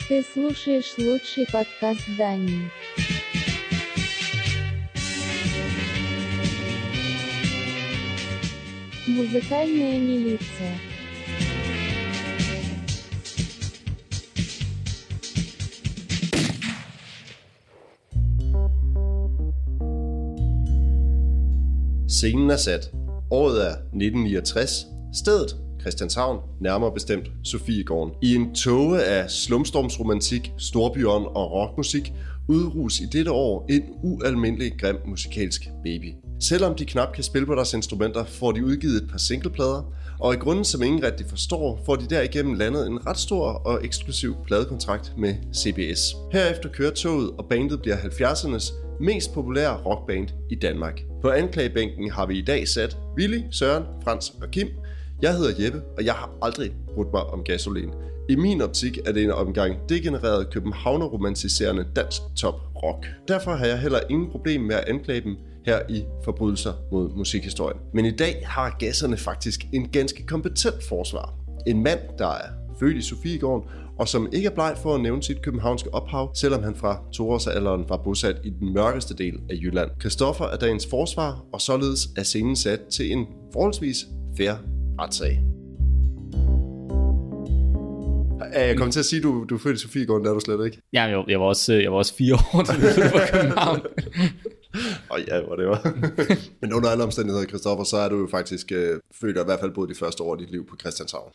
Ты слушаешь лучший подкаст Дании. Музыкальная милиция. Scenen er sat. Året er 1969. Stedet Christianshavn, nærmere bestemt Sofiegården. I en tåge af slumstormsromantik, storbyånd og rockmusik udrus i dette år en ualmindelig grim musikalsk baby. Selvom de knap kan spille på deres instrumenter, får de udgivet et par singleplader, og i grunden, som ingen rigtig forstår, får de derigennem landet en ret stor og eksklusiv pladekontrakt med CBS. Herefter kører toget, og bandet bliver 70'ernes mest populære rockband i Danmark. På anklagebænken har vi i dag sat Willy, Søren, Frans og Kim. Jeg hedder Jeppe, og jeg har aldrig brudt mig om gasolin. I min optik er det en omgang degenereret københavner-romantiserende dansk top rock. Derfor har jeg heller ingen problem med at anklage dem her i Forbrydelser mod musikhistorien. Men i dag har gasserne faktisk en ganske kompetent forsvar. En mand, der er født i Sofiegården, og som ikke er bleg for at nævne sit københavnske ophav, selvom han fra 2-årsalderen var bosat i den mørkeste del af Jylland. Christoffer er dagens forsvar, og således er scenen sat til en forholdsvis fair retssag. Jeg kom til at sige, du er født i Sofiegården, der er du slet ikke. Ja, jeg var også 4 år, da jeg flyttede fra København. Ja, hvor det var. Men under alle omstændigheder, Christoffer, så er du jo faktisk født og i hvert fald boet de første år af dit liv på Christianshavn.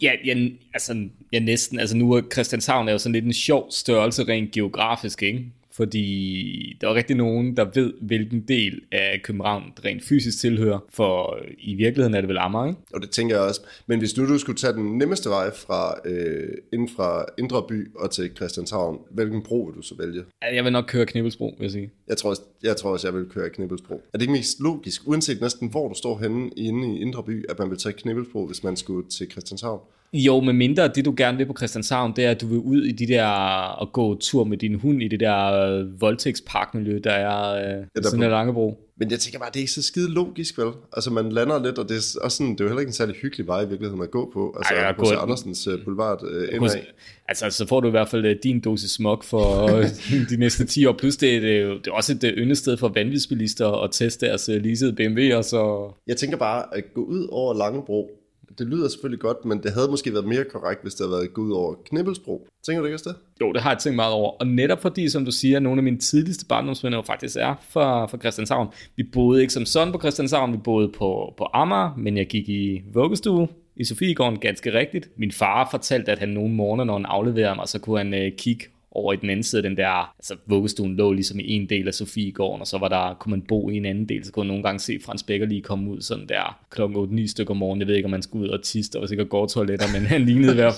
Ja, næsten. Altså nu er Christianshavn er jo sådan lidt en sjov størrelse rent geografisk, ikke? Fordi der er rigtig nogen, der ved, hvilken del af København rent fysisk tilhører. For i virkeligheden er det vel Amager, ikke? Og det tænker jeg også. Men hvis nu du skulle tage den nemmeste vej inden fra Indre By og til Christianshavn, hvilken bro vil du så vælge? Jeg vil nok køre Knibbelsbro, vil jeg sige. Jeg tror også, jeg vil køre Knibbelsbro. Er det ikke mest logisk, uanset næsten hvor du står henne inde i Indre By, at man vil tage Knibbelsbro, hvis man skulle til Christianshavn? Jo, med mindre det du gerne vil på Christianshavn, det er, at du vil ud i de der og gå tur med din hund i det der voldtægtsparkmiljø, der er sådan en Langebro. Men jeg tænker bare, det er ikke så skide logisk, vel? Altså man lander lidt, og det er også sådan, det er jo heller ikke en særlig hyggelig vej i virkeligheden at gå på. Altså H.C. Andersens Boulevard indad. Altså så får du i hvert fald din dosis smog for de næste 10 år. Plus det er også et yndested for vanvidsbilister at teste deres leasede BMW'er. Så jeg tænker bare, at gå ud over Langebro, det lyder selvfølgelig godt, men det havde måske været mere korrekt, hvis det havde været gå ud over Knibbelsbro. Tænker du ikke også det? Jo, det har jeg tænkt meget over. Og netop fordi, som du siger, nogle af mine tidligste barndomsvenner jo faktisk er fra Christianshavn. Vi boede ikke som sådan på Christianshavn, vi boede på Amager, men jeg gik i vuggestue i Sofiegården, ganske rigtigt. Min far fortalte, at han nogle morgener, når han afleverede mig, så kunne han kigge over i den anden side af den der, altså vuggestuen lå ligesom i en del af Sofiegården, og så kunne man bo i en anden del, så kunne man nogle gange se Frans Becker lige komme ud sådan der klokken 8-9 stykker om morgenen. Jeg ved ikke, om man skulle ud og tisse, der var sikkert gårdtoiletter, men han lignede i hvert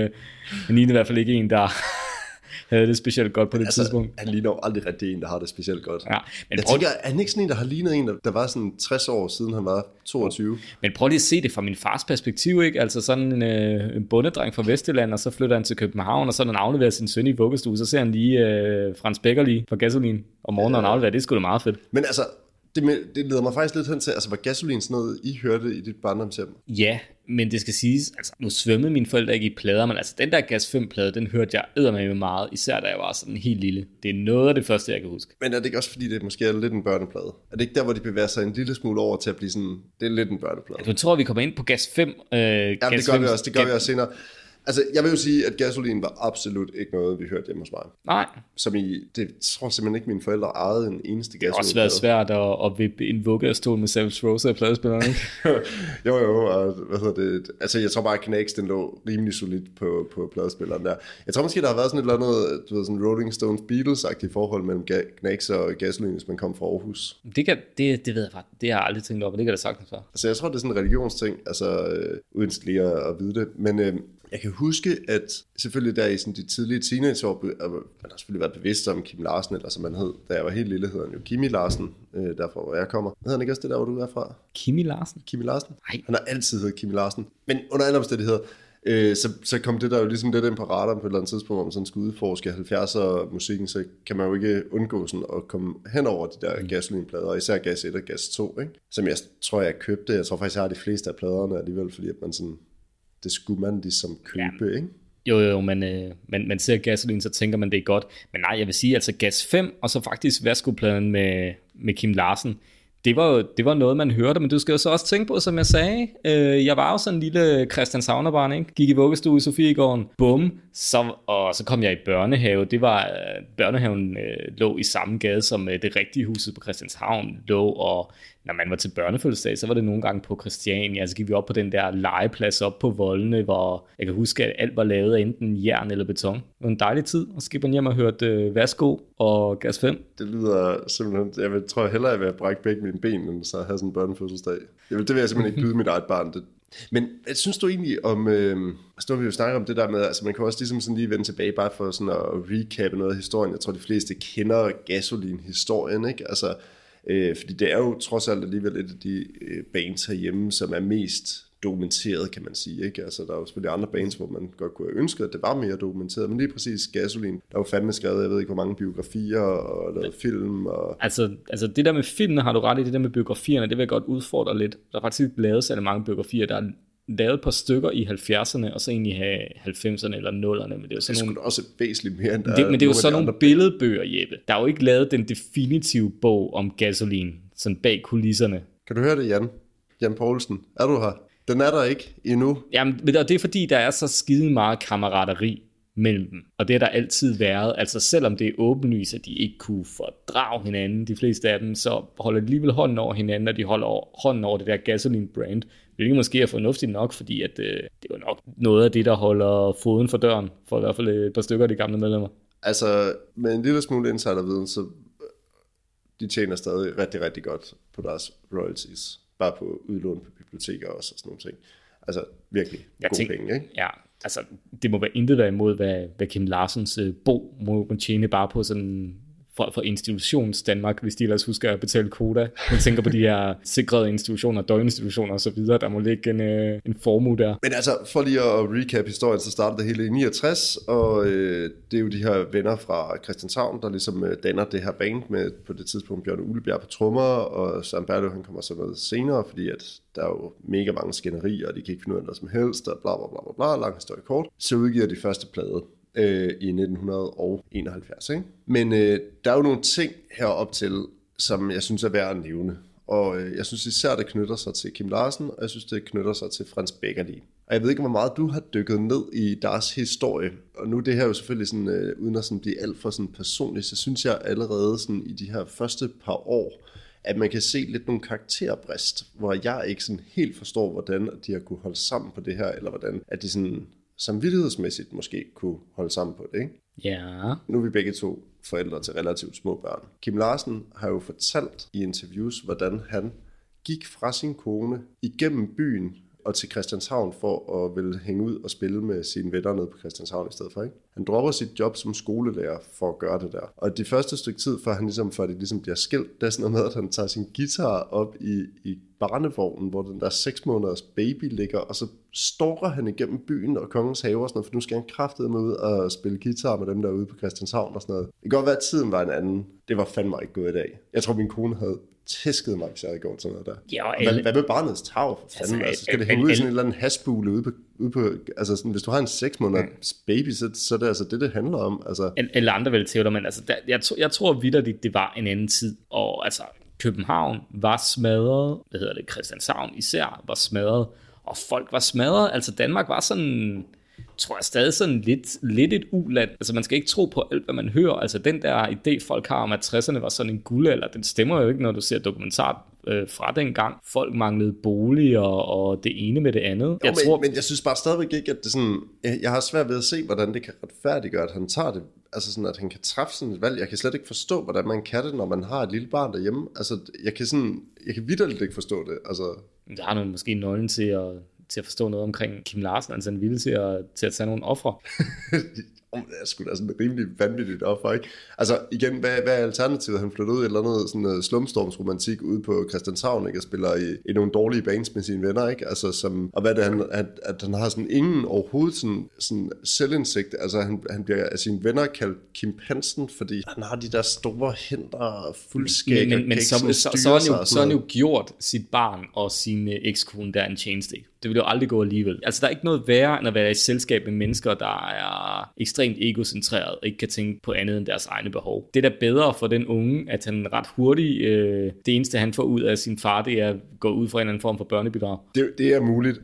fald ikke en, der havde det specielt godt på det tidspunkt. Han ligner jo aldrig rigtig en, der har det specielt godt. Ja, men jeg tænker, er han ikke sådan en, der har lignet en, der var sådan 60 år siden han var 22? Men prøv lige at se det fra min fars perspektiv, ikke? Altså sådan en bondedreng fra Vestjylland, og så flytter han til København, og så når han afleverer sin søn i vuggestue, så ser han lige Frans Becker lige fra Gasolin om morgenen, når han afleverer. Det er sgu da meget fedt. Men altså, det leder mig faktisk lidt hen til, altså var Gasolin sådan noget, I hørte i dit barndomshjem? Ja, men det skal siges, altså nu svømmede mine forældre ikke i plader, men altså den der Gas 5-plade, den hørte jeg eddermame meget, især da jeg var sådan helt lille. Det er noget af det første, jeg kan huske. Men er det ikke også fordi, det måske er lidt en børneplade? Er det ikke der, hvor de bevæger sig en lille smule over til at blive sådan, det er lidt en børneplade? Jeg tror, vi kommer ind på Gas 5. Ja, det gør vi også senere. Altså, jeg vil jo sige, at Gasolin var absolut ikke noget, vi hørte hjemme hos mig. Nej. Det tror simpelthen ikke, mine forældre ejede en eneste Gasolin. Det har også været svært at vippe en vuggestol med Savage Rose af pladespilleren, ikke? jo, og hvad hedder det? Altså, jeg tror bare, at Knacks, den lå rimelig solidt på pladespilleren der. Jeg tror måske, der har været sådan et eller andet, du ved, sådan Rolling Stones Beatles-agtigt forhold mellem Knacks og Gasolin, hvis man kom fra Aarhus. Det ved jeg faktisk. Det har jeg aldrig tænkt over, men det kan da sagtens være. Altså, jeg tror, det er sådan en religionsting, altså, uden lige at vide det. Men jeg kan huske, at selvfølgelig der i sådan de tidlige teenageår, man har selvfølgelig været bevidst om Kim Larsen, eller som man hed, da jeg var helt lille, hedder han jo Kimi Larsen, derfra hvor jeg kommer. Hedder han ikke også det der, hvor du er fra? Kimi Larsen? Kimi Larsen? Nej. Han har altid heddet Kimi Larsen. Men under alle omstændigheder, så kom det der jo ligesom lidt ind på radaren på et eller andet tidspunkt, hvor man sådan skulle udforske 70'er musikken, så kan man jo ikke undgå sådan at komme hen over de der Gasolin-plader, og især Gas 1 og Gas 2, ikke? Som jeg tror, jeg købte. Jeg tror faktisk, jeg har de fleste af pladerne alligevel, fordi at man sådan, det skulle man ligesom købe, ikke? Jo, man ser Gasoline, så tænker man, det er godt. Men nej, jeg vil sige, altså Gas 5, og så faktisk Værsgo-pladen med Kim Larsen, det var noget, man hørte, men du skal jo så også tænke på, som jeg sagde, jeg var jo sådan en lille Christianshavnerbarn, ikke? Gik i vuggestue i Sofiegården, bum, så kom jeg i børnehave. Børnehaven lå i samme gade, som det rigtige huset på Christianshavn lå, og når man var til børnefødselsdag, så var det nogle gange på Christiania, så gik vi op på den der legeplads op på voldene, hvor jeg kan huske, at alt var lavet af enten jern eller beton. Det var en dejlig tid, og så gik man hjem og hørte Værsgo og Gas 5. Det lyder simpelthen, tror hellere, jeg vil brække begge mine ben, end så have sådan en børnefødselsdag. Det vil jeg simpelthen ikke byde mit eget barn. Men synes du egentlig om, så vi jo snakker om det der med, altså man kan også ligesom sådan lige vende tilbage, bare for sådan at recappe noget af historien. Jeg tror, de fleste kender Gasoline-historien, ikke? Altså, fordi det er jo trods alt alligevel et af de bands herhjemme, som er mest dokumenteret, kan man sige, ikke? Altså, der er jo selvfølgelig andre bands, hvor man godt kunne have ønsket, at det var mere dokumenteret, men lige præcis Gasoline, der er jo fandme skrevet, jeg ved ikke, hvor mange biografier og lavet film. Og... Altså, det der med filmene har du ret i, det der med biografierne, det vil jeg godt udfordre lidt. Der er faktisk lavet så mange biografier, der er lavet et par stykker i 70'erne, og så egentlig have 90'erne eller 0'erne. Men det er jo sådan nogle... også væsentligt mere, end men det er jo sådan nogle billedbøger, Jeppe. Der er jo ikke lavet den definitive bog om Gasoline, sådan bag kulisserne. Kan du høre det, Jan Poulsen? Er du her? Den er der ikke endnu. Jamen, og det er fordi, der er så skide meget kammerateri mellem dem. Og det har der altid været. Altså selvom det er åbenlyst, at de ikke kunne fordrage hinanden, de fleste af dem, så holder de alligevel hånden over hinanden, og de holder hånden over det der Gasoline-brand. Hvilket måske er fornuftigt nok, fordi at, det er jo nok noget af det, der holder foden for døren, for i hvert fald et par stykker af de gamle medlemmer. Altså, med en lille smule insiderviden, så de tjener stadig rigtig, rigtig godt på deres royalties. Bare på udlån på biblioteker også og sådan nogle ting. Altså virkelig gode penge, ikke? Ja, altså det må være intet være imod, hvad Kim Larsens bo må tjene bare på sådan for institutions Danmark, hvis de ellers husker at betale koda. Man tænker på de her sikrede institutioner, døgninstitutioner og så videre, der må ligge en formue der. Men altså, for lige at recap historien, så startede det hele i 69, og det er jo de her venner fra Christianshavn, der ligesom danner det her band med på det tidspunkt Bjørn Ulebjerg på trommer, og Søren Berlev, han kommer så med senere, fordi at der er jo mega mange skænderier, og de kan ikke finde ud af noget som helst, og bla bla bla bla, lang historie kort. Så udgiver de første plade i 1971, ikke? Men der er jo nogle ting herop til, som jeg synes er værd at nævne. Og jeg synes især, det knytter sig til Kim Larsen, og jeg synes, det knytter sig til Frans Beckerli. Og jeg ved ikke, hvor meget du har dykket ned i deres historie. Og nu det her jo selvfølgelig sådan, uden at sådan blive alt for sådan personligt, så synes jeg allerede sådan, i de her første par år, at man kan se lidt nogle karakterbrist, hvor jeg ikke sådan helt forstår, hvordan de har kunne holde sammen på det her, eller hvordan at de sådan samvittighedsmæssigt måske kunne holde sammen på det, ikke? Ja. Nu er vi begge to forældre til relativt små børn. Kim Larsen har jo fortalt i interviews, hvordan han gik fra sin kone igennem byen og til Christianshavn for at ville hænge ud og spille med sine venner nede på Christianshavn i stedet for, ikke? Han dropper sit job som skolelærer for at gøre det der. Og det første stykke tid, før det ligesom bliver skilt, der er sådan noget med, at han tager sin guitar op i barnevognen, hvor den der 6 måneders baby ligger, og så storker han igennem byen og Kongens Have og sådan noget, for nu skal han kraftedeme ud og spille guitar med dem der ude på Christianshavn og sådan noget. Det kan godt være, at tiden var en anden. Det var fandme ikke gået i dag. Jeg tror, min kone havde tæskede mig, hvis jeg havde gjort sådan noget der. Ja, hvad med barnets tag? Altså, skal det hænge ud i sådan en eller anden hasbule ude på altså sådan, hvis du har en 6 måneders baby, så er det altså det handler om. Altså. Eller andre vel til men altså, jeg tror vitterligt, det var en anden tid, og altså, København var smadret, Christianshavn især var smadret, og folk var smadret, altså Danmark var sådan, tror jeg stadig sådan lidt et uland. Altså man skal ikke tro på alt, hvad man hører. Altså den der idé, folk har om, at 60'erne var sådan en guldalder, den stemmer jo ikke, når du ser dokumentar fra dengang. Folk manglede boliger og det ene med det andet. Men jeg synes bare stadigvæk ikke, at det sådan, jeg har svært ved at se, hvordan det kan retfærdiggøre, at han tager det, altså sådan, at han kan træffe sådan et valg. Jeg kan slet ikke forstå, hvordan man kan det, når man har et lille barn derhjemme. Altså jeg kan vitterligt ikke forstå det. Altså. Der har nu måske nøglen til at forstå noget omkring Kim Larsen, altså en vilje til at tage nogle ofre. Det er sgu da sådan rimelig vanvittigt offer, ikke? Altså igen, hvad er alternativet? Han flytter ud i et eller andet sådan noget slumstormsromantik ude på Christianshavn, ikke? Og spiller i nogle dårlige bands med sine venner, ikke? Altså og hvad er det, at han har sådan ingen overhovedet sådan selvindsigt. Altså han bliver af sine venner kaldt Kim Hansen, fordi han har de der store hænder og fuldskæg. Men så har han jo gjort sit barn og sin ekskone der en tjeneste. Det vil jo aldrig gå alligevel. Altså, der er ikke noget værre, end at være i selskab med mennesker, der er ekstremt egocentreret og ikke kan tænke på andet end deres egne behov. Det er da bedre for den unge, at han ret hurtigt, det eneste han får ud af sin far, det er at gå ud fra en eller anden form for børnebidrag. Det er muligt.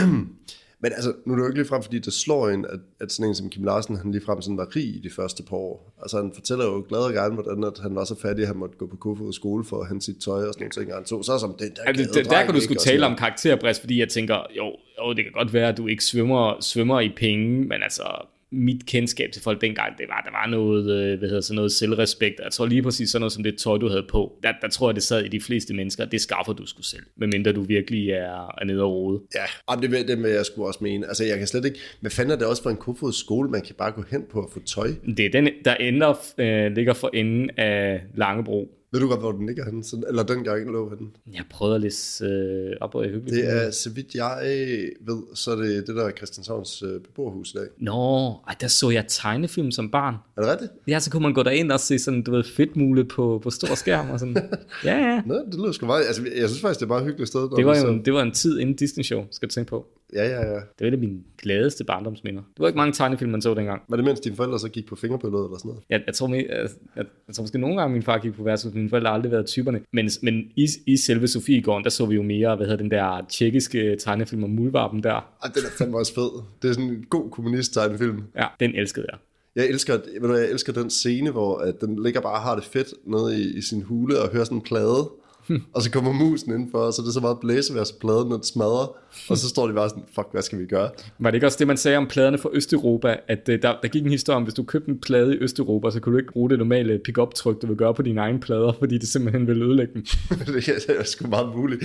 Men altså, nu er det jo ikke ligefrem, fordi det slår en, at sådan en som Kim Larsen, han ligefrem sådan var rig i de første par år. Altså, han fortæller jo glad og gerne, hvordan at han var så fattig, at han måtte gå på Kofod skole for at hente sit tøj og sådan noget ting. Han tog så som den der altså, der kan du skulle tale om karakterbrist, fordi jeg tænker, jo, det kan godt være, at du ikke svømmer i penge, men altså, mit kendskab til folk dengang, der var noget, noget selvrespekt. Jeg tror lige præcis sådan noget som det tøj, du havde på. Der tror jeg, det sad i de fleste mennesker. Det skaffer du sgu selv, medmindre du virkelig er nede og rode. Ja, det vil jeg sgu også mene. Altså, jeg kan slet ikke... Hvad fanden er det også for en Kofod skole, man kan bare gå hen på at få tøj? Det er den, der ligger for enden af Langebro. Ved du godt, hvor den ligger henne? Eller dengang lå henne? Jeg prøvede at læse op og hyggeligt. Det er, så vidt jeg ved, så er det der Christianshavns beboerhus i dag. Der så jeg tegnefilm som barn. Er det rigtigt? Ja, så kunne man gå derind og se sådan, du ved, fedtmule på stor skærm og sådan. Ja. Nå, det lyder sgu meget. Altså, jeg synes faktisk, det er et meget hyggeligt sted. Det var en tid inden Disney-show, skal du tænke på. Ja. Det var et af mine gladeste barndomsminder. Det var ikke mange tegnefilm, man så dengang. Var det mens dine forældre så gik på fingerbilledet eller sådan noget? Ja, jeg tror måske nogle gange, min far gik på værtshus, mine forældre har aldrig været typerne. Men i selve Sofiegården, der så vi jo mere, den der tjekkiske tegnefilm om muldvarpen der. Den er fandme også fed. Det er sådan en god kommunist-tegnefilm. Ja, den elskede jeg. Jeg elsker den scene, hvor at den ligger bare og har det fedt nede i sin hule og hører sådan en plade. Og så kommer musen indenfor, og så er det så meget blæsevejr, så pladen den smadrer. Og så står de bare sådan, fuck, hvad skal vi gøre? Var det ikke også det, man sagde om pladerne fra Østeuropa? At der gik en historie om, hvis du købte en plade i Østeuropa, så kunne du ikke bruge det normale pick-up-tryk, du vil gøre på dine egne plader, fordi det simpelthen ville ødelægge dem. Det er sgu meget muligt.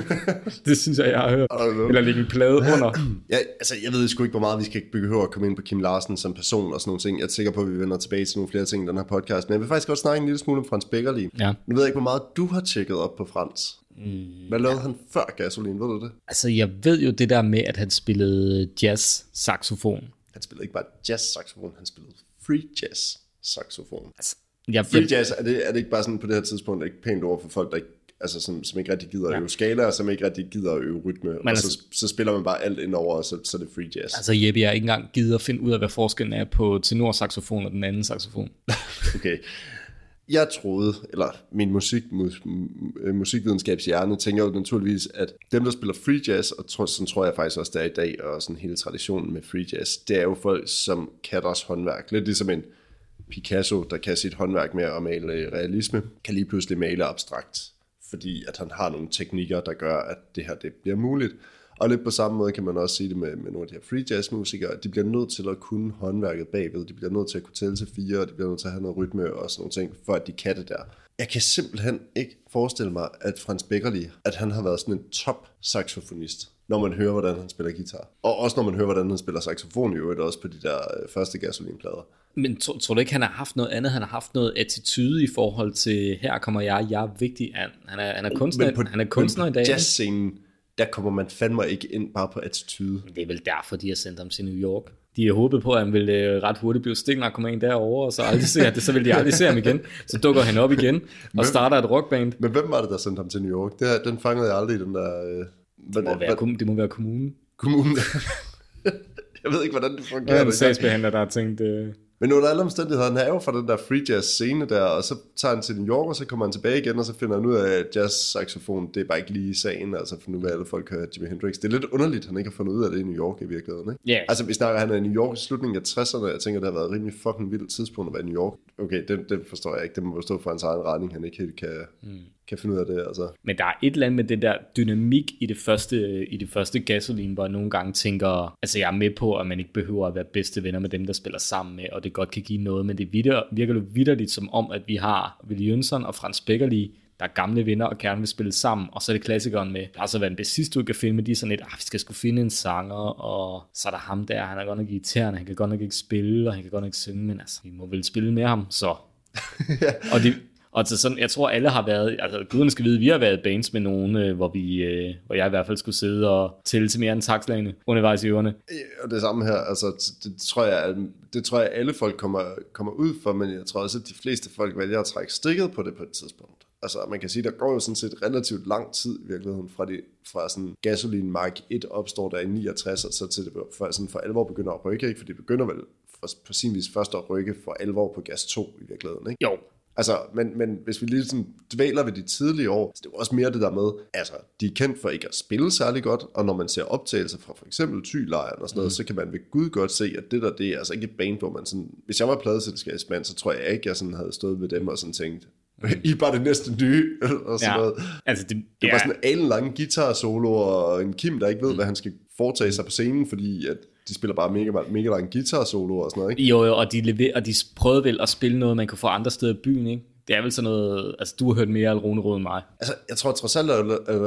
Det synes jeg har hørt. Eller lægge en plade under. Ja, altså, jeg ved sgu ikke, hvor meget vi skal behøve at komme ind på Kim Larsen som person og sådan nogle ting. Jeg er sikker på, at vi vender tilbage til nogle flere ting i den her podcast. Men jeg vil faktisk godt snakke en lille smule om Frans Beckerli. Ja. Nu ved jeg ikke, hvor meget du har tjekket op på Frans. Hvad lavede han før Gasolin, ved du det? Altså, jeg ved jo det der med, at han spillede jazz-saxofon. Han spillede ikke bare jazz-saxofon, han spillede free jazz-saxofon. Altså, free jazz, er det ikke bare sådan på det her tidspunkt ikke pænt ord for folk, der ikke, altså, som ikke rigtig gider at øve skala, og som ikke rigtig gider at øve rytme, men og så spiller man bare alt indover, og så er det free jazz. Altså Jeppe, jeg ikke engang gider at finde ud af, hvad forskellen er på tenorsaxofon og den anden saxofon. Okay. Jeg troede, eller min musikvidenskabshjerne tænker jo naturligvis, at dem, der spiller free jazz, og sådan tror jeg faktisk også, der er i dag, og sådan hele traditionen med free jazz, det er jo folk, som kan deres håndværk. Lidt ligesom en Picasso, der kan sit håndværk med at male realisme, kan lige pludselig male abstrakt, fordi at han har nogle teknikker, der gør, at det her det bliver muligt. Og lidt på samme måde kan man også sige det med nogle af de her free jazz musikere, de bliver nødt til at kunne håndværket bagved, de bliver nødt til at kunne tælle til 4, og de bliver nødt til at have noget rytme og sådan nogle ting, for at de kan det der. Jeg kan simpelthen ikke forestille mig, at Frans Beckerli, at han har været sådan en top saxofonist, når man hører, hvordan han spiller guitar. Og også når man hører, hvordan han spiller saxofon i øvrigt, også på de der første Gasolin-plader. Men tror du ikke, han har haft noget andet? Han har haft noget attitude i forhold til, her kommer jeg er vigtig. Han er kunstner i dag. Jazzscenen, der kommer man fandme ikke ind bare på attitude. Det er vel derfor, de har sendt ham til New York. De har håbet på, at han ville ret hurtigt blive stiknarkoman derovre, og så vil de aldrig se ham igen. Så dukker han op igen og starter et rockband. Men hvem var det, der sendte ham til New York? Den fangede jeg aldrig, den der... Det må være kommunen. Kommunen? Jeg ved ikke, hvordan det fungerer. Der er en sagsbehandler, der har tænkt... Men under alle omstændigheder, han er jo fra den der free jazz scene der, og så tager han til New York, og så kommer han tilbage igen, og så finder han ud af, at jazz-saxofon, det er bare ikke lige sagen, altså for nu vil alle folk høre Jimi Hendrix. Det er lidt underligt, at han ikke har fundet ud af det i New York i virkeligheden, ikke? Yeah. Altså vi snakker, han er i New York i slutningen af 60'erne, jeg tænker, det har været et rimelig fucking vildt tidspunkt at være i New York. Okay, det forstår jeg ikke, det må stå for hans egen retning, han ikke helt kan finde ud af det, altså. Men der er et eller andet med det der dynamik i det første Gasolin, hvor jeg nogle gange tænker, altså jeg er med på, at man ikke behøver at være bedste venner med dem, der spiller sammen med, og det godt kan give noget, men det virker jo vitterligt som om, at vi har Willy Jønsson og Frans Beckerli, der er gamle venner og gerne vil spille sammen, og så er det klassikeren med, der har så været en bassist, du kan finde med, de er sådan lidt, vi skal sgu finde en sanger, og så er der ham der, han er godt nok guitaren, han kan godt nok ikke spille, og han kan godt nok ikke synge, men altså, vi må vel spille med ham, så. Og så sådan, jeg tror alle har været, altså guderne skal vide, vi har været bands med nogen, hvor jeg i hvert fald skulle sidde og tælle til mere end takslagene undervejs i ørerne. Og det samme her, altså det tror jeg alle folk kommer ud for, men jeg tror også, at de fleste folk vælger at trække stikket på det på et tidspunkt. Altså man kan sige, der går jo sådan set relativt lang tid i virkeligheden fra sådan Gasoline Mark 1 opstår der i 69, og så til det for alvor begynder at rykke, ikke? For det begynder vel på sin vis først at rykke for alvor på Gas 2 i virkeligheden, ikke? Jo. Altså, men hvis vi lige sådan dvæler ved de tidlige år, så det er også mere det der med, altså, de er kendt for ikke at spille særlig godt, og når man ser optagelser fra for eksempel Thy-lejren og sådan noget, så kan man ved Gud godt se, at det er altså ikke et band, hvor man sådan, hvis jeg var pladeselskabsmand, så tror jeg ikke, jeg sådan havde stået ved dem og sådan tænkt, I er bare det næste nye, og sådan noget. Altså det er bare sådan en alenlange guitar-solo, og en Kim, der ikke ved, hvad han skal foretage sig på scenen, fordi at de spiller bare mega lang guitar-solo og sådan noget, ikke? Jo, og de prøvede vel at spille noget, man kunne få andre steder i byen, ikke? Det er vel sådan noget, altså du har hørt mere Alrunerod end mig. Altså, jeg tror trods alt,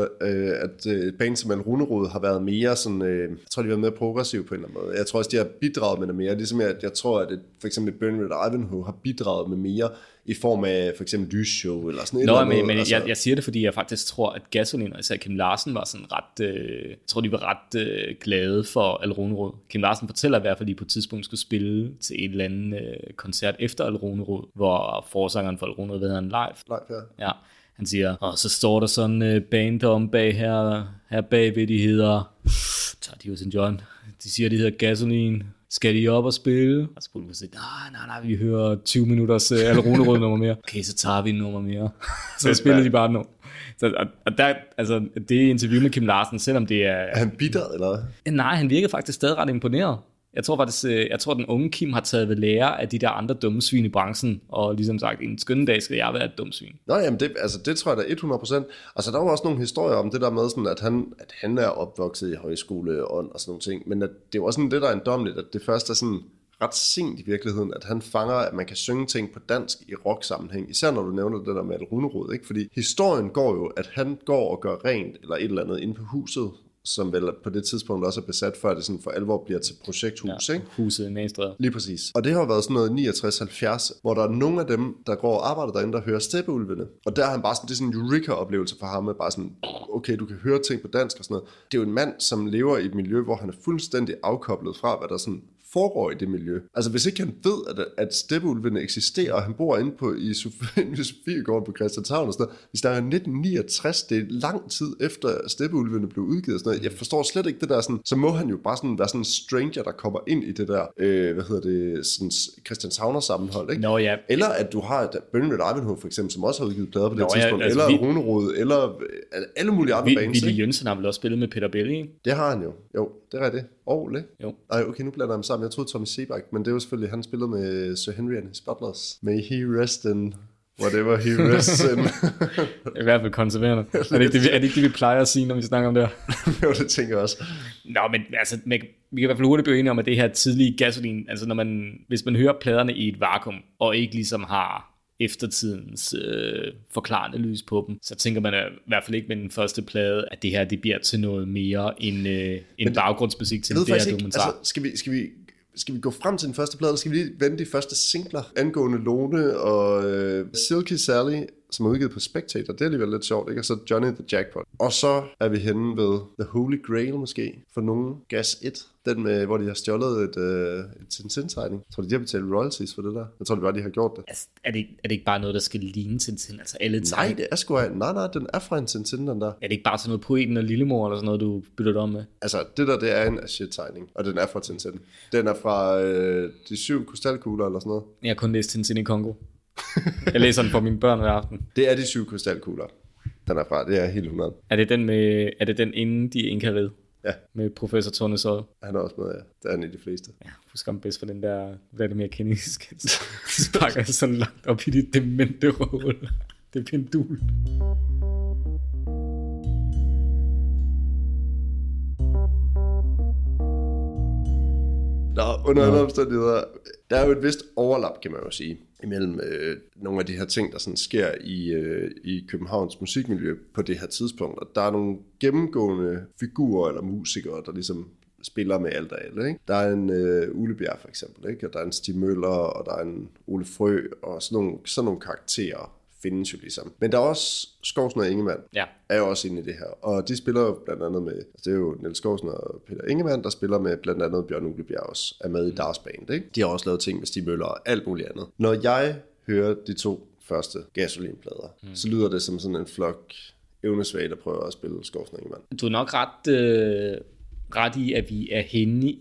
at et band som Alrunerod har været mere sådan, jeg tror, de har været mere progressive på en eller anden måde. Jeg tror også, de har bidraget med det mere, ligesom jeg tror, at for eksempel Burn Red Ivanhoe har bidraget med mere, i form af for eksempel lysshow eller sådan noget. Men altså, jeg siger det, fordi jeg faktisk tror, at Gasoline og især Kim Larsen var sådan ret, jeg tror, de var ret glade for Alrunerod. Kim Larsen fortæller i hvert fald, at de på et tidspunkt skulle spille til en eller anden koncert efter Alrunerod, hvor forsangeren for Alrunerod ved han live. Ja. Han siger, og så står der sådan band om bag her bagved, de hedder, tager de jo St. John, de siger, de hedder Gasoline. Skal de op og spille? Og så kunne sige, nej, vi hører 20 minutters Alrunerod nummer mere. Okay, så tager vi en nummer mere. Så spiller de bare nu. Og der, altså, det interview med Kim Larsen, selvom det er... Er han bitter, eller hvad? Nej, han virkede faktisk stadig ret imponeret. Jeg tror, den unge Kim har taget ved lære af de der andre dumme svin i branchen, og ligesom sagt, en skønne dag skal jeg være et dumt svin. Nå, jamen det tror jeg da 100%. Altså der var også nogle historier om det der med, sådan, at han er opvokset i højskoleånd og sådan nogle ting, men at det var sådan det, der er ejendommeligt, at det først er sådan ret sent i virkeligheden, at han fanger, at man kan synge ting på dansk i rock-sammenhæng, især når du nævner det der med Alrunerod, ikke? Fordi historien går jo, at han går og gør rent, eller et eller andet inde på huset, som vel på det tidspunkt også er besat, før det sådan for alvor bliver til projekthus, ikke? Huset i Magstræde. Lige præcis. Og det har været sådan noget 69-70, hvor der er nogle af dem, der går og arbejder derinde, der hører Steppeulvene. Og der er han bare sådan, det er sådan en Eureka-oplevelse for ham, med bare sådan, okay, du kan høre ting på dansk og sådan noget. Det er jo en mand, som lever i et miljø, hvor han er fuldstændig afkoblet fra, hvad der sådan foregår i det miljø. Altså hvis ikke han ved, at Steppeulvene eksisterer, og han bor inde i Sofiegården på Christianshavn og sådan noget. Hvis der er 1969, det er lang tid efter Steppeulvene blev udgivet og sådan noget. Jeg forstår slet ikke det der sådan, så må han jo bare sådan være sådan en stranger, der kommer ind i det der, sådan Christianshavner sammenhold, ikke? Nå, ja. Eller at du har Burn Red Ivanhoe for eksempel, som også har udgivet plader på det tidspunkt, altså, eller Runerod, eller alle mulige andre bands, Willy Jønsson har vel også spillet med Peter Belli, ikke? Det har han jo. Jo, det er det. Aarhus, ikke? Jo. Ej, okay, nu blander jeg dem sammen. Jeg troede Tommy Sebak, men det er jo selvfølgelig, han spillede med Sir Henry and his Butlers. May he rest in whatever he rests in. I hvert fald konserverende. Er det ikke det, vi plejer at sige, når vi snakker om det her? Jo, det tænker jeg også. Nå, men altså, vi kan i hvert fald hurtigt blive enige om, at det her tidlige Gasoline, altså hvis man hører pladerne i et vakuum, og ikke ligesom har eftertidens forklarende lys på dem, så tænker man i hvert fald ikke med den første plade, at det her det bliver til noget mere end baggrundsmusik til det her dokumentar. Altså, skal vi gå frem til den første plade, eller skal vi lige vende de første singler angående Lone og Silky Sally, som er udgivet på Spectator. Det er alligevel lidt sjovt, ikke? Og så Johnny the Jackpot. Og så er vi henne ved The Holy Grail måske, for nogen. Gas 1, den med, hvor de har stjålet et Tintin-tegning. Jeg tror, de har betalt royalties for det der. Jeg tror, det var, de har gjort det. Altså, er det ikke bare noget, der skal ligne Tintin? Altså alle nej, det er sgu af. Nej, den er fra en Tintin, den der. Er det ikke bare sådan noget Poeten og Lillemor, eller sådan noget, du bytter det om med? Altså, det der, det er en shit-tegning, og den er fra Tintin. Den er fra de 7 krystalkugler, eller sådan noget. Jeg har kun læst Tintin i Kongo. Jeg læser den for mine børn hver aften. Det er de 7 krystalkugler. Den er fra, det er helt 100. Er det den inden de Inka-rid? Ja. Med professor Tornesød? Han er også med, ja. Det er han i de fleste. Ja, husk ham bedst for den der Vladimir Kenny-skæt. Så pakker jeg sådan langt op i dit demente rål. Det er pendul. Nå, under alle omstændigheder, der er jo et vist overlap, kan man jo sige. imellem nogle af de her ting, der sådan sker i Københavns musikmiljø på det her tidspunkt. Og der er nogle gennemgående figurer eller musikere, der ligesom spiller med alt og alle. Ikke? Der er en Ole Bjerg for eksempel, ikke? Og der er en Stig Møller, og der er en Ole Frø, og sådan nogle karakterer findes jo ligesom. Men der er også Skovsen og Ingemann, er jo også inde i det her. Og de spiller jo blandt andet med, altså det er jo Niels Skovsen og Peter Ingemann, der spiller med blandt andet Bjørn Ole Bjerg også, er med i deres band. Ikke? De har også lavet ting med Stig Møller og alt muligt andet. Når jeg hører de 2 første Gasolinplader, så lyder det som sådan en flok evnesvage, der prøver at spille Skovsen og Ingemann. Du er nok ret i, at vi er henne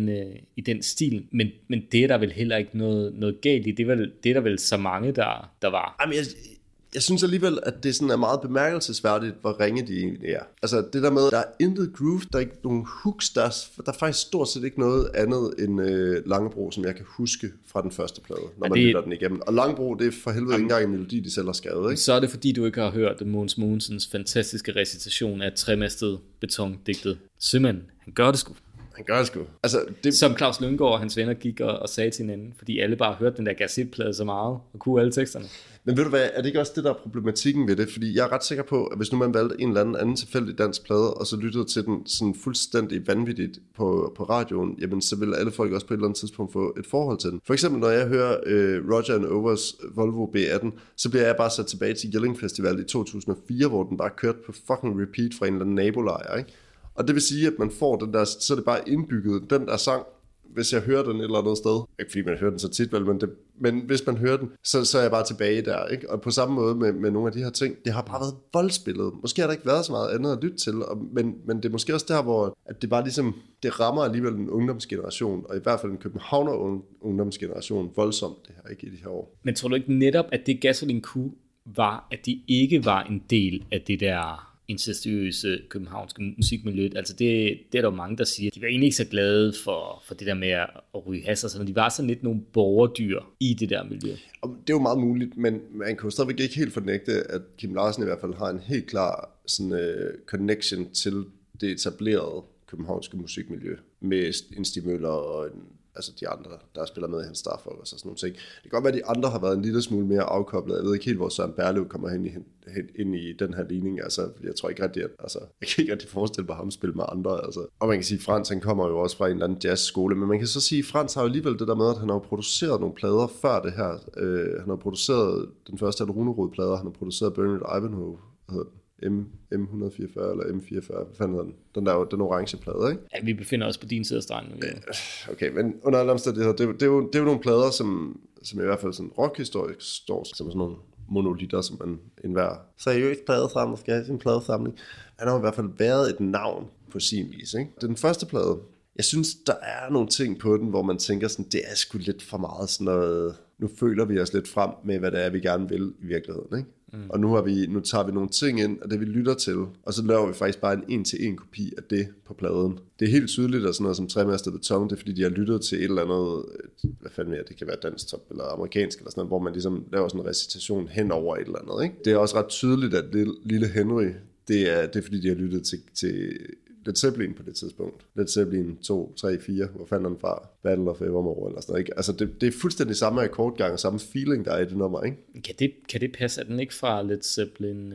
i den stil, men det er der vel heller ikke noget galt i. Det er der vel så mange, der var. Jamen, jeg synes alligevel, at det sådan er meget bemærkelsesværdigt, hvor ringe de egentlig er. Altså det der med, der er intet groove, der er ikke nogen hooks, der er faktisk stort set ikke noget andet end Langebro, som jeg kan huske fra den første plade, når man lytter den igennem. Og Langebro, det er for helvede ikke engang en melodi, de selv har skrevet. Ikke? Så er det fordi, du ikke har hørt Mogens Mogensens fantastiske recitation af tremastet betondigtet. Sømand, han gør det sgu. Han gør det sgu. Altså, som Claus Lynggaard og hans venner gik og sagde til hinanden, fordi alle bare hørte den der Gasset-plade så meget, og kunne alle teksterne. Men ved du hvad, er det ikke også det, der er problematikken ved det? Fordi jeg er ret sikker på, at hvis nu man valgte en eller anden tilfældig dansk plade, og så lyttede til den sådan fuldstændig vanvittigt på radioen, jamen så vil alle folk også på et eller andet tidspunkt få et forhold til den. For eksempel, når jeg hører Roger and Overs Volvo B18, så bliver jeg bare sat tilbage til Jelling Festival i 2004, hvor den bare kørte på fucking repeat fra en eller anden nabolejr, ikke? Og det vil sige, at man får den der, så er det bare indbygget, den der sang, hvis jeg hører den et eller andet sted. Ikke fordi man hører den så tit, vel, men hvis man hører den, så er jeg bare tilbage der, ikke? Og på samme måde med nogle af de her ting, det har bare været voldspillet. Måske har der ikke været så meget andet at lytte til, men det er måske også der, hvor at det bare ligesom, det rammer alligevel en ungdomsgeneration, og i hvert fald en københavner ungdomsgeneration voldsomt, det her, ikke, i de her år. Men tror du ikke netop, at det Gasolin Q var, at de ikke var en del af det der incestuøse københavnske musikmiljø? Altså det er der jo mange, der siger, de var egentlig ikke så glade for det der med at ryge hash og sådan. De var sådan lidt nogle borgerdyr i det der miljø. Og det er jo meget muligt, men man kan jo stadigvæk ikke helt fornægte, at Kim Larsen i hvert fald har en helt klar sådan, connection til det etablerede københavnske musikmiljø med en Stig Møller og altså de andre, der spiller med i hans Starfolk og sådan nogle ting. Det kan godt være, at de andre har været en lille smule mere afkoblet. Jeg ved ikke helt, hvor Søren Berlev kommer ind i den her ligning. Altså, jeg tror ikke rigtig, jeg kan ikke rigtig forestille mig ham spille med andre. Altså. Og man kan sige, at Frans, han kommer jo også fra en eller anden jazzskole, men man kan så sige, at Frans har jo alligevel det der med, at han har produceret nogle plader før det her. Han har produceret den første Runerod-plader, han har produceret Bernard Ivanhoe, hedder den. M144 eller M44, hvad fanden hedder den? Den orange plade, ikke? Ja, vi befinder os på din side af stranden. Okay, men under alle omstændigheder, det er jo nogle plader, som i hvert fald sådan rockhistorisk står som sådan nogle monolitter, som man enhver seriøst pladesamler skal have sin pladesamling. Han har i hvert fald været et navn på sin vis, ikke? Den første plade, jeg synes, der er nogle ting på den, hvor man tænker sådan, det er sgu lidt for meget sådan noget, nu føler vi os lidt frem med, hvad det er, vi gerne vil i virkeligheden, ikke? Og nu tager vi nogle ting ind, og det vi lytter til, og så laver vi faktisk bare en 1-til-1 kopi af det på pladen. Det er helt tydeligt, at sådan noget som tremastet beton, det er fordi, de har lyttet til et eller andet, hvad fanden er det, kan være dansk top eller amerikansk eller sådan noget, hvor man ligesom laver sådan en recitation hen over et eller andet, ikke? Det er også ret tydeligt, at lille Henry, det er fordi, de har lyttet til Led Zeppelin på det tidspunkt. Led Zeppelin 2, 3, 4, hvor fandt den fra? Battle of Evermore eller sådan noget, ikke? Altså det er fuldstændig samme akkordgang og samme feeling, der er i det nummer, ikke? Kan det passe? Er den ikke fra Led Zeppelin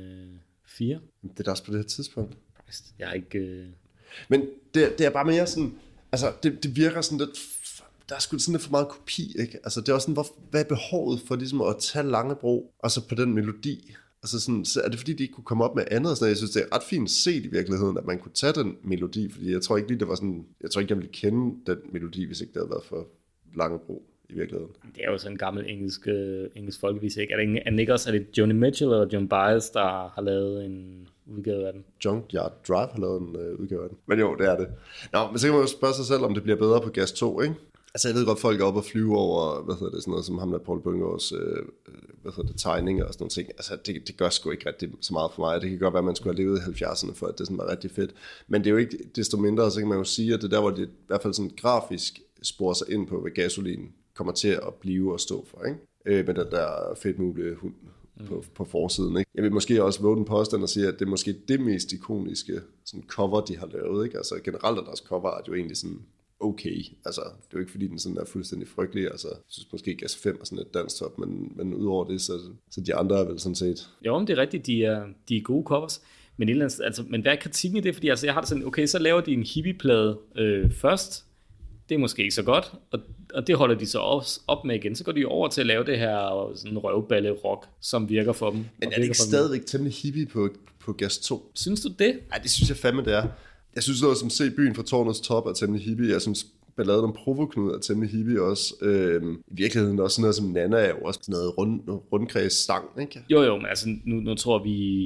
4? Det er da også på det her tidspunkt. Jeg har ikke... Men det er bare mere sådan, altså det virker sådan lidt, der er sgu sådan lidt for meget kopi, ikke? Altså det er også sådan, hvad er behovet for ligesom at tage Langebro, og så på den melodi? Altså sådan, så er det fordi, de ikke kunne komme op med andet? Sådan, jeg synes, det er ret fint set i virkeligheden, at man kunne tage den melodi, fordi jeg tror ikke lige, det var sådan, jeg tror ikke, jeg ville kende den melodi, hvis ikke det havde været for Langebro i virkeligheden. Det er jo sådan en gammel engelsk folkevis, ikke? Er det ikke også, er det Joni Mitchell eller John Baez, der har lavet en udgave af den? Junkyard Drive har lavet en udgave af den. Men jo, det er det. Nå, men så kan man jo spørge sig selv, om det bliver bedre på Gas 2, ikke? Altså jeg ved godt, folk er oppe og flyve over, sådan noget som ham der Paul Bøngaards, tegninger og sådan nogle ting. Altså det gør sgu ikke rigtig så meget for mig. Det kan godt være, at man skulle have levet i 70'erne, for at det sådan var rigtig fedt. Men det er jo ikke desto mindre, så kan man jo sige, at det der, hvor det i hvert fald sådan grafisk sporer sig ind på, hvad Gasolin kommer til at blive og stå for, ikke? Med den der fedt mulige hund på forsiden, ikke? Jeg vil måske også våge den påstand og sige, at det er måske det mest ikoniske sådan cover, de har lavet, ikke? Altså generelt er deres cover art jo egentlig sådan okay. Altså, det er jo ikke fordi, den sådan er fuldstændig frygtelig. Altså, jeg synes måske Gas 5 er sådan et dansk top, men udover det, så de andre er vel sådan set... Jo, men det er rigtigt, de er gode covers. Men, men hvad er kritikken i det? Fordi altså, jeg har det sådan, okay, så laver de en hippieplade først. Det er måske ikke så godt, og det holder de så også op med igen. Så går de over til at lave det her sådan røvballe-rock, som virker for dem. Men er det ikke stadigvæk temmelig hippie på Gas 2? Synes du det? Nej, det synes jeg fandme, det er. Jeg synes noget som Se byen fra tårnets top er temmelig hippie. Jeg synes balladen om Provoknud er temmelig hippie også. I virkeligheden også sådan noget som Nana er jo også sådan noget rundkreds-sang, ikke? Jo, men altså nu tror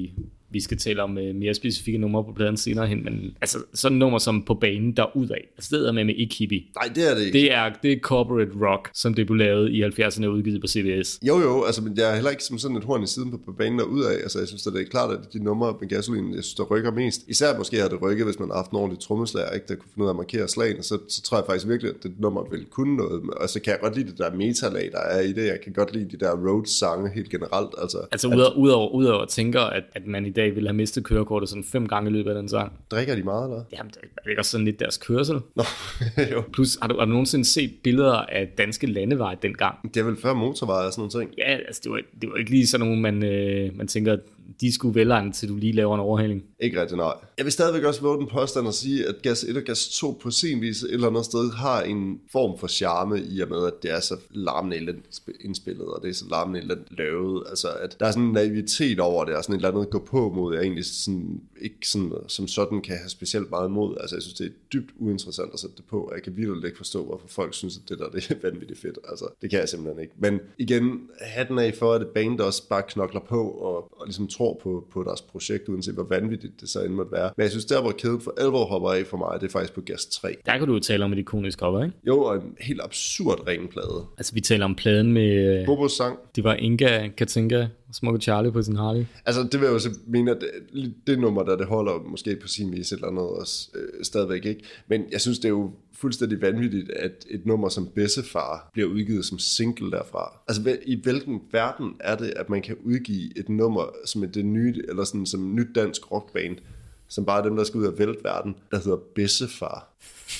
vi skal tale om mere specifikke numre på pladen senere hen, men altså sådan et nummer som På banen derudad, altså det er med ikke hippie. Nej, det er det ikke. Det er corporate rock, som det blev lavet i 70'erne og udgivet på CBS. Jo, altså men jeg er heller ikke som sådan et horn i siden på banen derudad. Altså jeg synes, at det er klart, at de numre med Gasolin, jeg synes, der rykker mest. Især måske har det rykket, hvis man har haft en ordentlig trommeslager, ikke, der kunne finde ud af at markere slagene, så tror jeg faktisk virkelig, at det nummer vil kunne noget. Og så kan jeg godt lide det der metalag, der er i det. Jeg kan godt lide de der road-sange helt generelt. Altså udover at tænke, at man i dag ville have mistet kørekortet sådan 5 gange i løbet af den sang. Drikker de meget, eller? Jamen, det er ikke også sådan lidt deres kørsel. Nå, jo. Plus, har du nogensinde set billeder af danske landeveje dengang? Det er vel før motorveje og sådan noget ting? Ja, altså det var ikke lige sådan nogen, man tænker, at de skulle vælge til du lige laver en overhaling. Ikke rigtig, nej. Jeg vil stadigvæk også våge den påstand at sige, at Gas 1 og Gas 2 på sin vis et eller andet sted har en form for charme i og med, at det er så larmende elendigt indspillet, og det er så larmende elendigt lavet. Altså, at der er sådan en naivitet over det, og sådan et eller andet gå på mod, jeg egentlig sådan, ikke sådan, som sådan kan have specielt meget mod. Altså, jeg synes, det er dybt uinteressant at sætte det på, og jeg kan virkelig ikke forstå, hvorfor folk synes, at det der det er vanvittigt fedt. Altså, det kan jeg simpelthen ikke. Men igen, hatten af for, at et band også bare knokler på, og ligesom tror på deres projekt, uanset hvor vanvittigt det så end måtte være. Men jeg synes, der hvor kæden for alvor hopper af for mig, det er faktisk på Gas 3. Der kan du jo tale om et ikonisk cover, ikke? Jo, og en helt absurd ren plade. Altså, vi taler om pladen med... Bobos sang. Det var Inga Katinka og Smukke Charlie på sin Harley. Altså, det vil jeg jo så mene, at det nummer, der det holder måske på sin vis et eller andet også stadigvæk ikke. Men jeg synes, det er jo fuldstændig vanvittigt, at et nummer som Bedstefar bliver udgivet som single derfra. Altså, i hvilken verden er det, at man kan udgive et nummer som det nye, eller sådan som nyt dansk rockband, som bare er dem, der skal ud af væltverden, der hedder Bedstefar?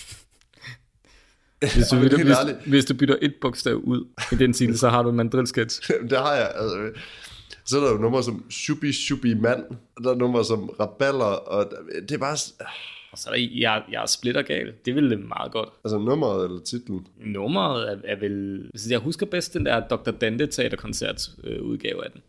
Hvis du bytter et bogstav ud i den titel, så har du en mandrilsketch. Det har jeg, altså. Så er der jo nummer som Shubi Mand, og der er nummer som Raballer, og det er bare... Og så er der jeg er splittergal. Det er vel meget godt. Altså nummeret eller titlen? Nummeret er vel... Altså, jeg husker bedst den der Dr. Dante teaterkoncert udgave af den.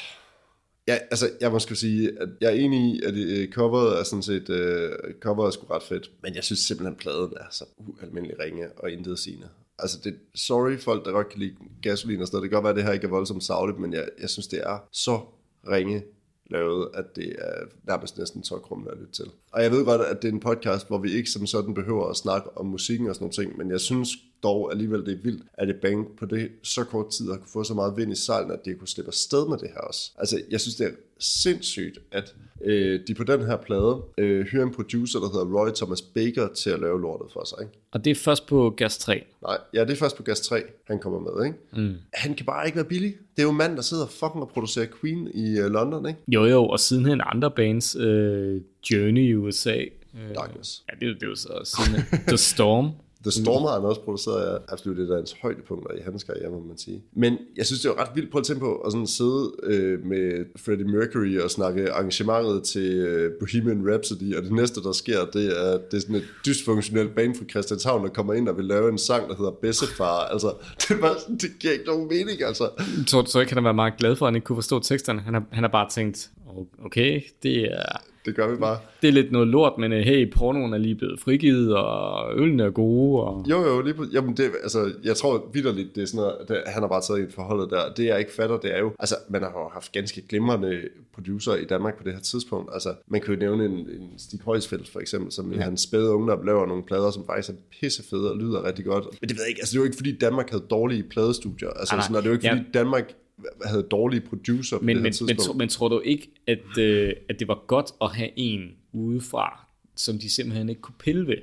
Ja, altså jeg må sgu sige, at jeg er enig i, at coveret er sådan set... coveret er sgu ret fedt, men jeg synes simpelthen, pladen er så ualmindelig ringe og intetsigende. Altså det, sorry folk, der godt kan lide Gasolin og sådan noget. Det kan godt være, at det her ikke er voldsomt sagligt, men jeg synes, det er så ringe lavet, at det er nærmest næsten tåkrummende at lytte til. Og jeg ved godt, at det er en podcast, hvor vi ikke som sådan behøver at snakke om musikken og sådan nogle ting, men jeg synes dog alligevel, det er vildt, at et band på det så kort tid har kunne få så meget vind i sejlen, at de kunne slippe afsted med det her også. Altså, jeg synes, det er sindssygt, at de på den her plade hyrer en producer, der hedder Roy Thomas Baker, til at lave lortet for sig, ikke? Og det er først på Gas 3? Nej, ja, det er først på Gas 3, han kommer med, ikke? Mm. Han kan bare ikke være billig. Det er jo en mand, der sidder fucking og producerer Queen i London, ikke? Jo, og sidenhen andre bands, Journey i USA. Darkness. Ja, det er jo så siden The Storm. The Storm har han også produceret, ja. Absolut det der hans højdepunkter i hans karriere, må man sige. Men jeg synes, det er jo ret vildt på at tænke på at sådan sidde med Freddie Mercury og snakke arrangementet til Bohemian Rhapsody, og det næste, der sker, det er sådan et dysfunktionelt band fra Christianshavn, der kommer ind og vil lave en sang, der hedder Bedstefar. Altså, det giver ikke nogen mening, altså. Så ikke han være meget glad for, at han ikke kunne forstå teksterne. Han har bare tænkt, okay, det gør vi bare. Det er lidt noget lort, men hey, pornoen er lige blevet frigivet, og ølene er gode. Og... Jo, lige på, jamen det, altså, jeg tror vitterligt, det er sådan noget, han har bare taget i et forholdet der. Det jeg ikke fatter, det er jo, altså, man har jo haft ganske glimrende producer i Danmark på det her tidspunkt. Altså, man kan jo nævne en Stig Højsfeldt for eksempel, som i hans spæde ungdom laver nogle plader, som faktisk er pissefede og lyder rigtig godt. Men det ved jeg ikke, altså det er jo ikke fordi Danmark havde dårlige pladestudier. Altså, sådan, og det er jo ikke fordi Danmark havde dårlige producer på det her tidspunkt. Men tror du ikke, at det var godt at have en udefra, som de simpelthen ikke kunne pille ved?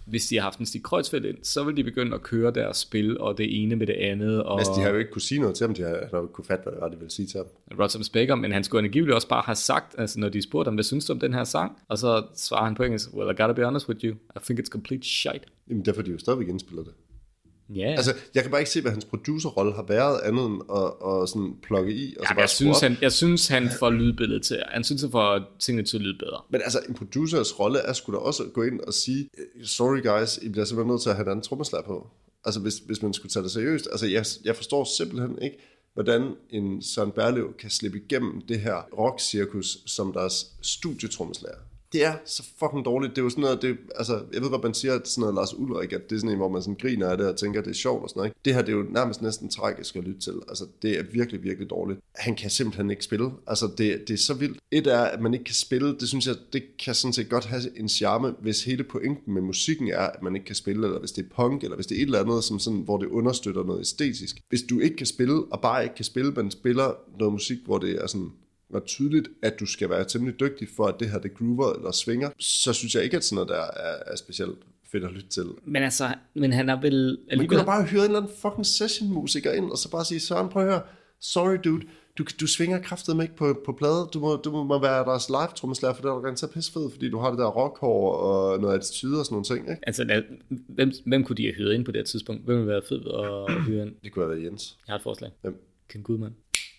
hvis de har haft en Stig Kreuzfeldt ind, så vil de begynde at køre deres spil, og det ene med det andet. Og Altså, de har jo ikke kunne sige noget til ham, de har jo ikke kunne fatte, hvad det var, de ville sige til ham. Rod Thomas Baker, men han skulle angiveligt også bare have sagt, altså når de spurgte ham, hvad synes du om den her sang? Og så svarer han på engelsk, well, I gotta be honest with you, I think it's complete shite. Jamen, derfor de jo stadigvæk indspiller det. Ja. Yeah. Altså, jeg kan bare ikke se, hvad hans producerrolle har været andet end at sådan plukke i. Og så bare jeg synes, han får lydbilledet til. Han synes, han får tingene til at lyde bedre. Men altså, en producers rolle er sgu da også at gå ind og sige, sorry guys, I bliver simpelthen nødt til at have en anden trommeslager på. Altså, hvis man skulle tage det seriøst. Altså, jeg forstår simpelthen ikke, hvordan en Søren Berlev kan slippe igennem det her rock-cirkus som deres studietrommeslager. Det er så fucking dårligt. Det er jo sådan noget, altså, jeg ved godt, man siger, at sådan noget Lars Ulrik, at det er sådan en, hvor man sådan griner af det og tænker, at det er sjovt og sådan noget. Ikke? Det her, det er jo nærmest næsten tragisk at lytte til. Altså, det er virkelig, virkelig dårligt. Han kan simpelthen ikke spille. Altså, det er så vildt. Et er, at man ikke kan spille. Det synes jeg, det kan sådan set godt have en charme, hvis hele pointen med musikken er, at man ikke kan spille, eller hvis det er punk, eller hvis det er et eller andet, som sådan, hvor det understøtter noget æstetisk. Hvis du ikke kan spille, og bare ikke kan spille, men spiller noget musik, hvor det er sådan var tydeligt, at du skal være temmelig dygtig for, at det her, det groover eller svinger, så synes jeg ikke, at sådan noget der er specielt fedt at lytte til. Men altså, han er vel alligevel... Man kunne da bare høre en eller anden fucking session-musiker ind, og så bare sige, Søren, prøv at høre, sorry dude, du svinger kraftedeme ikke på plade, du må være deres live-trommeslager, for det er jo garanteret pissefed, fordi du har det der rockhår og noget attitude og sådan nogle ting, ikke? Altså, hvem kunne de have hørt ind på det tidspunkt? Hvem ville være fed at høre ind? Det kunne have været Jens. Jeg har et forslag. Hvem? Ken Gudman.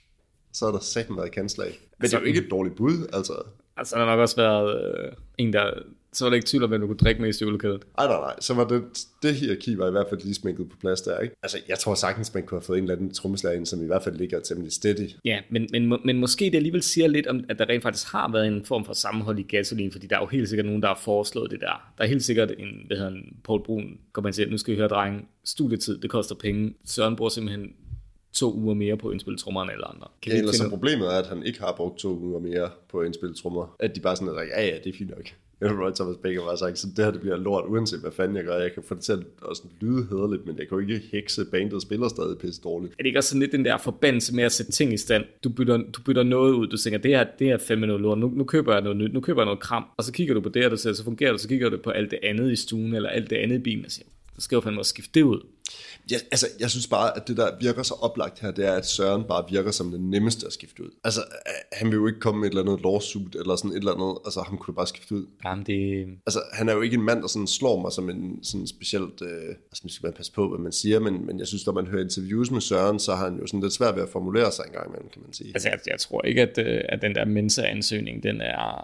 Så er der satan været kandslag. Men det er jo ikke et dårligt bud, altså. Altså, der har nok også været en, der... Så var det ikke tvivl om, hvem du kunne drikke mest i julekaldet. Nej. Så var det hierarki var i hvert fald lige smækket på plads der, ikke? Altså, jeg tror sagtens, man kunne have fået en eller anden trommeslager ind, som i hvert fald ligger temmelig steady. Ja, men måske det alligevel siger lidt om, at der rent faktisk har været en form for sammenhold i Gasolin, fordi der er jo helt sikkert nogen, der har foreslået det der. Der er helt sikkert en Paul Brun, kan man sige, nu skal I høre, drenge, studietid, det koster penge. Søren bruger simpelthen 2 uger mere på at indspille trommer end alle andre. Ja, eller så problemet er, at han ikke har brugt 2 uger mere på at indspille trommer. At de bare sådan er, ja, det er fint nok. Rod Thomas Baker var sagt, så det her det bliver lort, uanset hvad fanden jeg gør. Jeg kan få det til at også lyde hæderligt, men jeg kan jo ikke hekse bandet spiller stadig pisse dårligt. Er det ikke også sådan lidt den der forbandelse med at sætte ting i stand? Du bytter noget ud, du tænker, det er fandme noget lort, nu køber jeg noget nyt, nu køber jeg noget kram, og så kigger du på det, og du siger, så fungerer det, så kigger du på alt det andet i stuen, eller alt det andet i bilen, og siger, så skal jo fandme også skifte det ud. Ja, altså, jeg synes bare, at det der virker så oplagt her, det er, at Søren bare virker som det nemmeste at skifte ud. Altså, han vil jo ikke komme med et eller andet lawsuit, eller sådan et eller andet, altså, ham kunne du bare skifte ud. Jamen, det... Altså, han er jo ikke en mand, der sådan slår mig som en sådan specielt, altså, nu skal man passe på, hvad man siger, men jeg synes, når man hører interviews med Søren, så har han jo sådan lidt svært ved at formulere sig en gang imellem, kan man sige. Altså, jeg tror ikke, at den der Mensa-ansøgning, den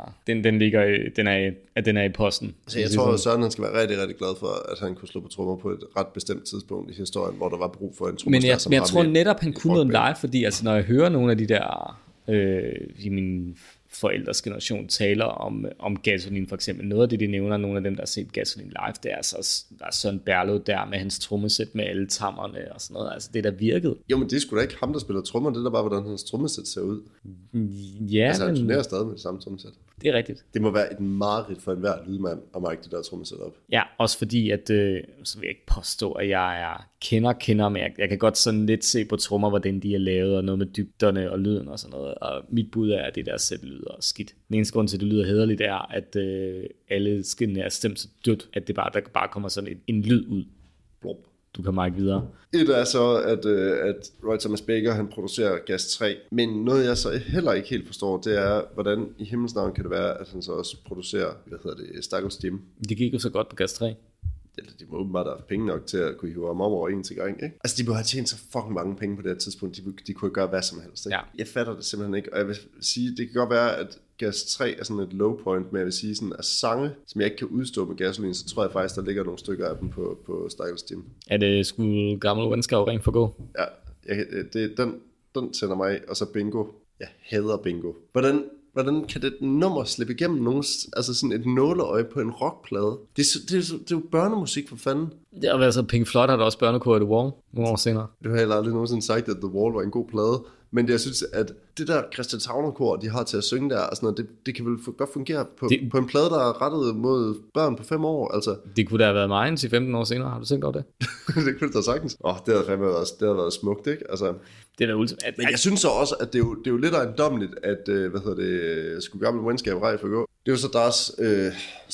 er i posten. Altså, jeg tror, at Søren han skal være rigtig, rigtig glad for, at han kunne slå på trommer på et ret bestemt tidspunkt i historien, hvor der var brug for en trommeslager. Men jeg tror netop, han kunne noget live, fordi altså, når jeg hører nogle af de der i min forældres generation taler om Gasolin for eksempel, noget af det, de nævner, nogle af dem, der har set Gasolin live, det er altså, der er Søren Berlev der med hans trommesæt med alle tammerne og sådan noget, altså det der virkede. Jo, men det er sgu da ikke ham, der spiller trommer, det er da bare, hvordan hans trommesæt ser ud. Ja, altså, han turnerer stadig med det samme trommesæt. Det er rigtigt. Det må være et mareridt for enhver lydmand at mærke det der trommesæt op. Ja, også fordi, at så vil jeg ikke påstå, at jeg er kender, men jeg kan godt sådan lidt se på trommer, hvordan de er lavet, og noget med dybderne og lyden og sådan noget, og mit bud er, at det der sæt lyder skidt. Den eneste grund til, at det lyder hæderligt, er, at alle skinnene er stemt så dødt, at der bare kommer sådan en lyd ud. Blop. Du kan markere videre. Et er så, at Rod Thomas Baker, han producerer Gas 3, men noget jeg så heller ikke helt forstår, det er, hvordan i himlens navn kan det være, at han så også producerer, Stakkels Jim. Det gik jo så godt på Gas 3. De må åbenbart have penge nok til at kunne hive ham over en til gang, ikke? Altså, de må have tjent så fucking mange penge på det her tidspunkt. De kunne gøre hvad som helst, ikke? Ja. Jeg fatter det simpelthen ikke, og jeg vil sige, det kan godt være, at Gas 3 er sådan et low point, men jeg vil sige sådan, at sange, som jeg ikke kan udstå med Gasolin, så tror jeg faktisk, der ligger nogle stykker af dem på Stakkels Jim. Er det sgu gammel venskab rent for gå? Ja, den tænder mig, og så Bingo. Jeg hader Bingo. Hvordan kan det nummer slippe igennem nogen, altså sådan et nåleøje på en rockplade? Det er jo børnemusik for fanden. Ja, og altså Pink Floyd har da også børnekor i The Wall nogle år senere. Du har heller aldrig nogensinde sagt, at The Wall var en god plade. Men jeg synes, at det der Christian Tavner-kor, de har til at synge der, og sådan noget, det kan vel godt fungere på en plade, der er rettet mod børn på 5 år. Altså. Det kunne da have været mig til 15 år senere. Har du tænkt over det? Det kunne det da sagtens. Det havde fandme været smukt, ikke? Altså. Det er da ultimat. Men jeg synes så også, at det er jo lidt ejendommeligt, at, skulle gamle venskab rej for gå. Det er jo så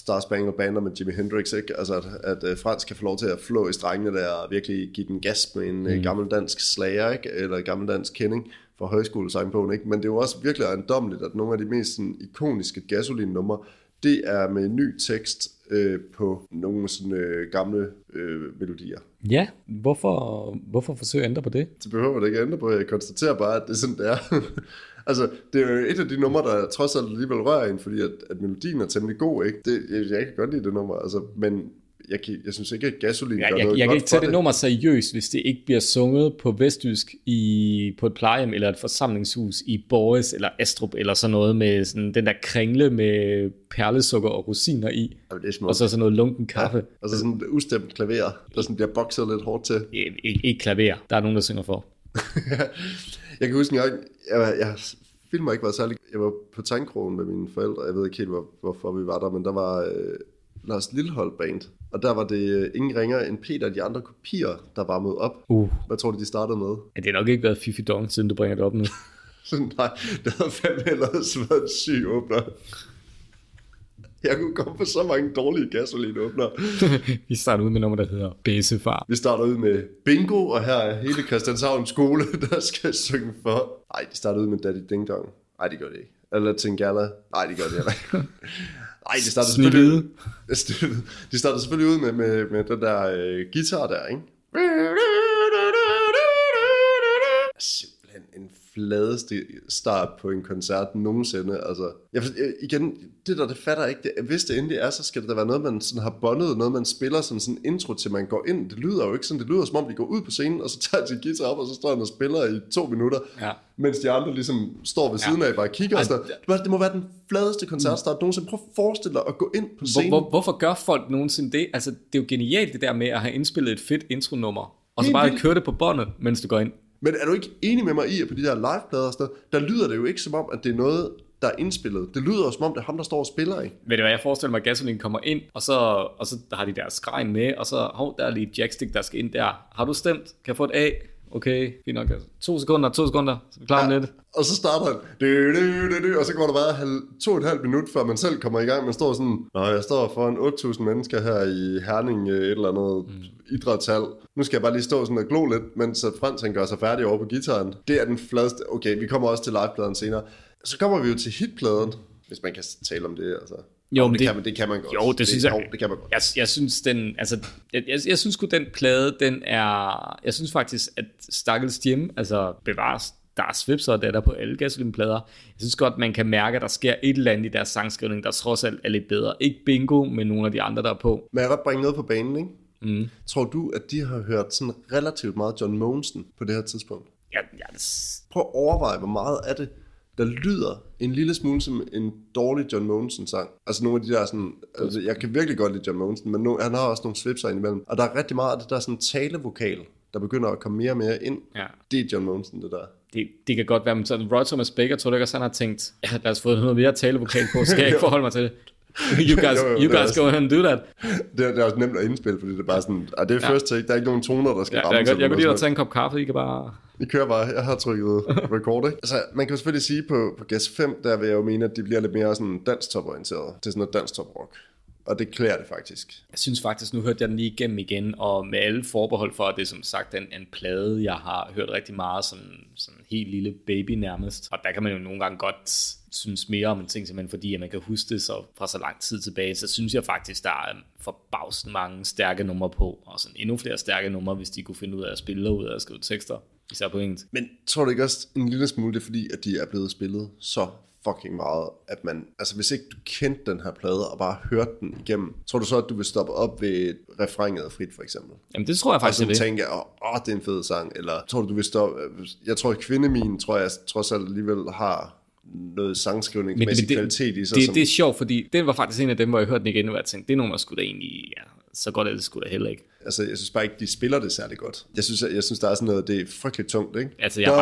Star Spangled Banner med Jimi Hendrix, ikke? Altså at Frans kan få lov til at flå i strengene der og virkelig give den gas med en gammeldansk slager, ikke? Eller gammeldansk kending fra højskolesangbogen, ikke? Men det er jo også virkelig ejendommeligt, at nogle af de mest sådan, ikoniske Gasolin-numre, det er med en ny tekst på nogle sådan gamle melodier. Ja, hvorfor forsøge at ændre på det? Det behøver det ikke at ændre på. Jeg konstaterer bare, at det er sådan, det er. Altså, det er jo et af de numre, der trods alt alligevel rører en, fordi at melodien er temmelig god, ikke? Jeg kan godt lide det nummer, altså, men jeg synes ikke, at Gasolin gør noget godt. Jeg kan ikke tage det nummer seriøst, hvis det ikke bliver sunget på vestjysk på et plejehjem eller et forsamlingshus i Borges eller Astrup eller sådan noget med sådan den der kringle med perlesukker og rosiner i. Jamen, det er og så sådan noget lunken kaffe. Ja, og så sådan et ustemt klaver, der sådan bliver bokset lidt hårdt til. Ikke klaver, der er nogen, der synger for. Jeg kan huske en gang, jeg filmer ikke været særlig. Jeg var på Tangkrogen med mine forældre. Jeg ved ikke helt, hvorfor vi var der, men der var Lars Lillehold Band. Og der var det ingen ringer end Peter og de andre kopier, der varmede op. Hvad tror du, de startede med? Ja, det har nok ikke været Fifi Dong, siden du bringer det op nu. Nej, det havde fandme ellers været en syg åbner. Jeg kunne komme på så mange dårlige Gasolin-åbner. Vi starter ud med nummer, der hedder Bæsefar. Vi starter ud med Bingo, og her er hele Christianshavn skole, der skal synge for. Nej, de starter ud med Daddy Ding Dong. Nej, det gør det ikke. Eller Tingala. Nej, det gør det heller ikke. Nej, de starter selvfølgelig ud med den der guitar der, ikke? Simpelthen en fladeste start på en koncert nogensinde. Altså, igen, det fatter jeg ikke. Hvis det endelig er, så skal det da være noget, man sådan har bondet, noget man spiller som sådan en intro til, man går ind. Det lyder jo ikke sådan, det lyder som om, de går ud på scenen, og så tager de guitar op, og så står han og spiller i 2 minutter, mens de andre ligesom står ved siden af, bare kigger og sådan. Det må være den fladeste koncertstart nogensinde. Prøv at forestille dig at gå ind på scenen. Hvorfor gør folk nogensinde det? Altså, det er jo genialt det der med at have indspillet et fedt intronummer, og så bare køre det på båndet, mens du går ind. Men er du ikke enig med mig i, at på de der liveplader og sådan noget, der lyder det jo ikke som om, at det er noget, der er indspillet. Det lyder jo som om, det er ham, der står og spiller, ikke? Ved du hvad, jeg forestiller mig, at Gasolin kommer ind, og så har de der skregn med, og så, der er lige et jackstick, der skal ind der. Har du stemt? Kan jeg få et A? Okay, fint nok. 2 sekunder, så er vi klar om lidt. Og så starter han, og så går der bare 2,5 minutter, før man selv kommer i gang. Man står sådan, jeg står foran 8.000 mennesker her i Herning, et eller andet idrætshal. Nu skal jeg bare lige stå sådan og glo lidt, mens Frans han gør sig færdig over på gitaren. Det er den fladeste. Okay, vi kommer også til livepladen senere. Så kommer vi jo til hitpladen, hvis man kan tale om det, altså. Jo, men det kan man godt. Jo, det synes jeg. Det kan man godt. Jeg synes den, altså, jeg synes sgu den plade, den er, jeg synes faktisk, at Stakkels Jim, altså bevares, der er svipser og der på alle Gasolin-plader. Jeg synes godt, man kan mærke, at der sker et eller andet i deres sangskrivning, der trods alt er lidt bedre. Ikke Bingo, men nogle af de andre, der er på. Men jeg kan godt bringe noget på banen, ikke? Tror du, at de har hørt sådan relativt meget John Mogensen på det her tidspunkt? Ja. Prøv at overveje, hvor meget af det, der lyder en lille smule som en dårlig John Mogensen-sang. Altså nogle af de der sådan, altså jeg kan virkelig godt lide John Mogensen, men han har også nogle svipser indimellem. Og der er rigtig meget af det der sådan talevokal, der begynder at komme mere og mere ind. Ja. Det er John Mogensen, det der. Det kan godt være, men så Roy Thomas Baker, tror du ikke også, han har tænkt, lad os få noget mere talevokal på, skal jeg ikke forholde mig til det? You guys go ahead and do that. Det er også nemt at indspille, fordi det er bare sådan, det er first take, der er ikke nogen toner, der skal ramme. Jeg kan lige tage en kop kaffe, I kan bare... I kører bare, jeg har trykket record, ikke? Altså, man kan jo selvfølgelig sige, på Gas 5, der vil jeg jo mene, at de bliver lidt mere sådan danstop-orienteret. Det er sådan noget danstop-rock. Og det klæder det faktisk. Jeg synes faktisk, nu hørte jeg den lige igennem igen, og med alle forbehold for, at det er som sagt en plade, jeg har hørt rigtig meget som sådan en helt lille baby nærmest. Og der kan man jo nogle gange godt synes mere om en ting, simpelthen fordi at man kan huske det så fra så lang tid tilbage. Så synes jeg faktisk, der er forbavsende mange stærke numre på, og sådan endnu flere stærke numre, hvis de kunne finde ud af at spille og ud af at skrive tekster. Især på engelsk. Men tror du ikke også en lille smule, det er fordi, at de er blevet spillet så fucking meget, at man, altså hvis ikke du kendte den her plade og bare hørte den igennem, tror du så, at du vil stoppe op ved refrænet af Frit for eksempel? Jamen det tror jeg faktisk, og så tænke, det er en fed sang, eller tror du vil stoppe, jeg tror, at Kvindemin, tror jeg trods alt alligevel har noget sangskrivningsmæssig kvalitet i sig. Det er sjovt, fordi den var faktisk en af dem, hvor jeg hørte den igen, og jeg tænkte, det er nogen, der skulle da egentlig, så godt er det sgu da heller ikke. Altså, jeg synes bare ikke, de spiller det særlig godt. Jeg synes der er sådan noget, det er frygteligt tungt, ikke? Altså, jeg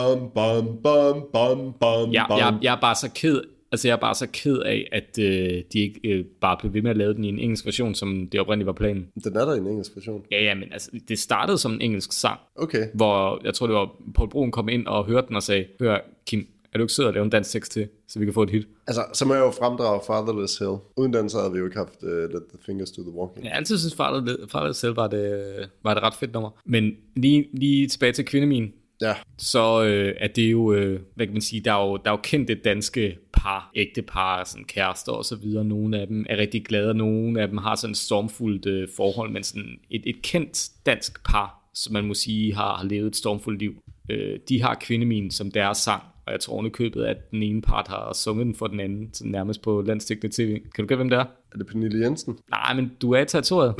er bare så ked. Altså, jeg er bare så ked af, at de ikke bare blev ved med at lave den i en engelsk version, som det oprindeligt var planen. Den er der i en engelsk version? Ja, men altså, det startede som en engelsk sang. Okay. Hvor, jeg tror det var, Poul Broen kom ind og hørte den og sagde, hør Kim, Er du ikke sød at lave en dansk tekst til, så vi kan få et hit? Altså, så må jeg jo fremdrage Fatherless Hill. Uden den, så havde vi jo ikke haft Let the Fingers Do the Walking. Jeg altid synes, Fatherless Hill var det ret fedt nummer. Men lige tilbage til Kvindemin. Ja. Så er det jo, hvad kan man sige, der er jo kendte danske par, ægtepar, sådan kærester og så videre. Nogle af dem er rigtig glade, nogle af dem har sådan et stormfuldt forhold, men sådan et kendt dansk par, som man må sige har levet et stormfuldt liv. De har Kvindemin som deres sang, og jeg tror købet, at den ene part har sunget den for den anden, sådan nærmest på landsdækkende tv. Kan du gætte, hvem det er? Er det Pernille Jensen? Nej, men du er i territoriet.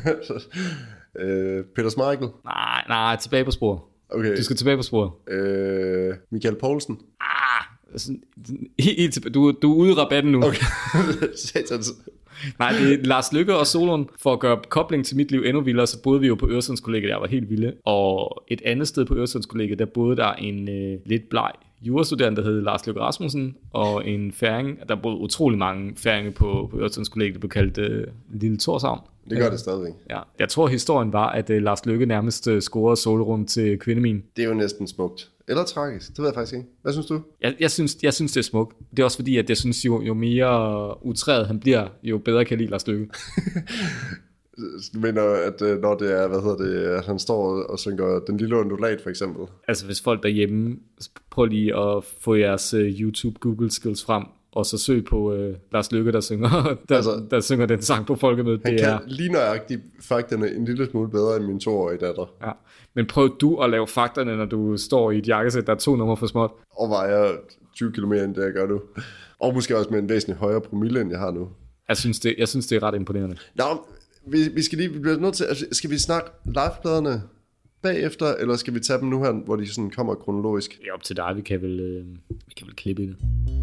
Peter Smeichel? Nej, tilbage på sporet. Okay. Du skal tilbage på sporet. Michael Poulsen? Sådan, helt tilbage. Du er ude i rabatten nu. Okay. Satans. Nej, det er Lars Løkke og Solon. For at gøre kobling til mit liv endnu vildere, så boede vi jo på Øresundskollegiet, der var helt vilde. Og et andet sted på Øresundskollegiet, der boede der en lidt bleg jurastuderende, der hed Lars Løkke Rasmussen, og en færing. Der boede utrolig mange færinger på Øresundskollegiet, der blev kaldt Lille Thorshavn. Det gør det stadigvæk. Ja. Jeg tror, historien var, at Lars Løkke nærmest scorede solrum til Kvindemin. Det er jo næsten smukt. Eller tragisk, det ved jeg faktisk ikke. Hvad synes du? Jeg synes det er smukt. Det er også fordi, at jeg synes, jo mere utræet han bliver, jo bedre kan jeg lide Lars Løkke. Du mener, at når det er, at han står og synger Den Lille Undulat for eksempel? Altså hvis folk derhjemme, prøv lige at få jeres YouTube Google skills frem, og så søg på Lars Løkke, der synger den sang på folkemødet. Han kan lige nøjagtigt fakterne en lille smule bedre end min 2-årige datter. Ja. Men prøv du at lave fakterne, når du står i et jakkesæt, der er 2 numre for småt. Og vejer 20 km end det, jeg gør nu. Og måske også med en væsentlig højere promille, end jeg har nu. Jeg synes, det er ret imponerende. Nå, vi bliver nødt til, altså, skal vi snakke livepladerne bagefter, eller skal vi tage dem nu her, hvor de sådan kommer kronologisk? Det er op til dig, vi kan vel klippe i det.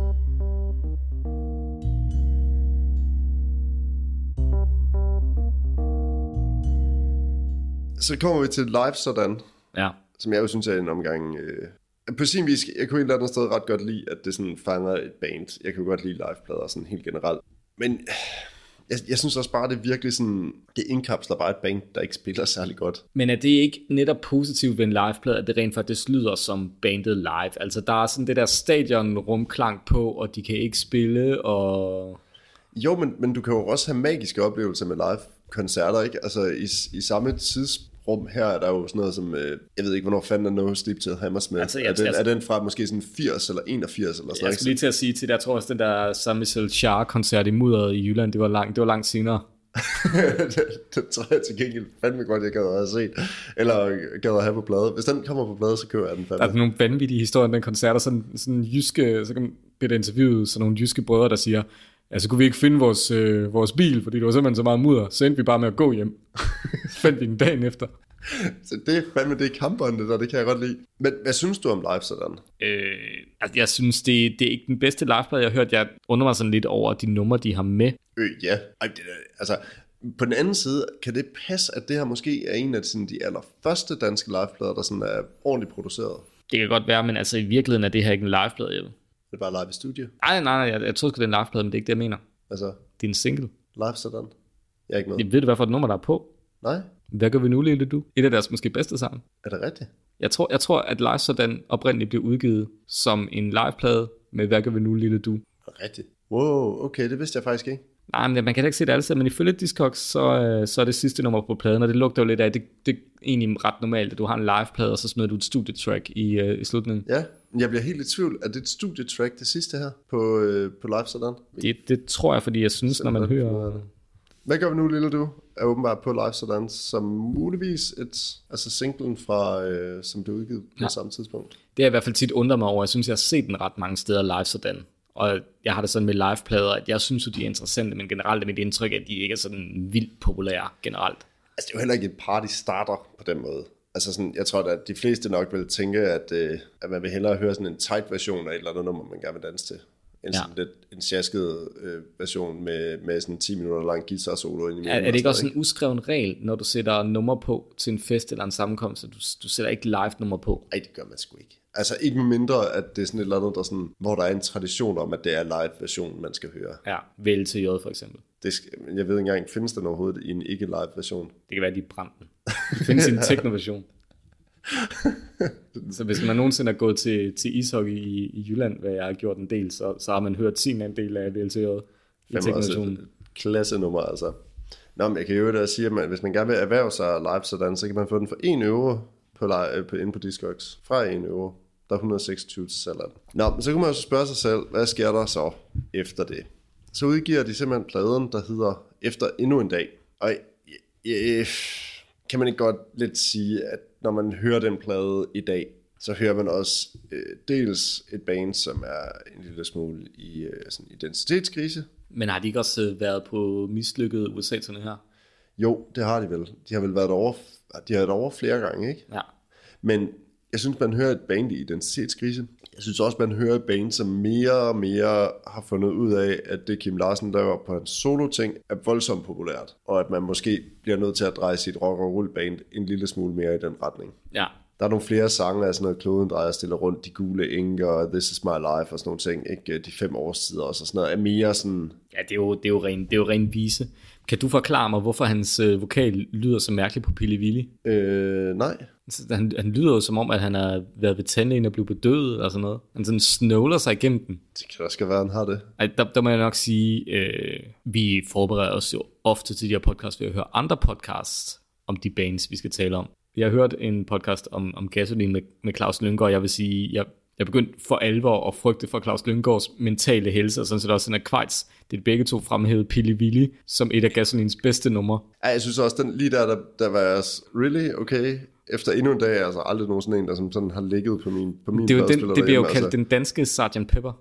Så kommer vi til live sådan, ja. Som jeg jo synes er en omgang. På sin vis, jeg kunne et eller andet sted ret godt lide, at det sådan fanger et band. Jeg kan jo godt lide liveplader sådan helt generelt. Men jeg synes også bare, det virkelig sådan, det indkapsler bare et band, der ikke spiller særlig godt. Men er det ikke netop positivt ved en liveplade, at det rent faktisk lyder som bandet live? Altså der er sådan det der stadion rumklang på, og de kan ikke spille, og... Jo, men du kan jo også have magiske oplevelser med live-koncerter, ikke? Altså i samme tidsrum her er der jo sådan noget som, jeg ved ikke, hvornår fanden er No Sleep Till Hammersmith. Altså, er den fra måske sådan 80 eller 81 eller sådan noget? Jeg skulle lige til at sige til det, jeg tror også, den der Jean-Michel Jarre-koncert i Mudderet i Jylland, det var langt senere. det tror jeg til gengæld fandme godt, jeg gad at have set. Eller gad at have på plade. Hvis den kommer på plade, så køber jeg den fandme. Der er nogle vanvittige historier om den koncert, og sådan jyske, så bliver der interviewet sådan nogle jyske brødre, der siger, altså kunne vi ikke finde vores bil, fordi det var simpelthen så meget mudder, så endte vi bare med at gå hjem. Så fandt vi den dagen efter. Så det er fandme det kampbåndet der, det kan jeg godt lide. Men hvad synes du om live sådan? Altså jeg synes, det er ikke den bedste liveplade, jeg har hørt. Jeg undrer mig sådan lidt over de numre, de har med. Ja, altså på den anden side, kan det passe, at det her måske er en af sådan, de allerførste danske liveplader, der sådan er ordentligt produceret? Det kan godt være, men altså i virkeligheden er det her ikke en liveplade, Jeppe. Det er bare live i studio? Nej, jeg tror sgu, det er en liveplade, men det er ikke det, jeg mener. Altså? Det er en single. Live sådan? Jeg er ikke med. Jeg ved du, hvad for et nummer, der er på? Nej. Hvad gør vi nu, Lille Du? Et af deres måske bedste sange. Er det rigtigt? Jeg tror, at Live Sådan oprindeligt blev udgivet som en liveplade med Hvad gør vi nu, Lille Du? Er det rigtigt? Wow, okay, det vidste jeg faktisk ikke. Nej, men man kan da ikke se det alle steder, men ifølge Discogs, så er det sidste nummer på pladen, og det lugter jo lidt af, det er egentlig ret normalt, at du har en liveplade, og så smider du et studietrack i slutningen. Ja, jeg bliver helt i tvivl, at det er et studietrack, det sidste her, på Live Sådan? Det tror jeg, fordi jeg synes, når man hører... Hvad gør vi nu, Lille Du? Er åbenbart på Live Sådan, som muligvis singlen fra, som blev udgivet på samme tidspunkt. Det er i hvert fald tit undret mig over. Jeg synes, jeg har set den ret mange steder Live Sådan. Og jeg har det sådan med liveplader, at jeg synes, at de er interessante, men generelt er mit indtryk, at de ikke er sådan vildt populære generelt. Altså, det er jo heller ikke et party starter på den måde. Altså sådan, jeg tror da, at de fleste nok vil tænke, at man vil hellere høre sådan en tight version af et eller andet nummer, man gerne vil danse til. En sådan lidt en sjasket version med sådan 10 minutter lang guitar solo ind i midten. Er det ikke også en uskreven regel, når du sætter nummer på til en fest eller en sammenkomst, at du sætter ikke live nummer på? Nej, det gør man sgu ikke. Altså ikke med mindre, at det er sådan et eller andet, der sådan, hvor der er en tradition om, at det er live version, man skal høre. Ja, vælge til J for eksempel. Jeg ved ikke engang, findes der overhovedet i en ikke live version? Det kan være, de brændte den. Det findes en techno version. Så hvis man nogensinde er gået til ishockey i Jylland, hvad jeg har gjort en del, så har man hørt sin andel af VLTJ i teknotionen. Klasse nummer, altså. Nå, men jeg kan jo da sige, at hvis man gerne vil erhverve sig live sådan, så kan man få den for 1 euro inde på Discogs. Fra 1 euro. Der er 126 til salg. Nå, men så kan man jo spørge sig selv, hvad sker der så efter det? Så udgiver de simpelthen pladen, der hedder Efter endnu en dag. Og kan man ikke godt lidt sige, at når man hører den plade i dag, så hører man også dels et band, som er en lille smule i sådan identitetskrise. Men har de ikke også været på mislykkede USA-turné her? Jo, det har de vel. De har vel været over flere gange, ikke? Ja. Men jeg synes, man hører et band i identitetskrise. Jeg synes også, man hører et band, som mere og mere har fundet ud af, at det Kim Larsen laver på en solo-ting, er voldsomt populært. Og at man måske bliver nødt til at dreje sit rock og roll band en lille smule mere i den retning. Ja. Der er nogle flere sange af sådan noget, Kloden drejer stille rundt, De gule enker, This is my life og sådan nogle ting. Ikke? De 5 årstider og sådan noget er mere sådan... Ja, det er jo ren vise. Kan du forklare mig, hvorfor hans vokal lyder så mærkeligt på Pili Willy? Nej. Han lyder jo som om, at han har været ved tandlægen og blevet bedøvet eller sådan noget. Han sådan snåler sig igennem den. Det kan også være, han har det. Ej, der må jeg nok sige, vi forbereder os jo ofte til de her podcasts ved at høre andre podcasts om de bands, vi skal tale om. Jeg har hørt en podcast om Gasoline med Claus Lynggaard, og jeg vil sige, jeg begyndte for alvor at frygte for Claus Lynggaards mentale helse, og sådan set også Henrik Kvejts. Det er begge to fremhævet Pili Willy som et af Gasolines bedste numre. Ja, jeg synes også, den lige der var jeg really okay. Efter endnu en dag, altså aldrig nogen sådan en, der som sådan har ligget på min det bliver jo kaldt den danske Sgt. Pepper.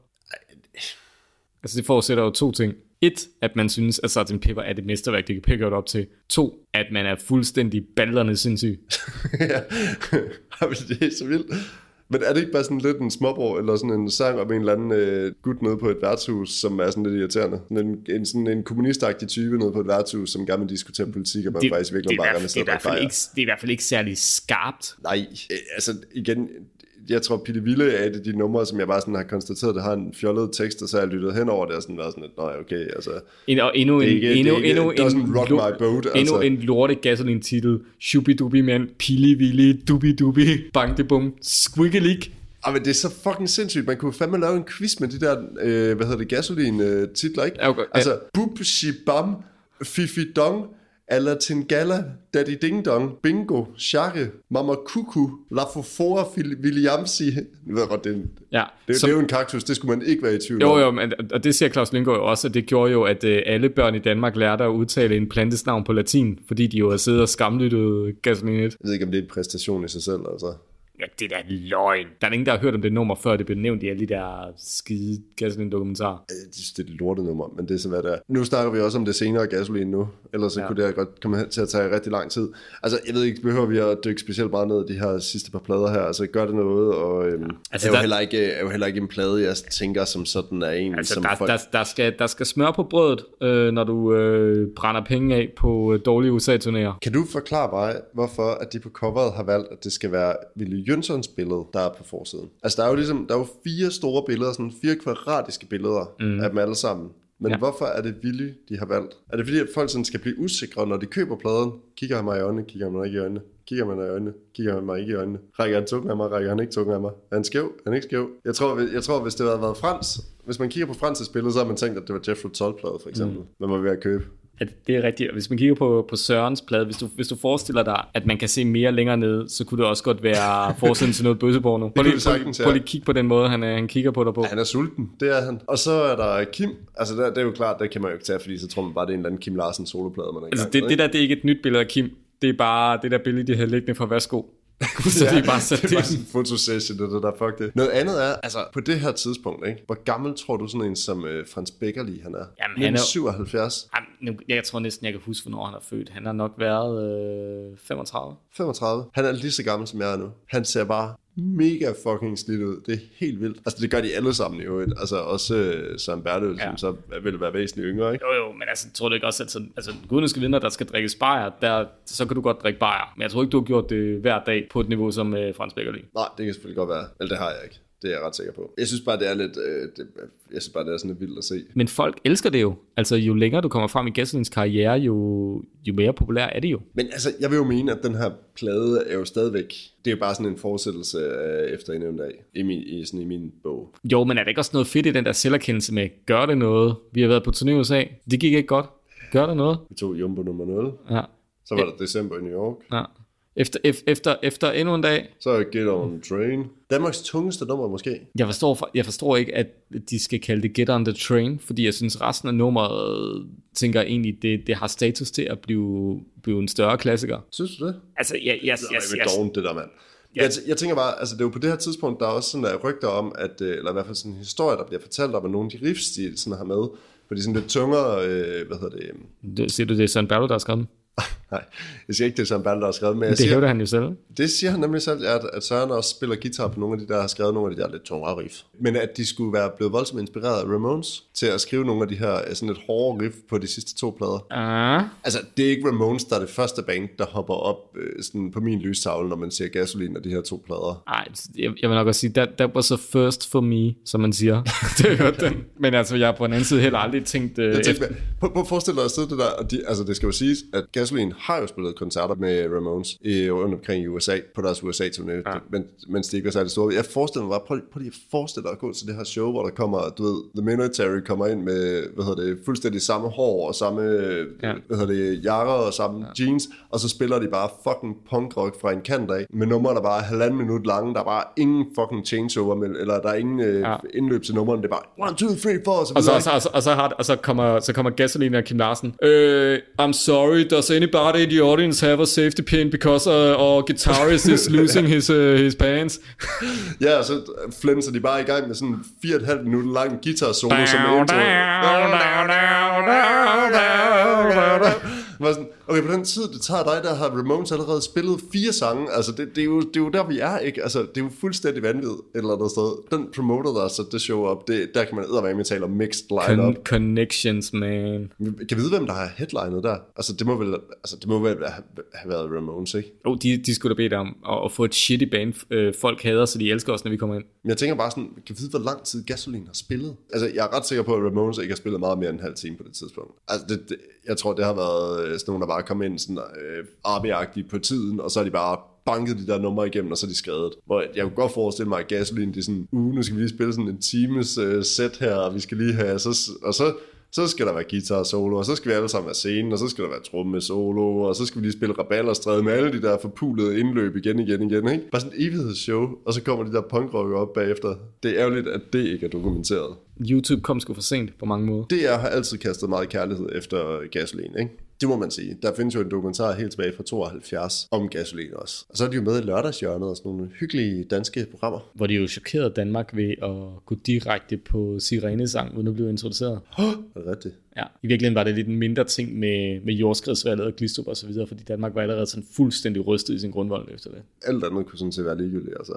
Altså det forudsætter jo 2 ting. 1, at man synes, at Sgt. Pepper er det mesterværk, det kan pikke op til. 2, at man er fuldstændig ballerne sindssyg. Ja, det er så vildt. Men er det ikke bare sådan lidt en småbror, eller sådan en sang om en eller anden gut nede på et værtshus, som er sådan lidt irriterende? Sådan en kommunistagtig type nede på et værtshus, som gerne vil diskutere politik, og man faktisk virkelig bare gerne vil stå der. Det er i hvert fald ikke særlig skarpt. Nej, altså igen... Jeg tror, Pili Willy er et af de numre, som jeg bare sådan har konstateret, der har en fjollet tekst, og så har jeg lyttet hen over det, og sådan været sådan lidt, nej, okay, altså... Endnu en lorte Gasoline-titel. Shubidubi man, Pili Willy, dubi-dubi, bang de bum, squiggelik. Men det er så fucking sindssygt. Man kunne fandme lave en quiz med de der, Gasoline-titler, ikke? Okay. Altså, bub, shibam, fifidong, Alla Tingala, Daddy Ding Dong, Bingo, Shake, Mama Kuku, La Fofora, Williamsi. Jeg ved godt, det er jo en kaktus, det skulle man ikke være i tvivl om. Jo, og det siger Claus Lynggaard jo også, at det gjorde jo, at alle børn i Danmark lærte at udtale en plantes navn på latin, fordi de jo har siddet og skamlyttet Gasoline 1. Jeg ved ikke, om det er en præstation i sig selv, altså. Ja, det er da løgn. Der er ingen, der har hørt om det nummer, før det blev nævnt i alle de der skide Gasoline-dokumentarer. Det er et lortenummer, men det er så, hvad det er. Nu snakker vi også om det senere Gasoline nu, ellers så kunne det godt komme til at tage rigtig lang tid. Altså, jeg ved ikke, behøver vi at dykke specielt meget ned i de her sidste par plader her, altså gør det noget, og altså, er jo heller ikke en plade, jeg tænker som sådan er en, altså, som folk... Der skal smør på brødet, når du brænder penge af på dårlige USA-turnéer. Kan du forklare mig, hvorfor at de på coveret har valgt, at det skal være Willy Jønssons billede, der er på forsiden? Altså, der er jo 4 store billeder, sådan 4 kvadratiske billeder af dem alle sammen. Men hvorfor er det Willy, de har valgt? Er det fordi, at folk sådan skal blive usikre, når de køber pladen? Kigger han mig i øjnene? Kigger han mig ikke i øjnene? Kigger man i øjnene? Kigger han mig ikke i øjnene? Rækker han tungen af mig? Rækker han ikke tungen af mig? Er han skæv? Er han ikke skæv? Jeg tror, hvis det havde været Frans, hvis man kigger på Frans' billede, så har man tænkt, at det var Jethro Tull-plade, for eksempel. Hvad man vil at købe. At det er rigtigt. Hvis man kigger på Sørens plade, hvis du forestiller dig, at man kan se mere længere ned, så kunne det også godt være forsiden til noget bøsseborg nu. Prøv lige at kigge på den måde, han kigger på dig på. Han er sulten, det er han. Og så er der Kim. Altså det er jo klart, det kan man jo ikke tage, fordi så tror man bare, det er en eller anden Kim Larsen soloplade, man er altså det der, det er ikke et nyt billede af Kim. Det er bare det der billede, de havde liggende fra Værsgo. Så det er bare sat det var sådan en fotosession, det der, fuck det. Noget andet er, altså på det her tidspunkt, ikke? Hvor gammel tror du sådan en som Frans Beckerli han er? Jamen, han er 77. Jeg tror næsten, jeg kan huske, hvornår han er født. Han har nok været 35. 35. Han er lige så gammel som jeg er nu. Han ser bare mega fucking slidt ud. Det er helt vildt. Altså det gør de alle sammen jo. Altså også Søren Bertel, som så vil være væsentligt yngre, ikke? Jo, men altså tror du ikke også, at sådan, altså gudene skal vide, når der skal drikkes bajer, så kan du godt drikke bajer. Men jeg tror ikke, du har gjort det hver dag på et niveau som Frans Beckerli. Nej, det kan selvfølgelig godt være. Eller det har jeg ikke. Det er jeg ret sikker på. Jeg synes bare, det er lidt... jeg synes bare, det er sådan lidt vildt at se. Men folk elsker det jo. Altså, jo længere du kommer frem i Gasolins karriere, jo mere populær er det jo. Men altså, jeg vil jo mene, at den her plade er jo stadigvæk... Det er jo bare sådan en fortsættelse efter en dag i min bog. Jo, men er det ikke også noget fedt i den der selverkendelse med, gør det noget? Vi har været på turné i USA. Det gik ikke godt. Gør det noget? Vi tog Jumbo nummer 0. Ja. Så var der december i New York. Ja. Efter endnu en dag. Så Get On The Train. Danmarks tungeste nummer måske. Jeg forstår ikke, at de skal kalde det Get On The Train, fordi jeg synes resten af nummeret, tænker egentlig, det har status til at blive en større klassiker. Synes du det? Altså, Det er dårligt, det der, mand. Jeg tænker bare, altså det er jo på det her tidspunkt, der er også sådan der rygter om, at, eller i hvert fald sådan en historie, der bliver fortalt om, at nogle af de riffs, de sådan har med, fordi sådan lidt tungere, Siger du, det er Søren Berlo, der har skrevet dem? Nej, jeg siger ikke, det er Søren Berlo, der har skrevet, men det hævder han jo selv. Det siger han nemlig selv, at Søren også spiller guitar på nogle af de, der har skrevet nogle af de der lidt tungere riff. Men at de skulle være blevet voldsomt inspireret af Ramones til at skrive nogle af de her sådan lidt hårde riff på de sidste 2 plader. Altså, det er ikke Ramones, der er det første band, der hopper op sådan på min lystavle, når man ser Gasoline og de her 2 plader. Nej, jeg vil nok også sige, that was a first for me, som man siger. Det er den. Men altså, jeg har på en anden side heller aldrig tænkt... På forestil dig at sidde det der, og altså det skal jo siges, at Gasoline har jo spillet koncerter med Ramones rundt omkring i USA, på deres USA-turné, mens de ikke var særlig store. Jeg forestiller mig bare, prøv lige at forestille dig at gå til det her show, hvor der kommer, du ved, The Military kommer ind med, fuldstændig samme hår og samme, jakker og samme jeans, og så spiller de bare fucking punkrock fra en kant af, med numre, der bare er 1,5 minut lange, der er bare ingen fucking changeover, eller der er ingen indløb til numrene, det er bare 1, 2, 3, 4, og så kommer Gasoline og Kim Larsen. I'm sorry, does anybody in the audience have a safety pin because our guitarist is losing his pants? Ja, og så flænser de bare i gang med sådan 4,5 minutter lang guitar solo som intro. Okay, på den tid, det tager dig, der har Ramones allerede spillet 4 sange. Altså, det er jo der, vi er, ikke? Altså, det er jo fuldstændig vanvittigt et eller andet sted. Den promoter, der så det show op, der kan man eddermame tale om mixed line-up. Connections, man. Kan vide, hvem der har headlinet der? Altså, det må vel have været Ramones, ikke? De skulle da bede dig om at få et shitty band. Folk hader, så de elsker os, når vi kommer ind. Men jeg tænker bare sådan, kan vide, hvor lang tid Gasoline har spillet? Altså, jeg er ret sikker på, at Ramones ikke har spillet meget mere end en halv time på det tidspunkt. Altså, jeg tror, det har været sådan nogle, der bare kom ind sådan army-agtige på tiden, og så er de bare banket de der numre igennem, og så er de skrevet. Hvor jeg kunne godt forestille mig, at Gasoline, det er sådan, nu skal vi lige spille sådan en times set her, og vi skal lige have, så skal der være guitar solo, og så skal vi alle sammen være scenen, og så skal der være tromme solo, og så skal vi lige spille rabalderstræde med alle de der forpulede indløb igen, ikke? Bare sådan et evighedsshow, og så kommer de der punkrocker op bagefter. Det er ærgerligt, at det ikke er dokumenteret. YouTube kom sgu for sent på mange måder. DR har altid kastet meget kærlighed efter Gasoline, ikke? Det må man sige. Der findes jo en dokumentar helt tilbage fra 72 om Gasoline også. Og så er de jo med i Lørdagshjørnet og sådan nogle hyggelige danske programmer. Hvor de jo chokerede Danmark ved at gå direkte på Sirenesang, uden at blive introduceret. Er det rigtigt? Ja, i virkeligheden var det lidt en mindre ting med jordskredsvalget og Glistrup og så videre, fordi Danmark var allerede sådan fuldstændig rystet i sin grundvold efter det. Alt andet kunne sådan set være ligegyldigt, altså.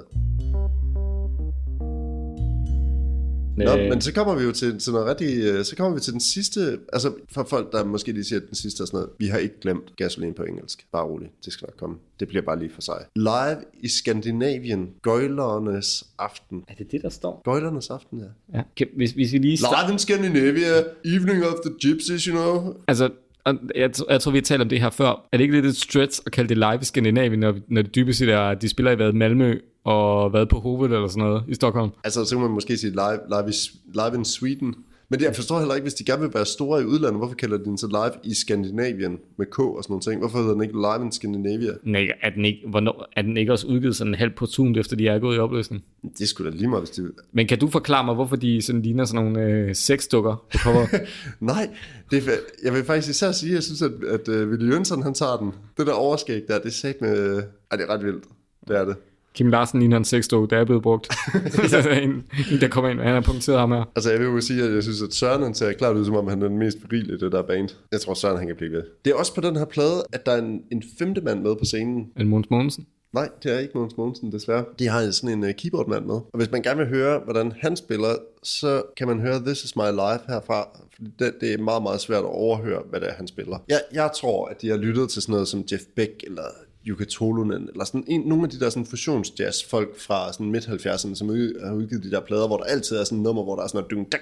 Nå, men så kommer vi jo til noget rigtig, så kommer vi til den sidste, altså for folk, der måske lige siger den sidste og sådan noget, vi har ikke glemt Gasoline på engelsk, bare roligt, det skal nok komme, det bliver bare lige for sig. Live i Skandinavien, Gøjlernes aften. Er det det, der står? Gøjlernes aften, ja. Hvis vi lige Live in Scandinavia, Evening of the Gypsies, you know. Altså, jeg tror, vi har talt om det her før. Er det ikke lidt et stretch at kalde det live i Skandinavien, når det dybest set er, de spiller i Malmø og været på Hovedet eller sådan noget i Stockholm? Altså, så kan man måske sige live in Sweden. Men jeg forstår heller ikke, hvis de gerne vil være store i udlandet, hvorfor kalder de den så live i Skandinavien med K og sådan nogle ting? Hvorfor hedder den ikke live in Scandinavia? Nej, er den ikke også udgivet sådan en halv portion, efter de er gået i opløsning? Det skulle da lige meget, hvis de... Men kan du forklare mig, hvorfor de sådan ligner sådan nogle sexdukker på cover? Nej, jeg vil faktisk især sige, at jeg synes, at Willy Jønsson, han tager den. Det der overskæg der, det er sagt med... det er ret vildt. Det er det. Kim Larsen ligner en sexdukke, der er blevet brugt. en, der kommer ind, og han har punkteret ham her. Altså, jeg vil jo sige, at jeg synes, at Søren han ser klart ud, som om han er den mest virile i det der band. Jeg tror, Søren han kan blive ved. Det er også på den her plade, at der er en 5. mand med på scenen. En Mogens Mogensen? Nej, det er ikke Mogens Mogensen, desværre. De har sådan en keyboardmand med. Og hvis man gerne vil høre, hvordan han spiller, så kan man høre This Is My Life herfra. Fordi det er meget, meget svært at overhøre, hvad det er, han spiller. Jeg tror, at de har lyttet til sådan noget som Jeff Beck eller Jukka Tolunen, eller sådan nogle af de der sådan fusionsjazz-folk fra sådan midt-70'erne, som har udgivet de der plader, hvor der altid er sådan et nummer, hvor der er sådan noget...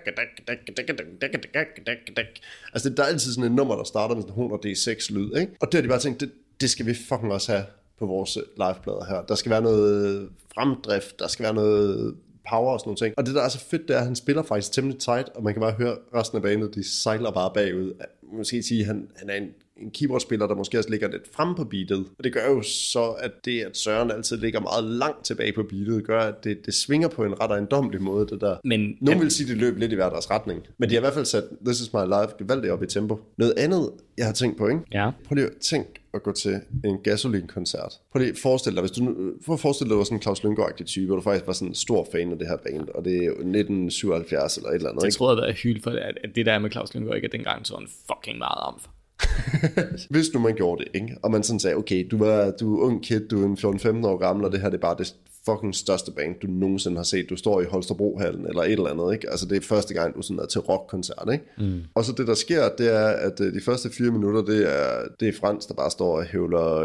Altså, der er altid sådan et nummer, der starter med sådan 100 D6-lyd, ikke? Og det har de bare tænkt, det skal vi fucking også have på vores liveplader her. Der skal være noget fremdrift, der skal være noget power og sådan nogle ting. Og det der er så fedt, det er, at han spiller faktisk temmelig tight, og man kan bare høre resten af banen, de sejler bare bagud. Måske sige, at han er en keyboardspiller, der måske også ligger lidt fremme på beatet. Og det gør jo så, at det, at Søren altid ligger meget langt tilbage på beatet, gør, at det svinger på en ret ejendommelig måde, det der. Men nogen vil sige, at det løb lidt i hver deres retning. Men de har i hvert fald sat This Is My Life gevaldigt op i tempo. Noget andet, jeg har tænkt på, ikke? Ja. Prøv lige at tænke at gå til en Gasoline-koncert. Prøv lige at forestille dig, hvis du forestiller dig, at du var sådan en Claus Lynggaard-agtig type, og du faktisk var sådan en stor fan af det her band, og det er jo 1977 eller et eller andet, ikke? Jeg tror, at jeg hylde for, at det der med Claus Lynggaard ikke er dengang sådan fucking meget om. Hvis nu man gjorde det, ikke? Og man sådan sagde, okay, du er ung kid, du er en 14-15 år gammel, og det her det er bare det fucking største band, du nogensinde har set. Du står i Holstebrohallen eller et eller andet, ikke? Altså det er første gang, du sådan er til rockkoncert, ikke? Mm. Og så det, der sker, det er, at de første 4 minutter, det er Frans, der bare står og hævler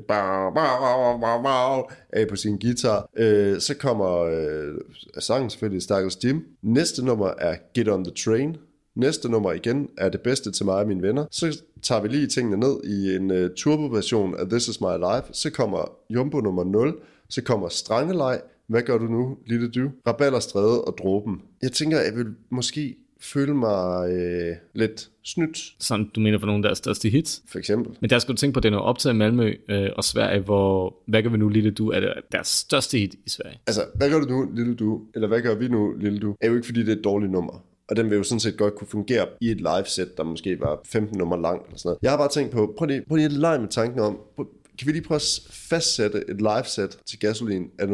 af på sin guitar. Så kommer sangen selvfølgelig Stakkels Jim. Næste nummer er Get on the Train. Næste nummer igen er det bedste til mig og mine venner. Så tager vi lige tingene ned i en turbo-version af This Is My Life. Så kommer Jumbo nummer 0. Så kommer Strangelej. Hvad gør du nu, lille du? Rabalderstræde og Dråben. Jeg tænker, jeg vil måske føle mig lidt snydt. Sådan, du mener for nogle af deres største hits? For eksempel. Men der skal du tænke på, at det er noget optaget i Malmø og Sverige, hvor Hvad gør vi nu, lille du, er deres største hit i Sverige. Altså, Hvad gør du nu, lille du? Eller Hvad gør vi nu, lille du? Er jo ikke fordi, det er et dårligt nummer. Og den vil jo sådan set godt kunne fungere i et live-set, der måske var 15 nummer lang eller sådan noget. Jeg har bare tænkt på, prøv lige at lege med tanken om, kan vi lige prøve at fastsætte et live-set til Gasoline af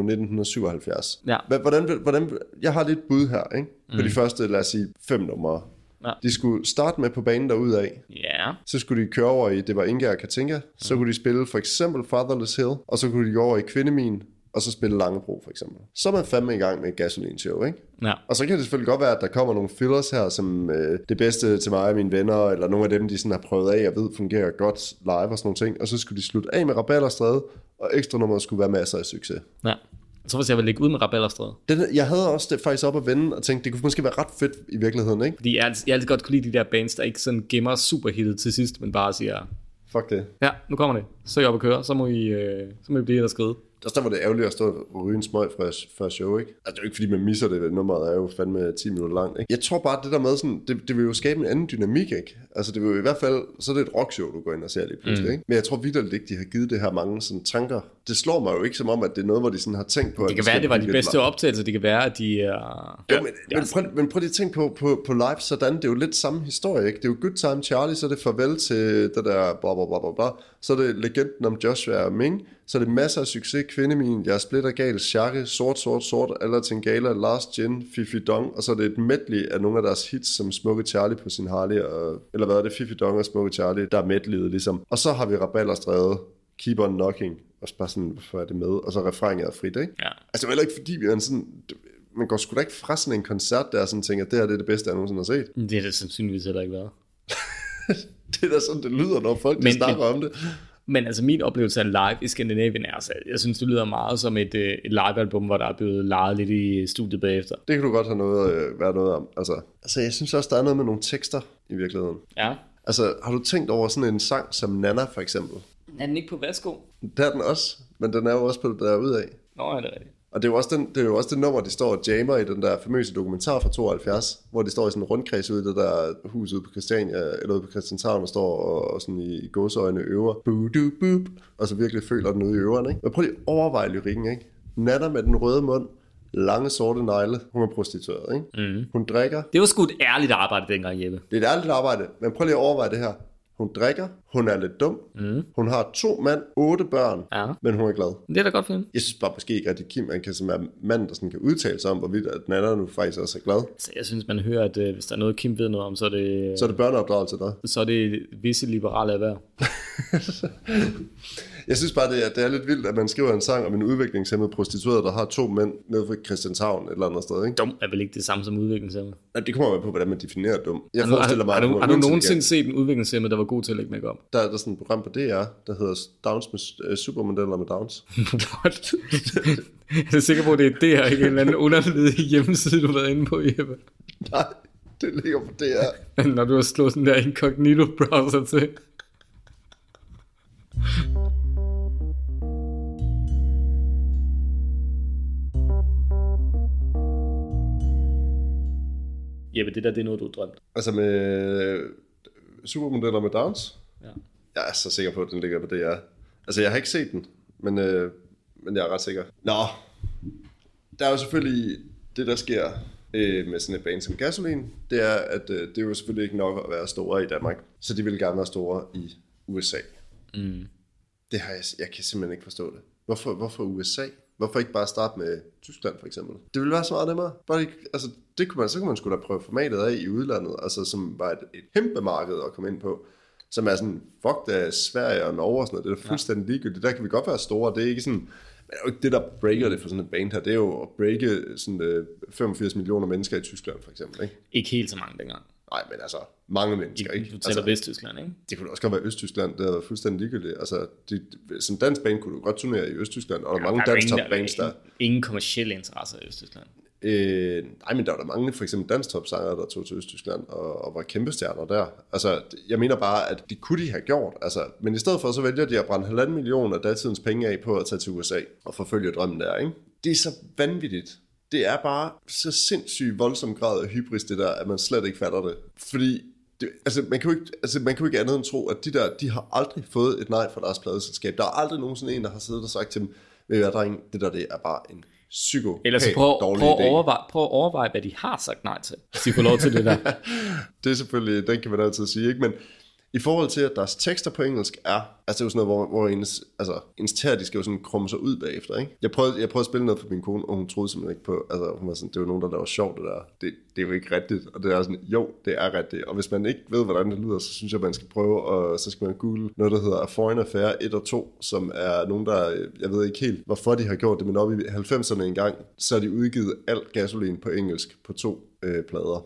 1977? Ja. Hvordan, jeg har lidt bud her, ikke? På de første, lad os sige, 5 numre. Ja. De skulle starte med på banen derudad. Ja. Så skulle de køre over i Det var Inga og Katinka. Så kunne de spille for eksempel Fatherless Hill. Og så kunne de gå over i Kvindemin. Og så spille Langebro for eksempel. Så er man fandme i gang med et Gasoline-show, ikke? Ja. Og så kan det selvfølgelig godt være, at der kommer nogle fillers her, som det bedste til mig og mine venner, eller nogle af dem, de sådan har prøvet af, og ved fungerer godt live og sådan nogle ting. Og så skulle de slutte af med Rabalderstræde, og ekstra nummer skulle være masser af succes. Ja. Så hvis jeg vil lægge ud med Rabalderstræde. Jeg havde også det faktisk op at vende, og tænkte, det kunne måske være ret fedt i virkeligheden, ikke? Fordi jeg altid godt kunne lide de der bands, der ikke sådan gemmer superhittet til sidst, men bare siger... Fuck det. Ja, nu kommer det. Så er jeg op at køre, så må I blive der skride. Der var det ærgerligt at stå og ryge en smøg før show, ikke? Altså det er jo ikke fordi man misser det, nummeret er jo fandme 10 minutter langt, ikke? Jeg tror bare det der med sådan, det vil jo skabe en anden dynamik, ikke? Altså det vil jo i hvert fald, så er det et rockshow, du går ind og ser lige pludselig, ikke? Men jeg tror vitterligt ikke, de har givet det her mange sådan tanker. Det slår mig jo ikke som om, at det er noget, hvor de sådan har tænkt på. Det kan være, det var de bedste optagelser, det kan være, at de er... Ja, men prøv lige at tænke på live sådan, det er jo lidt samme historie, ikke? Det er jo Good Time Charlie, så er det farvel til det der bla bla bla bla, så er det legenden om Joshua og Ming, så er det masser af succes, Kvindemin, Jeg splitter gal, Sharke, Sort, Aller Gala, Last Gin, Fifi Dong, og så er det et medley af nogle af deres hits, som Smukke Charlie på sin Harley, eller hvad er det, Fifi Dong og Smukke Charlie, der er medleyet ligesom. Og så har vi Rabalderstræde, Keep on Knocking, og så bare sådan, hvorfor er det med? Og så refrænet er frit, ikke? Ja. Altså det var heller ikke fordi, vi er sådan... Man går sgu da ikke fra sådan en koncert, der sådan tænker, det her det er det bedste, jeg nogensinde har set. Det er det sandsynligvis heller ikke været. Det er da sådan, det lyder, når folk snakker om det. Men altså min oplevelse af live i Skandinavien er, altså, jeg synes det lyder meget som et livealbum, hvor der er blevet lejet lidt i studiet bagefter. Det kan du godt have været noget om. Altså jeg synes også, der er noget med nogle tekster i virkeligheden. Ja. Altså har du tænkt over sådan en sang som Nana for eksempel? Er den ikke på Væsko? Det er den også, men den er jo også på det derudad. Nå, er det rigtigt. Og det er jo også det nummer, de står og jammer i den der famøse dokumentar fra 72, hvor de står i sådan en rundkreds ude i det der hus ude på Christiania, eller ude på Christianshavn, og står og sådan i gåseøjne øver, boop, og så virkelig føler den ude i øverne, ikke? Men prøv lige at overveje lyrikken, ikke? Nana med den røde mund, lange sorte negle, hun er prostitueret, ikke? Mm. Hun drikker. Det var sgu et ærligt arbejde dengang, Jeppe. Det er et ærligt arbejde, men prøv lige at overveje det her. Hun drikker, hun er lidt dum, hun har 2 mand, 8 børn, men hun er glad. Det er da godt for hende. Jeg synes bare måske ikke, at Kim kan som er mand, der sådan kan udtale sig om, hvorvidt at den anden nu faktisk også er glad. Så jeg synes, man hører, at hvis der er noget, Kim ved noget om, så er det... Så er det børneopdragelse der. Så er det visse liberale erhverv. Jeg synes bare, det er lidt vildt, at man skriver en sang om en udviklingshæmmet prostitueret, der har 2 mænd nede fra Christianshavn et eller andet sted, ikke? Dum er vel ikke det samme som udviklingshæmmet? Ja, det kommer man på, hvordan man definerer dum. Jeg forestiller mig, har du nogensinde set en udviklingshæmmet, der var god til at lægge make-up? Der er sådan et program på DR, der hedder Downs med supermodeller med Downs. What? Jeg er sikker på, at det er det her, ikke en eller anden underledig hjemmeside, du har været inde på, Jeppe. Nej, det ligger på DR. Når du har slået sådan der incognito-browser til. Jeppe, det er noget, du har drømt. Altså med supermodeller med Downs? Ja. Jeg er så sikker på, at den ligger på DR. Altså, jeg har ikke set den, men jeg er ret sikker. Nå, der er jo selvfølgelig det, der sker med sådan et band som Gasoline. Det er, at det er jo selvfølgelig ikke nok at være store i Danmark. Så de vil gerne være store i USA. Mm. Det har jeg kan simpelthen ikke forstå det. Hvorfor USA? Hvorfor ikke bare starte med Tyskland for eksempel? Det ville være så meget nemmere. Bare ikke, altså, så kunne man sgu da prøve formatet af i udlandet, altså, som var et kæmpe marked at komme ind på. Som er sådan, fuck da Sverige og Norge og sådan noget, det er fuldstændig ligegyldigt. Der kan vi godt være store, det er ikke sådan, men det er jo ikke det, der breaker det for sådan en band her. Det er jo at breake sådan 85 millioner mennesker i Tyskland for eksempel, ikke? Ikke helt så mange dengang. Nej, men altså, mange mennesker, ikke? Du taler Vesttyskland, ikke? Det kunne også godt være Østtyskland, det havde været fuldstændig ligegyldigt. Altså, som dansk band kunne du godt turnere i Østtyskland, og der er mange dansk top bands der. Ingen kommercielle interesser i Østtyskland. Nej, men der var der mange, for eksempel dansk topsangere, der tog til Østtyskland og var kæmpe stjerner der. Altså, jeg mener bare, at det kunne de have gjort. Altså, men i stedet for, så vælger de at brænde 1,5 million af datidens penge af på at tage til USA og forfølge drømmen der, ikke? Det er så vanvittigt. Det er bare så sindssygt voldsom grad af hybris, det der, at man slet ikke fatter det. Fordi man kan jo ikke andet end tro, at de har aldrig fået et nej fra deres pladeselskab. Der er aldrig nogensinde en, der har siddet og sagt til dem, ved I hvad, dreng, det er bare en ellers prøv at overveje, hvad de har sagt nej til, hvis de får lov til det der. Det er selvfølgelig, den kan man altid sige, ikke? Men i forhold til, at deres tekster på engelsk er, altså det er jo sådan noget, hvor ens tær, de skal jo sådan krumme sig ud bagefter, ikke? Jeg prøvede at spille noget for min kone, og hun troede simpelthen ikke på, altså hun var sådan, det var nogen, der laver sjovt det der. Det er jo ikke rigtigt, og det er sådan, jo, det er rigtigt. Og hvis man ikke ved, hvordan det lyder, så synes jeg, man skal prøve, og så skal man google noget, der hedder A Foreign Affair 1 og 2, som er nogen, der, jeg ved ikke helt, hvorfor de har gjort det, men op i 90'erne engang, så har de udgivet alt Gasoline på engelsk på 2 plader.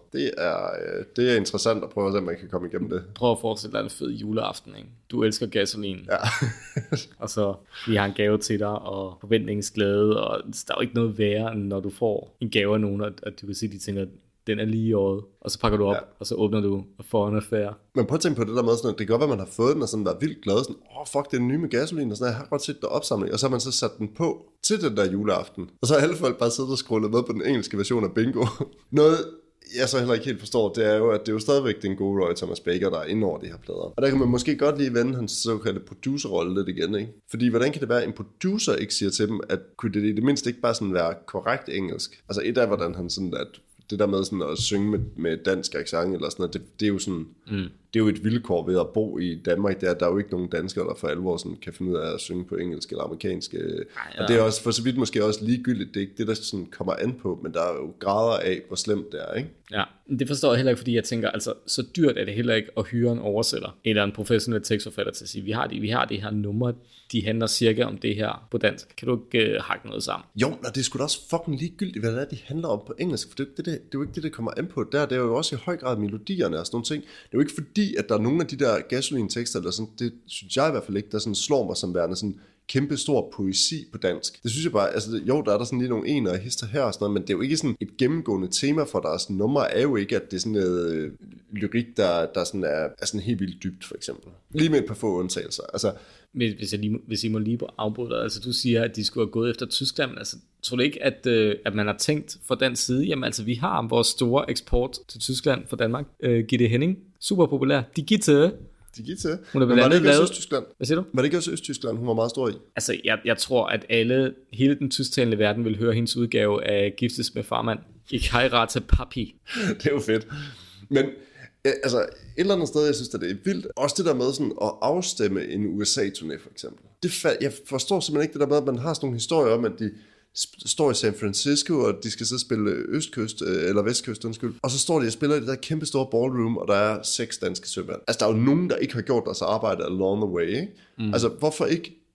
Det er interessant at prøve at se, om man kan komme igennem det. Prøv at forestille dig en fed juleaften, ikke? Du elsker Gasoline. Ja. Og så vi har en gave til dig, og forventningsglæde, og der er jo ikke noget værre, end når du får en gave af nogen, at du kan se, de tænker, den er lige i året, og så pakker du op, og så åbner du A Foreign Affair. Men prøv at tænke på det der med, sådan, at det kan godt være, man har fået den, og sådan været vildt glad, sådan, fuck, det er en ny med Gasoline, og sådan, jeg har godt set der opsamling, og så har man så sat den på til den der juleaften, og så har alle folk bare siddet og scrollet med på den engelske version af Bingo. Noget, jeg så heller ikke helt forstår, det er jo, at det er jo stadigvæk den gode Roy Thomas Baker, der er inde over de her plader. Og der kan man måske godt lige vende hans såkaldte producerrolle lidt igen, ikke? Fordi hvordan kan det være, at en producer ikke siger til dem, at kunne det i det mindste ikke bare sådan være korrekt engelsk? Altså et af, hvordan han sådan, at det der med sådan at synge med dansk accent eller sådan noget, det er jo sådan, det er jo et vilkår ved at bo i Danmark, der er jo ikke nogen danskere, der for alvor sådan kan finde ud af at synge på engelsk eller amerikansk. Og det er også for så vidt måske også ligegyldigt, det er ikke det, der sådan kommer an på, men der er jo grader af, hvor slemt det er, ikke? Ja, det forstår jeg heller ikke, fordi jeg tænker, altså så dyrt er det heller ikke at hyre en oversætter eller en professionel tekstforfatter til at sige, vi har det her nummer, de handler cirka om det her på dansk. Kan du ikke hakke noget sammen? Jo, og det er sgu da også fucking ligegyldigt, hvad det er, de handler om på engelsk, for det er jo ikke det, der kommer an på. Det er jo også i høj grad melodierne og sådan nogle ting. Det er jo ikke fordi, at der er nogle af de der Gasoline-tekster, eller sådan, det synes jeg i hvert fald ikke, der sådan slår mig som værende sådan kæmpe stor poesi på dansk. Det synes jeg bare, altså jo, der er der sådan lige nogle ener og hister her og sådan noget, men det er jo ikke sådan et gennemgående tema for deres numre, er jo ikke, at det er sådan noget lyrik, der sådan er sådan helt vildt dybt, for eksempel. Lige med et par få undtagelser. Altså, hvis I må lige afbryde dig, altså du siger, at de skulle have gået efter Tyskland, men altså tror du ikke, at man har tænkt fra den side, jamen altså vi har vores store eksport til Tyskland fra Danmark, Gitte Henning, super populær, Gitte. Hun er var det ikke også Østtyskland? Hvad siger du? Var det ikke også Østtyskland, hun var meget stor i? Altså, jeg tror, at hele den tysktalende verden vil høre hendes udgave af Giftes med farmand. Ich heirate Papi. Det er jo fedt. Men altså, et eller andet sted, jeg synes, at det er vildt. Også det der med sådan at afstemme en USA-turné, for eksempel. Jeg forstår simpelthen ikke det der med, at man har sådan nogle historier om, at de står i San Francisco, og de skal så spille østkyst, eller vestkyst, undskyld. Og så står de og spiller i det der kæmpe store ballroom, og der er 6 danske sømænd. Altså, der er jo nogen, der ikke har gjort deres arbejde along the way, ikke? Altså, hvorfor ikke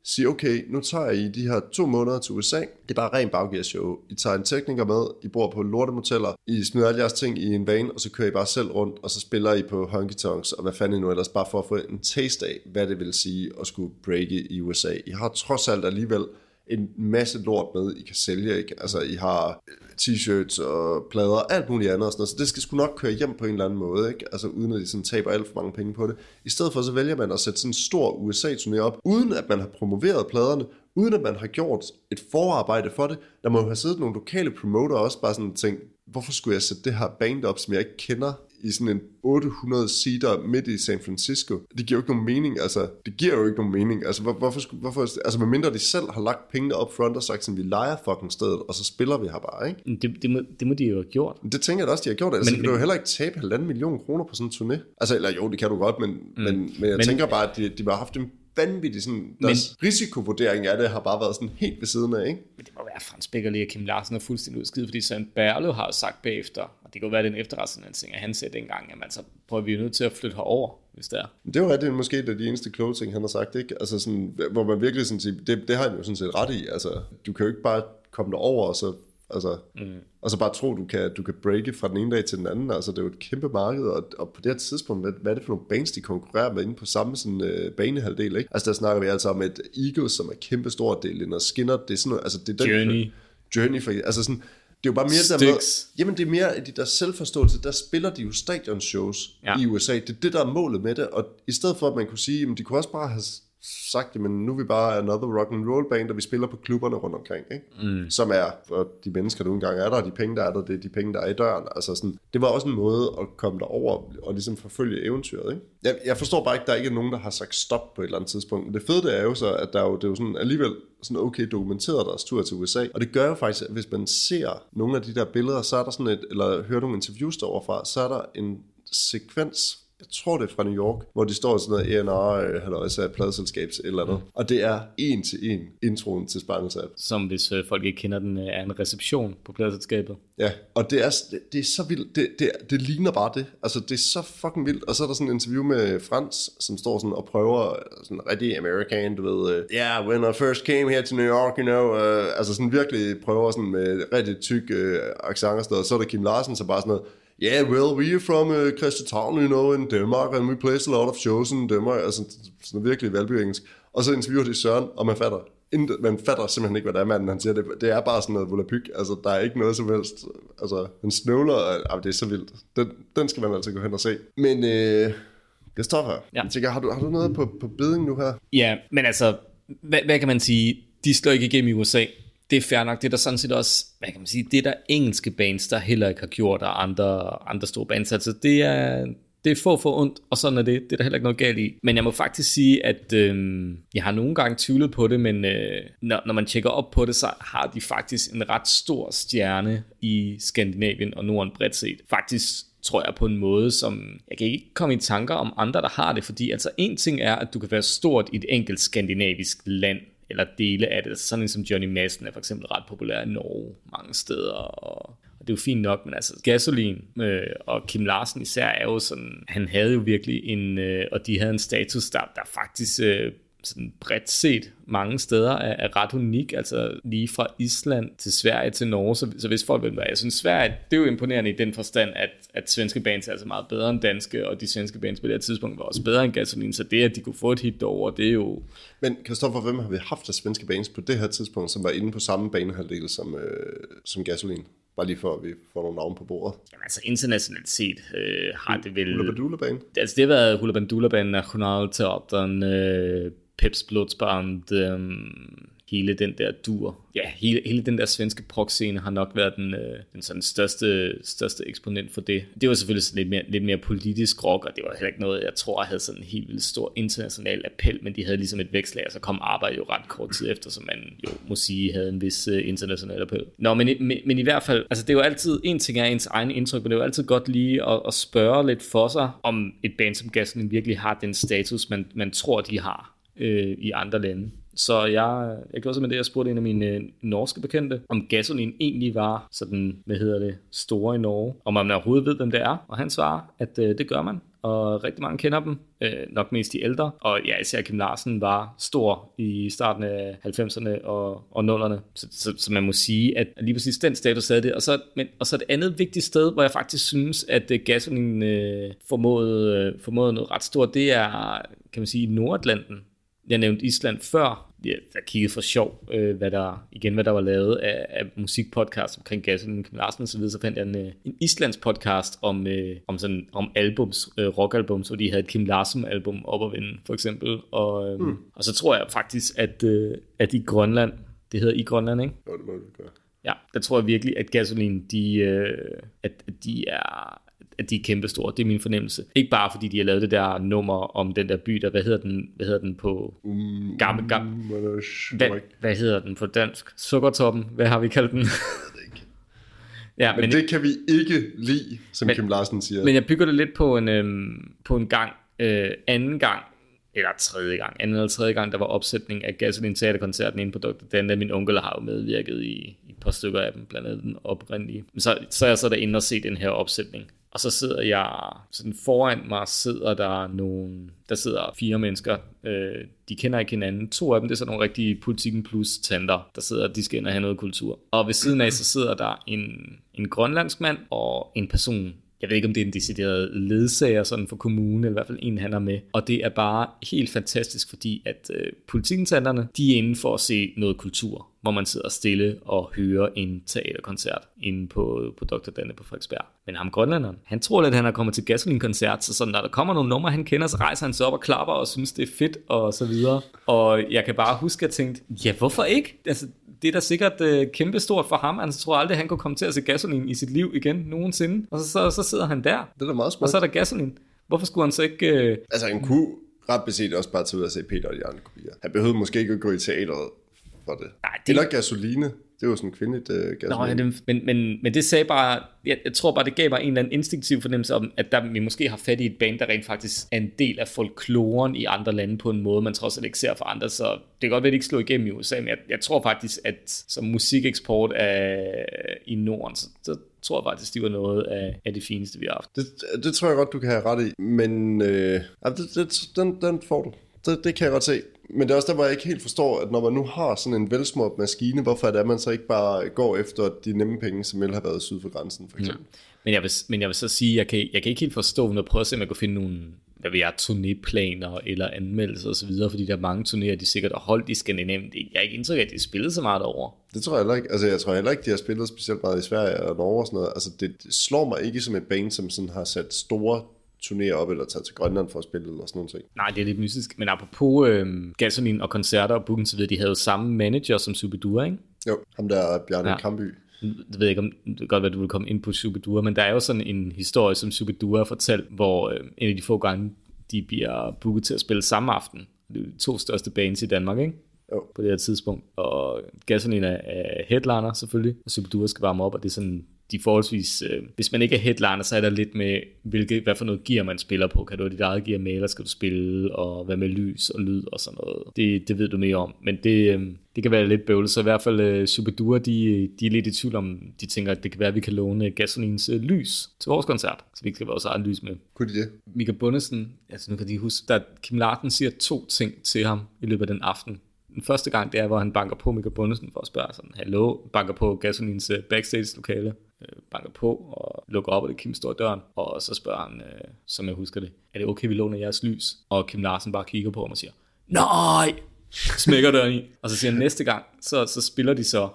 sige, okay, nu tager I de her 2 måneder til USA. Det er bare ren baggearshow. I tager en tekniker med, I bor på lortemoteller, I smider alle jeres ting i en van, og så kører I bare selv rundt, og så spiller I på honky tonks, og hvad fanden I nu ellers, bare for at få en taste af, hvad det vil sige at skulle breake i USA. I har trods alt alligevel en masse lort med, I kan sælge, ikke? Altså, I har t-shirts og plader, alt muligt andet og sådan noget, så det skal sgu nok køre hjem på en eller anden måde, ikke? Altså, uden at I sådan taber alt for mange penge på det. I stedet for, så vælger man at sætte sådan en stor USA-turné op, uden at man har promoveret pladerne, uden at man har gjort et forarbejde for det. Der må jo have siddet nogle lokale promoter også bare sådan tænkt, hvorfor skulle jeg sætte det her band op, som jeg ikke kender, i sådan en 800 seater midt i San Francisco? Det giver jo ikke nogen mening, altså. Det giver jo ikke nogen mening. Altså, hvorfor altså, medmindre de selv har lagt pengene op front og sagt, sådan, vi leger fucking stedet, og så spiller vi her bare, ikke? Det må de jo have gjort. Det tænker jeg da også, de har gjort. Altså, men, du kan jo heller ikke tabe 1,5 million kroner på sådan en turné. Altså, eller jo, det kan du godt, men jeg tænker bare, at de har haft en vanvittig sådan, deres risikovurdering af det har bare været sådan helt ved siden af, ikke? Men det må være Frans Beckerli og Kim Larsen er fuldstændig udskidt, fordi Søren Berle har jo sagt bagefter, og det kan jo være den efterretningsting, at han sagde dengang, at man så prøver vi jo nødt til at flytte herover, hvis det er. Det er jo rigtigt måske det er de eneste kloge ting, han har sagt, ikke? Altså sådan, hvor man virkelig sådan siger, det har han jo sådan set ret i, altså du kan jo ikke bare komme derover og så og så bare tro, du kan breake fra den ene dag til den anden. Altså, det er jo et kæmpe marked, og på det her tidspunkt, hvad er det for nogle bands, de konkurrerer med inde på samme sådan, banehalvdel, ikke? Altså, der snakker vi altså om et Eagles, som er kæmpe stor del, og Skinner, det er sådan noget, altså, det er Journey, for, altså sådan, det er jo bare mere der med, jamen det er mere de der selvforståelse, der spiller de jo stadionshows i USA, det er det, der er målet med det, og i stedet for, at man kunne sige, jamen de kunne også bare have sagt, men nu er vi bare another rock and roll band, og vi spiller på klubberne rundt omkring, ikke? Som er, for de mennesker, der engang er der, og de penge, der er der, det er de penge, der er i døren. Altså sådan, det var også en måde at komme derover og ligesom forfølge eventyret, ikke? Jeg forstår bare ikke, der ikke er nogen, der har sagt stop på et eller andet tidspunkt. Men det fede det er jo så, at det er jo sådan alligevel sådan okay dokumenteret deres tur til USA, og det gør jo faktisk, at hvis man ser nogle af de der billeder, så er der sådan eller hører nogle interviews deroverfra, så er der en sekvens, jeg tror det er fra New York, hvor de står sådan noget A&R, halløjsa, pladselskabs eller andet. Og det er 1-til-1 introen til Spinal Tap. Som hvis folk ikke kender den, er en reception på pladselskabet. Ja, og det er så vildt. Det ligner bare det. Altså, det er så fucking vildt. Og så er der sådan en interview med Frans, som står sådan og prøver sådan rigtig American, du ved. Yeah, when I first came here to New York, you know. Altså sådan virkelig prøver sådan med rigtig tyk accent og sådan noget. Så er der Kim Larsen, så bare sådan noget. Yeah, well, we are from Christianshavn, you know, in Denmark, and we play a lot of shows in Denmark. Altså sådan virkelig valby-engelsk. Og så interviewer de Søren, og man fatter simpelthen ikke, hvad det er, manden han siger. Det er bare sådan noget volapyk. Altså, der er ikke noget som helst. Altså, den snøvler, det er så vildt. Den skal man altså gå hen og se. Men, Christoffer, jeg tænker, har du noget på beding nu her? Ja, men altså, hvad kan man sige? De slår ikke igennem i USA. Det er fair nok. Det er der sådan set også, hvad kan man sige, det er der engelske bands, der heller ikke har gjort, og andre store bands. Altså, det er få ondt, og sådan er det. Det er der heller ikke noget galt i. Men jeg må faktisk sige, at jeg har nogle gange tvivlet på det, men når man tjekker op på det, så har de faktisk en ret stor stjerne i Skandinavien og Norden bredt set. Faktisk tror jeg på en måde, som jeg kan ikke komme i tanker om andre, der har det, fordi altså en ting er, at du kan være stort i et enkelt skandinavisk land, eller dele af det. Sådan en som Johnny Madsen er for eksempel ret populær i Norge mange steder, og det er jo fint nok, men altså Gasolin og Kim Larsen især er jo sådan, han havde jo virkelig og de havde en status, der faktisk sådan bredt set mange steder er ret unik, altså lige fra Island til Sverige til Norge, så hvis folk vil være, jeg synes Sverige, det er jo imponerende i den forstand, at svenske bands er altså meget bedre end danske, og de svenske bands på det her tidspunkt var også bedre end Gasolin, så det at de kunne få et hit derovre, det er jo... Men Christoffer, hvem har vi haft af svenske bands på det her tidspunkt, som var inde på samme banehalvdel som Gasolin? Bare lige for, at vi får nogle navne på bordet. Jamen altså internationalt set har det vel... Hula Bandula Band? Altså det har været Hula Bandula Band, Nationalteatern, Peps Blodsband, hele den der dur. Ja, hele den der svenske prog-scene har nok været den sådan største eksponent for det. Det var selvfølgelig sådan lidt mere politisk rock, og det var heller ikke noget, jeg tror, havde sådan en helt vildt stor international appel, men de havde ligesom et vækslag, og så kom arbejde jo ret kort tid efter, som man jo må sige havde en vis international appel. Nå, men i hvert fald, altså det er jo altid, en ting er ens egen indtryk, men det er jo altid godt lige at spørge lidt for sig, om et band som Gasolin virkelig har den status, man tror, de har i andre lande. Så jeg gjorde simpelthen det, jeg spurgte en af mine norske bekendte, om gasolin egentlig var sådan, store i Norge, om man overhovedet ved, hvem det er. Og han svarer, at det gør man, og rigtig mange kender dem, nok mest de ældre. Og ja, især Kim Larsen var stor i starten af 90'erne og 0'erne. Så man må sige, at lige præcis den status havde det. Og så et andet vigtigt sted, hvor jeg faktisk synes, at gasolin formåede noget ret stort, det er, kan man sige, Nordatlanten. Jeg nævnte Island før. Jeg kiggede for sjov, hvad der var lavet af musikpodcast omkring Gasolin, Kim Larsen og så videre. Så fandt jeg en Islands podcast om albums, rockalbums, hvor de havde et Kim Larsen album op at vinde, for eksempel. Og så tror jeg faktisk, at i Grønland, det hedder i Grønland, ikke? Jo, det må du gøre. Ja, der tror jeg virkelig, at Gasolin, de er kæmpestore. Det er min fornemmelse. Ikke bare fordi de har lavet det der nummer om den der by, der, hvad hedder den på hvad hedder den på dansk? Sukkertoppen, hvad har vi kaldt den? Jeg ved det ikke. Ja, men det kan vi ikke lide, som Kim Larsen siger. Men jeg bygger det lidt på en gang, anden eller tredje gang, der var opsætning af Gasolin Teaterkoncerten inde på Dr. Dan, min onkel har jo medvirket i et par stykker af dem, blandt andet den oprindelige. Så er jeg så derinde og se den her opsætning. Og så sidder jeg, sådan foran mig der sidder 4 mennesker, de kender ikke hinanden. 2 af dem, det er sådan nogle rigtige Politikken Plus tanter, der sidder, de skal ind og have noget kultur. Og ved siden af, så sidder der en grønlandsk mand og en person, jeg ved ikke, om det er en decideret ledsager sådan for kommunen, eller i hvert fald en, han er med. Og det er bare helt fantastisk, fordi at Politikken-tanterne, de er inde for at se noget kultur, hvor man sidder stille og hører en teaterkoncert inde på Dr. Danne på Frederiksberg. Men ham grønlanderen, han tror lidt, at han er kommet til Gasolin-koncert, så sådan, når der kommer nogle numre, han kender, så rejser han sig op og klapper og synes, det er fedt og så videre. Og jeg kan bare huske, at jeg tænkte, ja, hvorfor ikke? Altså, det er da sikkert kæmpestort for ham. Han tror aldrig, han kunne komme til at se Gasolin i sit liv igen nogensinde. Og så sidder han der. Det er da meget smart. Og så er der Gasolin. Hvorfor skulle han så ikke... Altså, han kunne ret beset også bare tage ud og se Peter og de andre kopier. Han behøvede måske ikke at gå i teateret for det. Nej, det... Eller Gasoline. Det var sådan en kvindeligt Gasoline. Men det sagde bare... Jeg tror bare, det gav mig en eller anden instinktiv fornemmelse om, at vi måske har fat i et band, der rent faktisk er en del af folkloren i andre lande på en måde, man trods alt ikke ser for andre. Så det kan godt være, at det ikke slår igennem i USA, men jeg tror faktisk, at som musikeksport i Norden, så tror jeg faktisk, det var noget af det fineste, vi har haft. Det tror jeg godt, du kan have ret i. Men den får du. Det kan jeg godt se. Men det er også der, hvor jeg ikke helt forstår, at når man nu har sådan en velsmurt maskine, hvorfor er det, at man så ikke bare går efter de nemme penge, som ellers har været syd for grænsen, for eksempel. Ja. Men jeg vil så sige, jeg kan ikke helt forstå, når jeg prøver at se, om jeg kan finde nogle turnéplaner eller anmeldelser og så videre, fordi der er mange turnéer, de sikkert har holdt i Skandinavien. Jeg er ikke indtryk af, at de spillede så meget over. Det tror jeg heller ikke. Altså, jeg tror heller ikke, de har spillet specielt meget i Sverige og Norge og sådan noget. Altså, det slår mig ikke som et band, som sådan har sat store turnéer op, eller taget til Grønland for at spille, eller sådan noget. Nej, det er lidt mystisk. Men apropos Gasolin og koncerter og booking, så ved de havde jo samme manager som Shubidua, ikke? Jo, ham der Bjarne Kamby. Det ved jeg ikke, om det kan godt være, at du vil komme ind på Shubidua, men der er jo sådan en historie, som Shubidua har fortalt, hvor en af de få gange, de bliver booket til at spille samme aften. Det er de 2 største bands i Danmark, ikke? Jo. På det her tidspunkt. Og Gasolin er headliner selvfølgelig, og Shubidua skal varme op, og det er sådan... De forholdsvis, hvis man ikke er headliner, så er der lidt med, hvad for noget gear man spiller på. Kan du have dit eget gear med, eller skal du spille, og hvad med lys og lyd og sådan noget. Det ved du mere om, men det kan være lidt bøvlet. Så i hvert fald Shubidua, de er lidt i tvivl om, de tænker, at det kan være, at vi kan låne Gasolins lys til vores koncert, så vi ikke skal være vores egen lys med. Kunne de det? Mika Bundesen, altså nu kan de huske, at Kim Larsen siger 2 ting til ham i løbet af den aften. Den første gang, det er, hvor han banker på Mika Bundesen for at spørge sådan, hallo, banker på Gasolins backstage-lokale, banker på og lukker op, og det Kim står i døren, og så spørger han, som jeg husker det, er det okay, vi låner jeres lys? Og Kim Larsen bare kigger på ham og siger, nej! Smækker døren i. Og så siger han, næste gang, så spiller de så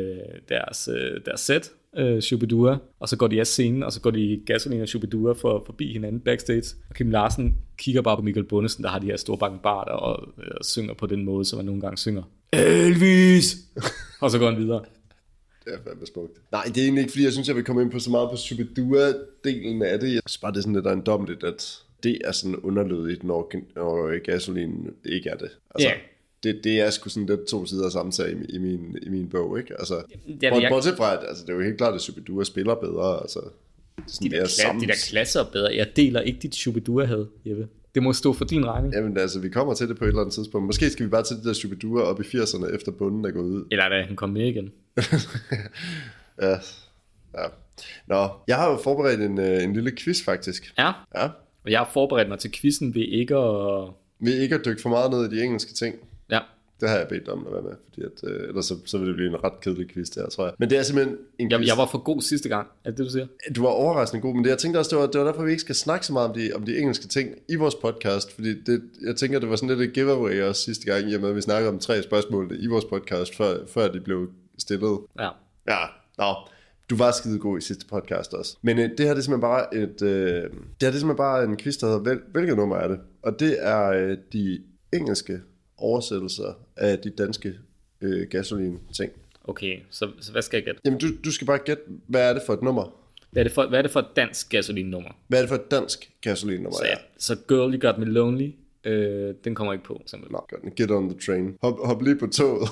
deres set, Shubidua, og så går de af scenen, og så går de Gasolin og Shubidua forbi hinanden backstage, og Kim Larsen kigger bare på Michael Bundesen, der har de her store bakkenbarter og synger på den måde, som man nogle gange synger. Elvis! Og så går han videre. Det er fandme smukt. Nej, det er egentlig ikke, fordi jeg synes, jeg vil komme ind på så meget på Shubidua-delen af det. Jeg synes bare, det er sådan lidt ejendommeligt, at det er sådan underlødigt, når Gasolin ikke er det. Altså, det er sgu sådan lidt 2 sider af samme sag i min bog, ikke? Altså, bortset fra, at altså, det er jo helt klart, at Shubidua spiller bedre, altså... De der klasser bedre. Jeg deler ikke dit Shubidua-had, Jeppe. Det må stå for din regning. Jamen altså, vi kommer til det på et eller andet tidspunkt. Måske skal vi bare til det der Shubidua op i 80'erne, efter bunden er gået ud. Eller da han kom med igen. Ja. Nå, jeg har jo forberedt en lille quiz faktisk. Ja, Ja. og jeg har forberedt mig til quizzen ved ikke at... Vi ikke at dykke for meget ned i de engelske ting. Ja, Det har jeg bedt om at være med, fordi at, ellers så vil det blive en ret kedelig quiz der, tror jeg. Men det er simpelthen en quiz. jeg var for god sidste gang. Er det du siger? Du var overraskende god, men det, jeg tænkte også, det var derfor, vi ikke skal snakke så meget om de engelske ting i vores podcast, fordi jeg tænker, det var sådan lidt et giveaway også sidste gang, i og med, at vi snakkede om 3 spørgsmål i vores podcast, før de blev stillet. Ja. Ja, nå. Du var skide god i sidste podcast også. Men det her det er simpelthen bare en quiz, der hedder, hvilket nummer er det? Og det er de engelske oversættelser af de danske gasolin-ting. Okay, så hvad skal jeg gætte? Jamen, du skal bare gætte, hvad er det for et nummer? Hvad er det for et dansk gasolinnummer? Hvad er det for et dansk gasolin-nummer? Så Girl You Got Me Lonely, den kommer ikke på, simpelthen. Nå, godt. Get on the train. Hop lige på toget.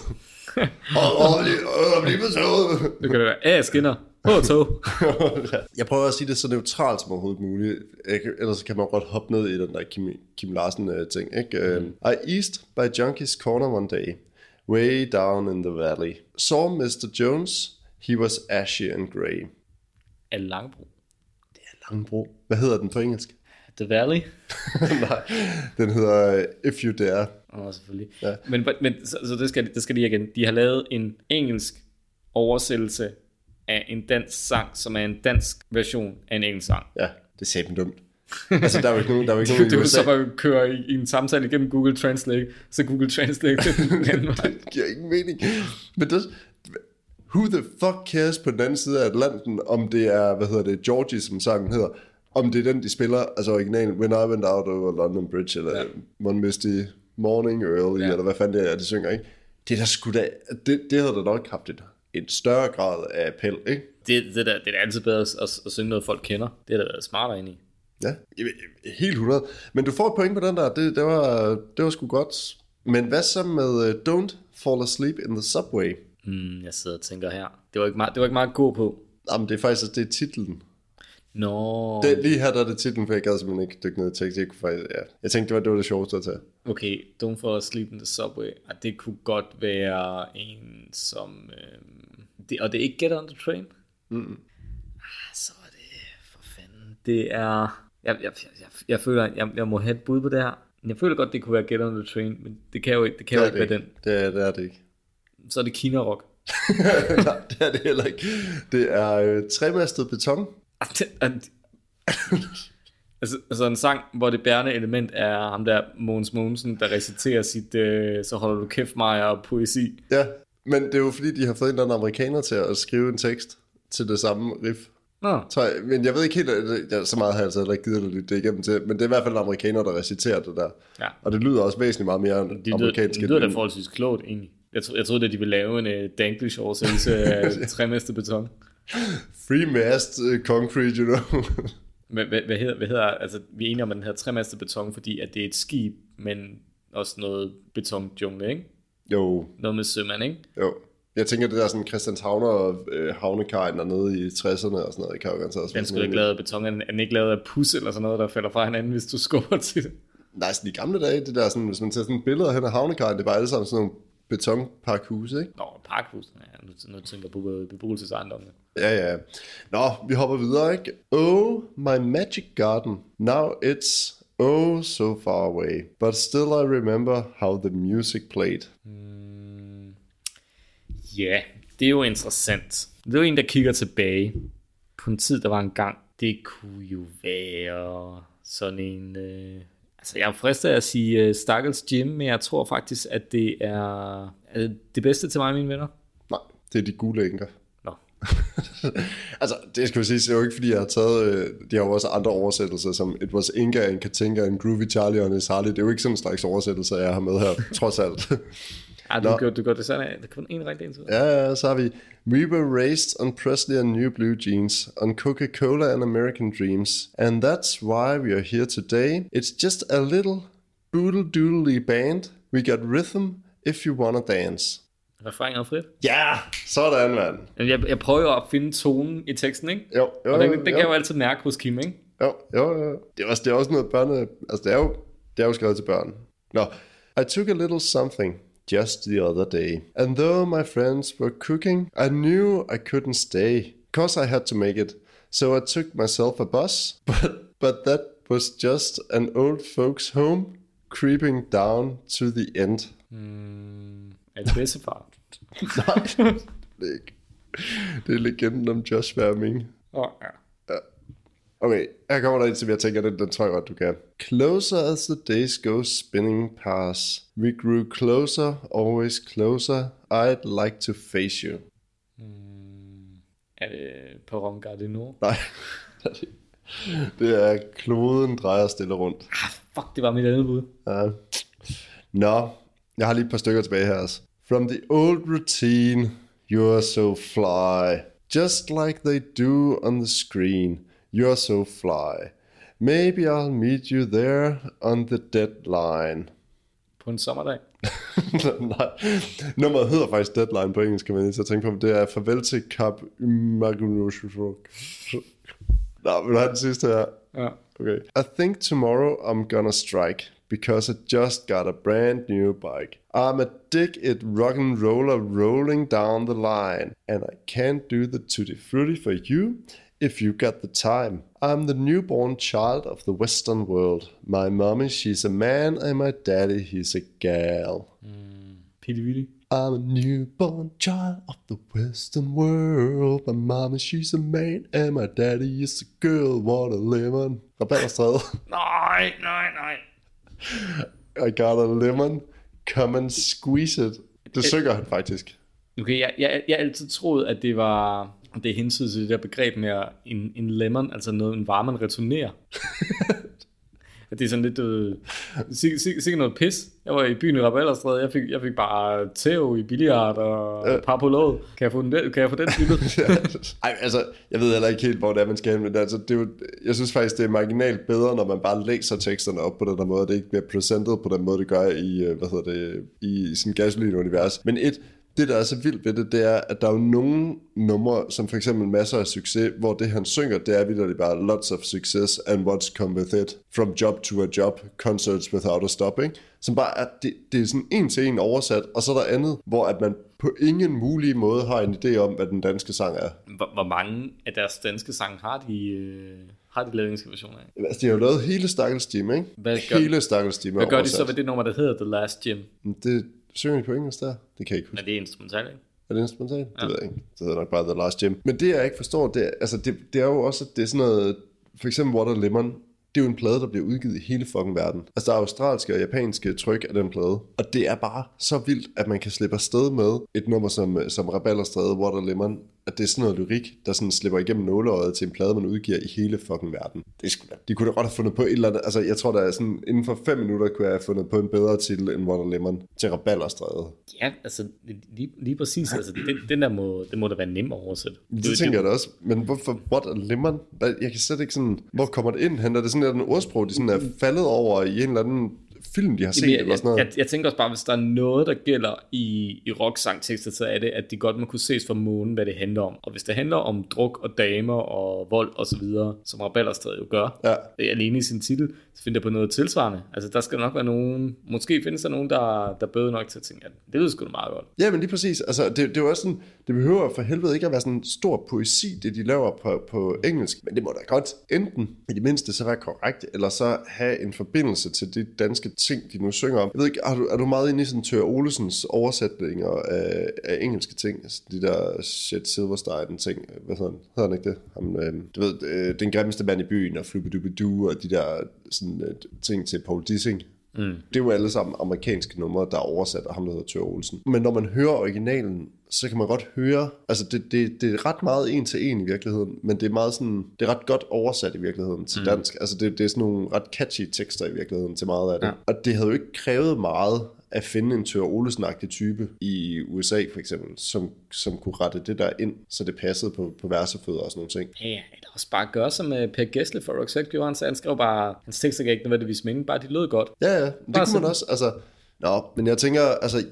Hop lige på toget. Det kan være, skinner. Tog. Jeg prøver at sige det så neutralt som overhovedet muligt. Ellers kan man godt hoppe ned i den der Kim Larsen-ting. Ikke? I eased by Junkie's corner one day, way down in the valley. Saw Mr. Jones, he was ashy and grey. Er Langebro? Det er Langebro. Hvad hedder den på engelsk? The Valley? Nej, den hedder If You Dare. Selvfølgelig. Ja. Men så det skal de igen. De har lavet en engelsk oversættelse af en dansk sang, som er en dansk version af en engelsk sang. Ja, det er satme dumt. Altså, der er jo ikke nogen i Du USA. så bare køre i en samtale igennem Google Translate, så Google Translate den anden vej. Det giver ingen mening. Men det, who the fuck cares på den anden side af Atlanten, om det er, Georgie, som sangen hedder, om det er den, de spiller, altså originalen, When I Went Out Over London Bridge, eller One Misty Morning Early, eller hvad fanden det er, de synger, ikke? Det er der sgu da, det havde da nok haft en større grad af appel, ikke? Det er altid bedre at synge noget, folk kender. Det er da været smartere ind i. Ja, helt 100. Men du får et point på den der, det var sgu godt. Men hvad så med Don't Fall Asleep in the Subway? Jeg sidder og tænker her. Det var ikke meget at gå på. Jamen, det er faktisk, det er titlen. Nå. Lige her der er det titlen, for jeg gad simpelthen ikke dykke ned i tekst. Jeg tænkte, det var det sjoveste at tage. Okay, Don't Fall Asleep in the Subway. Det kunne godt være en som... og det er ikke Get on the Train? Så er det... For fanden. Det er... Jeg føler, jeg må have et bud på det her. Jeg føler godt, det kunne være Get on the Train, men det kan jo ikke være den. Det er det ikke. Så er det Kina Rock. Nej, det er det heller ikke. Det er tremastet beton. Altså en sang, hvor det bærende element er ham der Mogens Mogensen, der reciterer sit så holder du kæft mig og poesi. Ja, men det er jo fordi, de har fået en eller anden amerikaner til at skrive en tekst til det samme riff. Nå. Men jeg ved ikke helt, så meget har jeg altså heller ikke givet det igennem til, men det er i hvert fald en amerikaner, der reciterer det der. Ja. Og det lyder også væsentligt meget mere amerikansk. Det lyder da forholdsvis klogt egentlig. Jeg troede, at de ville lave en Danglish oversættelse af tremastet beton. Free mast concrete, you know. Hvad hedder, altså vi er enige om, at den hedder tremastet beton, fordi at det er et skib, men også noget betonjungle, ikke? Jo. Noget med sømand, ikke? Jo. Jeg tænker, det der sådan Christianshavn og havnekajen dernede i 60'erne og sådan noget, kan jo ganske også. Den skulle ikke lavet af beton, er den ikke lavet af pus eller sådan noget, der falder fra hinanden, hvis du skubber til det? Nej, sådan i gamle dage, det der sådan, hvis man tager sådan billeder hen af havnekajen, det var alle sammen sådan nogle betonparkhuse, ikke? Nå, parkhus, ja, nu tænker jeg på beboelsesejendommene. Ja. Nå, vi hopper videre, ikke? Oh, my magic garden, now it's oh so far away, but still I remember how the music played. Ja, det er jo interessant. Det er jo en, der kigger tilbage på en tid, der var engang. Det kunne jo være sådan en... Altså, jeg er fristet af at sige Stakkels Jim, men jeg tror faktisk, at det er det bedste til mig og mine venner. Nej, det er de gule enker. Nå. Altså, det skal jo sige, det er jo ikke, fordi jeg har taget... de har jo også andre oversættelser, som It was Inga and Katinka and Groovy Charlie on his Harley. Det er jo ikke sådan en slags oversættelser, jeg har med her, trods alt. Du gør det sådan af. Der kun en rigtig en. Ja, så har vi We were raised on Presley and New Blue Jeans, on Coca-Cola and American Dreams, and that's why we are here today. It's just a little boodle-doodly band. We got rhythm if you wanna dance. Refrænger frit. Ja, sådan, mand. Jeg prøver jo at finde tonen i teksten, ikke? Jo. Og den kan jeg jo altid mærke hos Kim, ikke? Jo. Det er også noget børne... Altså, det er jo Det er jo skrevet til børn. Nå. I took a little something just the other day. And though my friends were cooking, I knew I couldn't stay. 'Cause I had to make it. So I took myself a bus. But that was just an old folks home creeping down to the end. Er det bedstefar? Nej, det er ikke. Det er legenden om Josh Verming. Ja. Okay, her kommer der en, som jeg tænker, den tror jeg godt, du kan. Closer as the days go spinning past. We grew closer, always closer. I'd like to face you. Er det Perron Gardino? Nej, det er kloden drejer stille rundt. Fuck, det var mit andet bud. Ja. Nå, jeg har lige et par stykker tilbage her. Altså. From the old routine, you're so fly. Just like they do on the screen. You're so fly. Maybe I'll meet you there on the deadline. På en sommerdag? Nej, nummeret hedder faktisk Deadline på engelsk, kan man lige så tænke på. Det er farvel til Cap Imagination. Nå, vil du have den sidste her? Ja. Okay. I think tomorrow I'm gonna strike because I just got a brand new bike. I'm a dig it rock'n roller rolling down the line, and I can't do the tutti frutti for you if you got the time. I'm the newborn child of the Western world. My mommy, she's a man, and my daddy, he's a gal. Pili Willy. I'm a newborn child of the Western world. My mama, she's a man, and my daddy is a girl. What a lemon. Rabalderstræde. Nej. I got a lemon. Come and squeeze it. Det synger han faktisk. Okay, jeg altid troede, at det var... Det er hensynet til det der begreb med en lemon, altså en vare, man returnerer. At det er sådan lidt... sikkert noget pis. Jeg var i byen i Rabalderstræde, jeg fik bare tæv i billiard og par på låget. Kan jeg få den billede? Ej, altså, jeg ved heller ikke helt, hvor det er, man skal hen, men altså, det er jo, jeg synes faktisk, det er marginalt bedre, når man bare læser teksterne op på den der måde, det ikke bliver presented på den måde, det gør i sådan gasolin-univers. Men det, der er så vildt ved det, det er, at der er jo nogle numre, som for eksempel Masser af Succes, hvor det han synger, det er vitterligt bare lots of success and what's come with it, from job to a job, concerts without a stop, ikke? Som bare er, det er sådan en til en oversat, og så er der andet, hvor at man på ingen mulig måde har en idé om, hvad den danske sang er. Hvor mange af deres danske sange har de lavet engelske versioner af? Altså, de har jo lavet hele Stakkels Jim, ikke? Hele Stakkels Jim. Hvad gør de så ved det nummer, der hedder The Last Jim? Det synger de på engelsk der? Det kan jeg ikke huske. Er det instrumentalt, ikke? Er det instrumentalt? Ja. Det ved jeg ikke. Det hedder nok bare The Last Jim. Men det jeg ikke forstår, det er jo også, det er sådan noget, for eksempel What a Lemon, det er jo en plade, der bliver udgivet i hele fucking verden. Altså, der er australske og japanske tryk af den plade. Og det er bare så vildt, at man kan slippe afsted med et nummer som Rabalderstræde, What a Lemon, at det er sådan noget lyrik, der sådan slipper igennem nåleøjet til en plade, man udgiver i hele fucking verden. Det skulle da. De kunne da godt have fundet på et eller andet. Altså, jeg tror, der er sådan, inden for 5 minutter kunne jeg have fundet på en bedre titel end What a Lemon til Rabalderstræde. Ja, altså, lige præcis. Altså, den der må da være nem at oversætte. Det tænker jeg da også. Men hvorfor What a Lemon? Jeg kan slet ikke sådan, hvor kommer det ind hen? Er det sådan en ordsprog, de sådan er faldet over i en eller anden film, de har set, eller sådan noget? Jeg tænker også bare, hvis der er noget, der gælder i rock-sangtekster, så er det, at de godt må kunne ses fra månen, hvad det handler om. Og hvis det handler om druk og damer og vold og så videre, som Rabalderstræde jo gør, alene i sin titel, så finder jeg på noget tilsvarende. Altså, der skal nok være nogen, måske findes der nogen, der er bøde nok til at tænke, at det lyder sgu da meget godt. Ja, men lige præcis. Altså, det er jo også sådan, det behøver for helvede ikke at være sådan en stor poesi, det de laver på engelsk, men det må da godt enten i det mindste så være korrekt, eller så have en forbindelse til de danske ting, de nu synger om. Jeg ved ikke, er du meget inde i sådan Thøger Olesens oversætninger af engelske ting? Altså, de der Shed Silverstein ting, hvad hedder han ikke det? Du ved, den grimmeste mand i byen, og Flubidubidu, og de der sådan ting til Paul Dissing. Det er jo alle sammen amerikanske numre, der er oversat af ham, der hedder Thøger Olesen. Men når man hører originalen, så kan man godt høre, altså det er ret meget en til en i virkeligheden, men det er meget sådan, det er ret godt oversat i virkeligheden til dansk. Altså det er sådan nogle ret catchy tekster i virkeligheden til meget af det. Ja. Og det havde jo ikke krævet meget at finde en Thøger Olesen-agtig type i USA for eksempel, som kunne rette det der ind, så det passede på versefødder og sådan nogle ting. Ja, eller også bare gøre som Per Gessle for Roxette gjorde, han skrev bare, hans tekster gav ikke nødvendigvis mening, bare de lød godt. Ja, det kunne man også, altså, men jeg tænker, altså,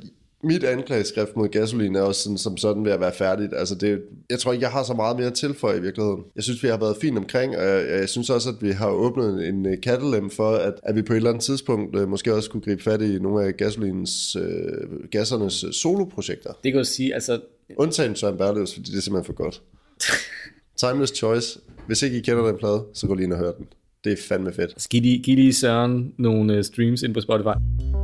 Mit anklageskrift mod Gasolin er også sådan, som sådan ved at være færdigt. Altså jeg tror ikke, jeg har så meget mere at tilføje i virkeligheden. Jeg synes, vi har været fint omkring, og jeg synes også, at vi har åbnet en kattelem for, at vi på et eller andet tidspunkt måske også kunne gribe fat i nogle af gassernes soloprojekter. Det kan jeg sige, altså... Undtagen Søren Berløs, fordi det er simpelthen for godt. Timeless Choice. Hvis ikke I kender den plade, så gå lige ind og hør den. Det er fandme fedt. Altså, giv lige Søren nogle streams ind på Spotify.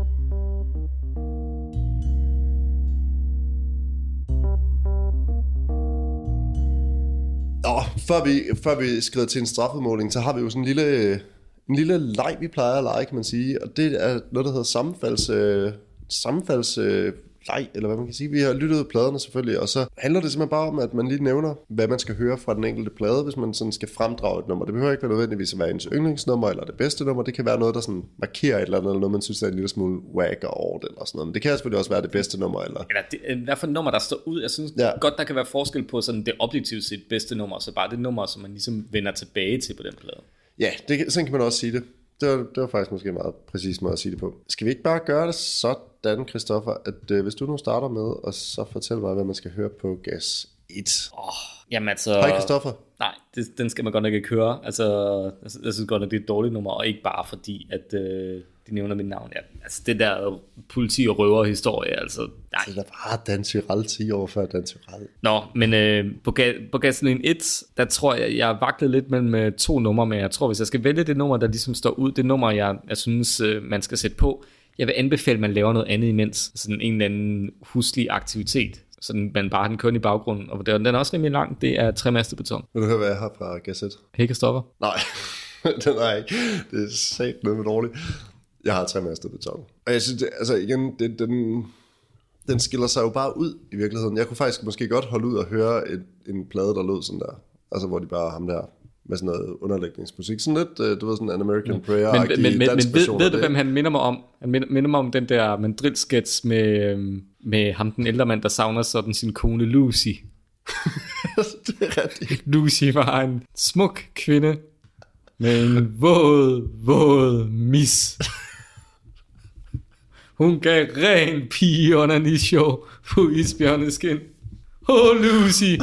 Før vi skrider til en strafudmåling, så har vi jo sådan en lille leg, vi plejer at lege, kan man sige. Og det er noget, der hedder sammenfaldsleg, eller hvad man kan sige. Vi har lyttet pladerne selvfølgelig, og så handler det simpelthen bare om, at man lige nævner, hvad man skal høre fra den enkelte plade, hvis man sådan skal fremdrage et nummer. Det behøver ikke være nødvendigvis at være ens yndlingsnummer, eller det bedste nummer. Det kan være noget, der sådan markerer et eller andet, eller noget, man synes er en lille smule wagger over det, eller sådan noget. Men det kan selvfølgelig også være det bedste nummer, eller hvad for et nummer, der står ud. Jeg synes godt, der kan være forskel på sådan det objektivt set bedste nummer, så bare det nummer, som man ligesom vender tilbage til på den plade. Ja, sådan kan man også sige det. Det var faktisk måske en meget præcis måde at sige det på. Skal vi ikke bare gøre det sådan, Christoffer, at hvis du nu starter med, og så fortæl mig, hvad man skal høre på Gas 1. Jamen altså... Hej Christoffer. Nej, den skal man godt nok ikke høre. Altså, jeg synes godt, at det er et dårligt nummer, og ikke bare fordi, at de nævner mit navn. Ja, altså, det der politi- og røverhistorie, altså... Nej. Det der var Dan Tyrell 10 år før Dan Tyrell. Nå, men på Gasolin 1, der tror jeg vaklede lidt mellem 2 numre, men jeg tror, hvis jeg skal vælge det nummer, der ligesom står ud, det nummer, jeg synes, man skal sætte på, jeg vil anbefale, at man laver noget andet imens. Sådan en eller anden huslig aktivitet. Sådan man bare har den kørende i baggrunden. Og den er også rimelig lang. Det er 3-mastet beton. Vil du høre, hvad jeg har fra Gas 1? Hey, Christoffer. Nej, den er ikke. Det er sat noget med dårligt. Jeg har 3-mastet beton. Og jeg synes, altså igen, den skiller sig jo bare ud i virkeligheden. Jeg kunne faktisk måske godt holde ud og høre en plade, der lød sådan der. Altså hvor de bare ham der med sådan noget underlægningsmusik. Sådan lidt, du ved, sådan en American Prayer-agtig dansk version. Men ved du, hvem han minder mig om? Han minder mig om den der mandrilskets med ham, den ældre mand, der savner sådan sin kone Lucy. Det er rigtigt. Lucy var en smuk kvinde med en våd mis. Hun gav ren pige under show på isbjørneskin. Lucy.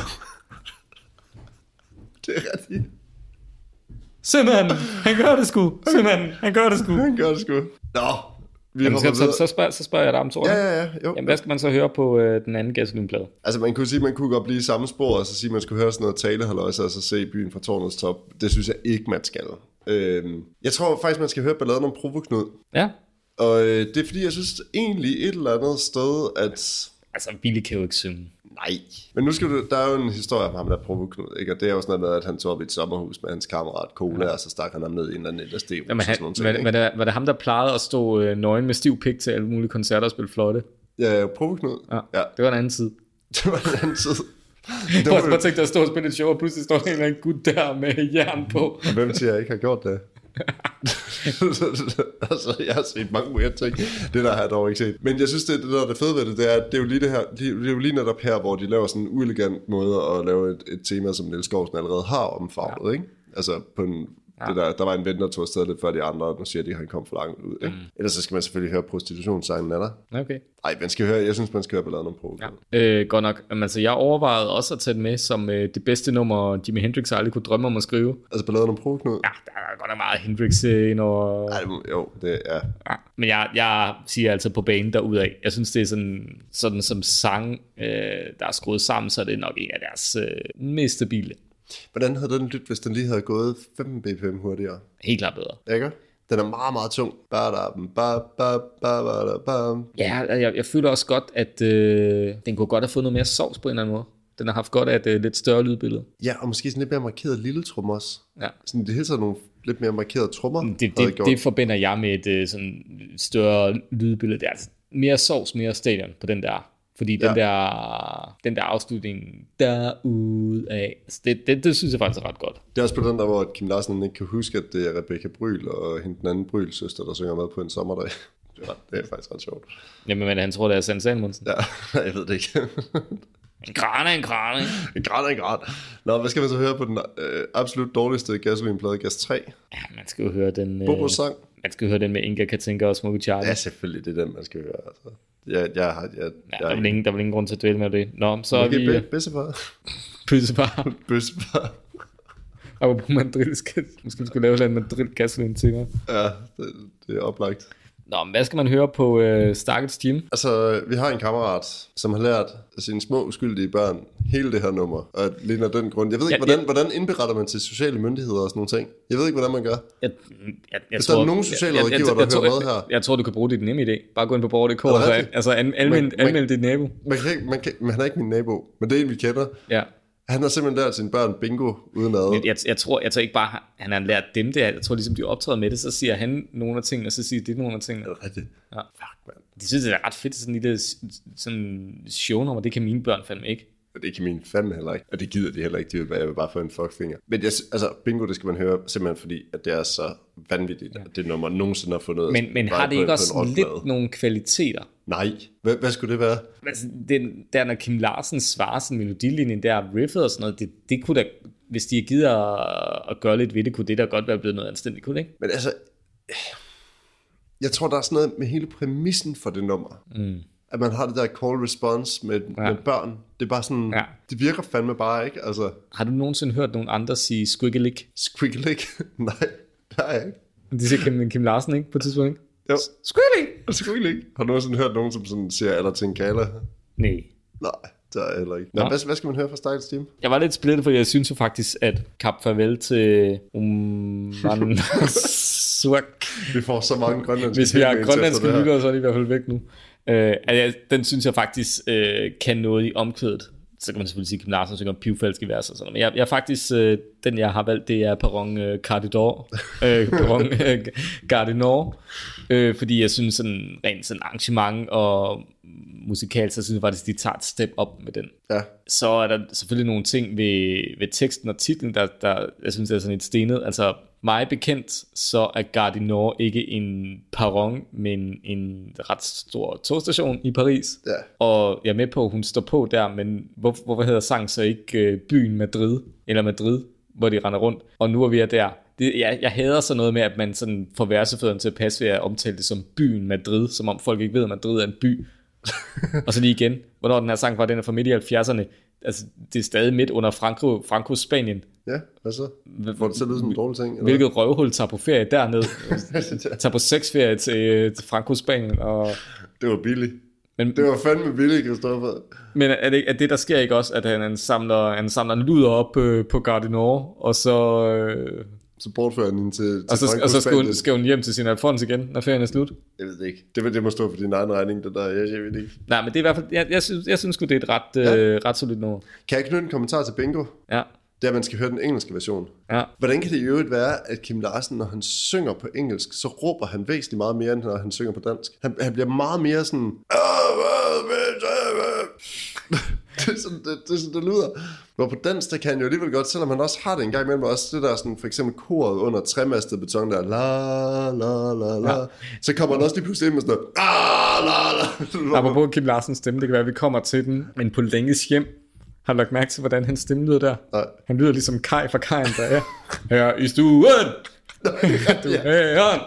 Det er rigtigt. Sømanden, han gør det sgu. Han gør det sgu. Nå, så spørger jeg dig om, tror jeg. Ja. Jo. Jamen, hvad skal man så høre på den anden Gasolinplade? Altså, man kunne sige, man kunne godt blive i samme spor, og så sige, man skulle høre sådan noget talehalløjse, og så se Byen fra Tårnets top. Det synes jeg ikke, man skal. Jeg tror faktisk, man skal høre balladen om Provoknud. Ja. Og det er fordi, jeg synes egentlig et eller andet sted, at... Altså, Billy kan jo ikke synge. Nej. Men nu skal der er jo en historie om ham, der er Provoknud, ikke? Og det er jo sådan noget med, at han tog op i et sommerhus med hans kammerat Cola, og så stak han ham ned i en eller anden LSD. Var det ham, der plejede at stå nøgen med stiv pik til alle mulige koncerter og spille fløjte? Ja, Provoknud. Ja, det var en anden tid. Prøv at tænke dig at stå og spille et show, og pludselig står der en eller anden gut der med jern på. Og hvem siger, jeg ikke har gjort det? Altså, jeg har set mange weird ting. Det der har jeg dog ikke set. Men jeg synes, det der er det fede ved det, det er, at det er jo lige det her, det er jo lige netop her, hvor de laver sådan en uelegant måde at lave et tema, som Niels Skousen allerede har omfavnet, ikke? Altså på en... Ja. Det der var en ven, der tog afsted lidt før de andre, og nu siger de, at han kom for langt ud. Ikke? Ellers så skal man selvfølgelig høre prostitutionssangen af dig. Okay. Nej, man skal høre, jeg synes, man skal høre balladen om Provoknud. Ja. Godt nok. Men, altså, jeg overvejede også at tage det med som det bedste nummer, Jimi Hendrix aldrig kunne drømme om at skrive. Altså balladen om Provoknud? Ja, der er godt nok meget Hendrix ind over... Jo, det er... Ja. Men jeg siger altså på banen derudad. Jeg synes, det er sådan som sang, der er skruet sammen, så er det nok en af deres mest stabile. Hvordan havde den lyttet, hvis den lige havde gået 15 bpm hurtigere? Helt klart bedre. Ikke? Den er meget, meget tung. Ja, jeg føler også godt, at den kunne godt have fået noget mere sovs på en eller anden måde. Den har haft godt af et lidt større lydbillede. Ja, og måske sådan lidt mere markeret lille trommer også. Ja. Sådan det hele taget nogle lidt mere markerede trommer. Det forbinder jeg med et sådan større lydbillede. Det er altså mere sovs, mere stadion på den der. Fordi den der afslutning derudaf, det synes jeg faktisk er ret godt. Det er også på den der, hvor Kim Larsen ikke kan huske, at det er Rebecca Bryl og hende den anden Bryl-søster, der synger med på en sommerdag. Det er faktisk ret sjovt. Jamen, men han tror, det er Sanne Salmonsen. Ja, jeg ved det ikke. En grane. En grane. Nå, hvad skal man så høre på den absolut dårligste Gasolinplade, Gas 3? Ja, man skal jo høre den... Bobos sang. Man skal høre den med Inga Katinka og Smukke Charlie. Ja, selvfølgelig, det er den, man skal høre. Altså. Der er vel ingen grund til at dvæle med det. Nå, så er vi... Bøssefar. Bøssefar. Og på Madrid, måske vi skulle lave en Madrid-gasolin senere. Ja, det er oplagt. Nå, men hvad skal man høre på Stakkels Team? Altså, vi har en kammerat, som har lært sine små uskyldige børn hele det her nummer, og lige af den grund. Jeg ved ikke, hvordan indberetter man til sociale myndigheder og sådan nogle ting. Jeg ved ikke, hvordan man gør. Hvis der er nogen sociale rådgiver, der hører med her. Jeg tror, du kan bruge dit NemID. Bare gå ind på borger.dk og anmeld dit nabo. Men han er ikke min nabo, men det er en, vi kender. Ja. Han har simpelthen lært sine børn bingo uden ad. Jeg tror ikke bare, han har lært dem det. Jeg tror ligesom, de optræder med det, så siger han nogle af tingene, og så siger de nogle af tingene. Er det rigtigt? Ja. Fuck, man. De synes, det er ret fedt, sådan en lille shownummer. Det kan mine børn fandme ikke. Og det kan mine fandme heller ikke. Og det gider de heller ikke. De vil bare få en fuckfinger. Men bingo, det skal man høre simpelthen fordi, at det er så vanvittigt, at det nummer nogensinde har fundet. Men har det ikke også lidt nogle kvaliteter? Nej. Hvad skulle det være? Altså, der når Kim Larsen svarer sådan melodilinjen, der riffet og sådan noget, det kunne da, hvis de gider at gøre lidt ved det, kunne det da godt være blevet noget anstændigt, kunne det ikke? Men altså, jeg tror, der er sådan noget med hele præmissen for det nummer. At man har det der call response med børn. Det er bare sådan, det virker fandme bare ikke. Altså. Har du nogensinde hørt nogen andre sige squiggelik? Squiggelik? Nej, det har jeg ikke. Det siger Kim Larsen, ikke? På et tidspunkt, ikke? Jo. Squiggelik! Har du nogensinde hørt nogen, som sådan siger aller til en kala? Nej. Nej, det er heller ikke. Nå, hvad skal man høre fra Stakkels Team? Jeg var lidt splittet, for jeg synes jo faktisk, at Kap Farvel til Suak. Vi får så mange grønlandske. Hvis vi har grønlandske lyttere, så er de i hvert fald væk nu. Den synes jeg faktisk kan noget i omkvædet. Så kan man selvfølgelig sige, at Kim Larsen synger pivfalske vers og sådan noget. Men jeg faktisk, den jeg har valgt, det er Perron Cardinor. Perron Cardinor. Fordi jeg synes sådan rent sådan arrangement og musikalt, så synes jeg faktisk, de tager et step op med den. Ja. Så er der selvfølgelig nogle ting ved teksten og titlen, der jeg synes er sådan et stenet. Altså mig bekendt, så er Gardinor ikke en perron, men en ret stor togstation i Paris. Ja. Og jeg er med på, at hun står på der, men hvorfor hedder sangen så ikke byen Madrid, eller Madrid, hvor de render rundt? Og nu er vi der. Jeg hader sådan noget med, at man sådan får versefødderne til at passe ved at omtale det som byen Madrid, som om folk ikke ved, at Madrid er en by. Og så lige igen, hvornår den her sang var, den er fra midt i 70'erne. Altså, det er stadig midt under Frankos Spanien. Ja, hvad så? Får det til at lyde som en dårlig ting? Eller? Hvilket røvhul tager på ferie dernede. Tager på sexferie til Frankos Spanien. Og... Det var billigt. Men, det var fandme billigt, Christoffer. Men er det der sker ikke også, at han samler en luder op på Gardinor, og så bortfører han hende til og så skal hun hjem til sin Alfons igen, når ferien er slut. Jeg ved det ikke. Det må stå for din egen regning, det der. Jeg ved det ikke. Nej, men det er i hvert fald, jeg synes det er et ret solidt nummer. Kan jeg knytte en kommentar til bingo? Ja. Det er, at man skal høre den engelske version. Ja. Hvordan kan det i øvrigt være, at Kim Larsen, når han synger på engelsk, så råber han væsentligt meget mere, end når han synger på dansk? Han bliver meget mere sådan... det er sådan, det lyder. Hvor på dansk, der kan han jo alligevel godt, selvom han også har det en gang imellem, også det der sådan, for eksempel koret under tremastet beton der, la, la, la, la. Ja. Så kommer han også lige pludselig ind med sådan noget, la, la, la. Apropos Kim Larsens stemme, det kan være, at vi kommer til den, men på længes hjem. Har du lagt mærke til, hvordan hans stemme lyder der? Nej. Han lyder ligesom Kai fra Kajen, der er her i stuen. Du hører.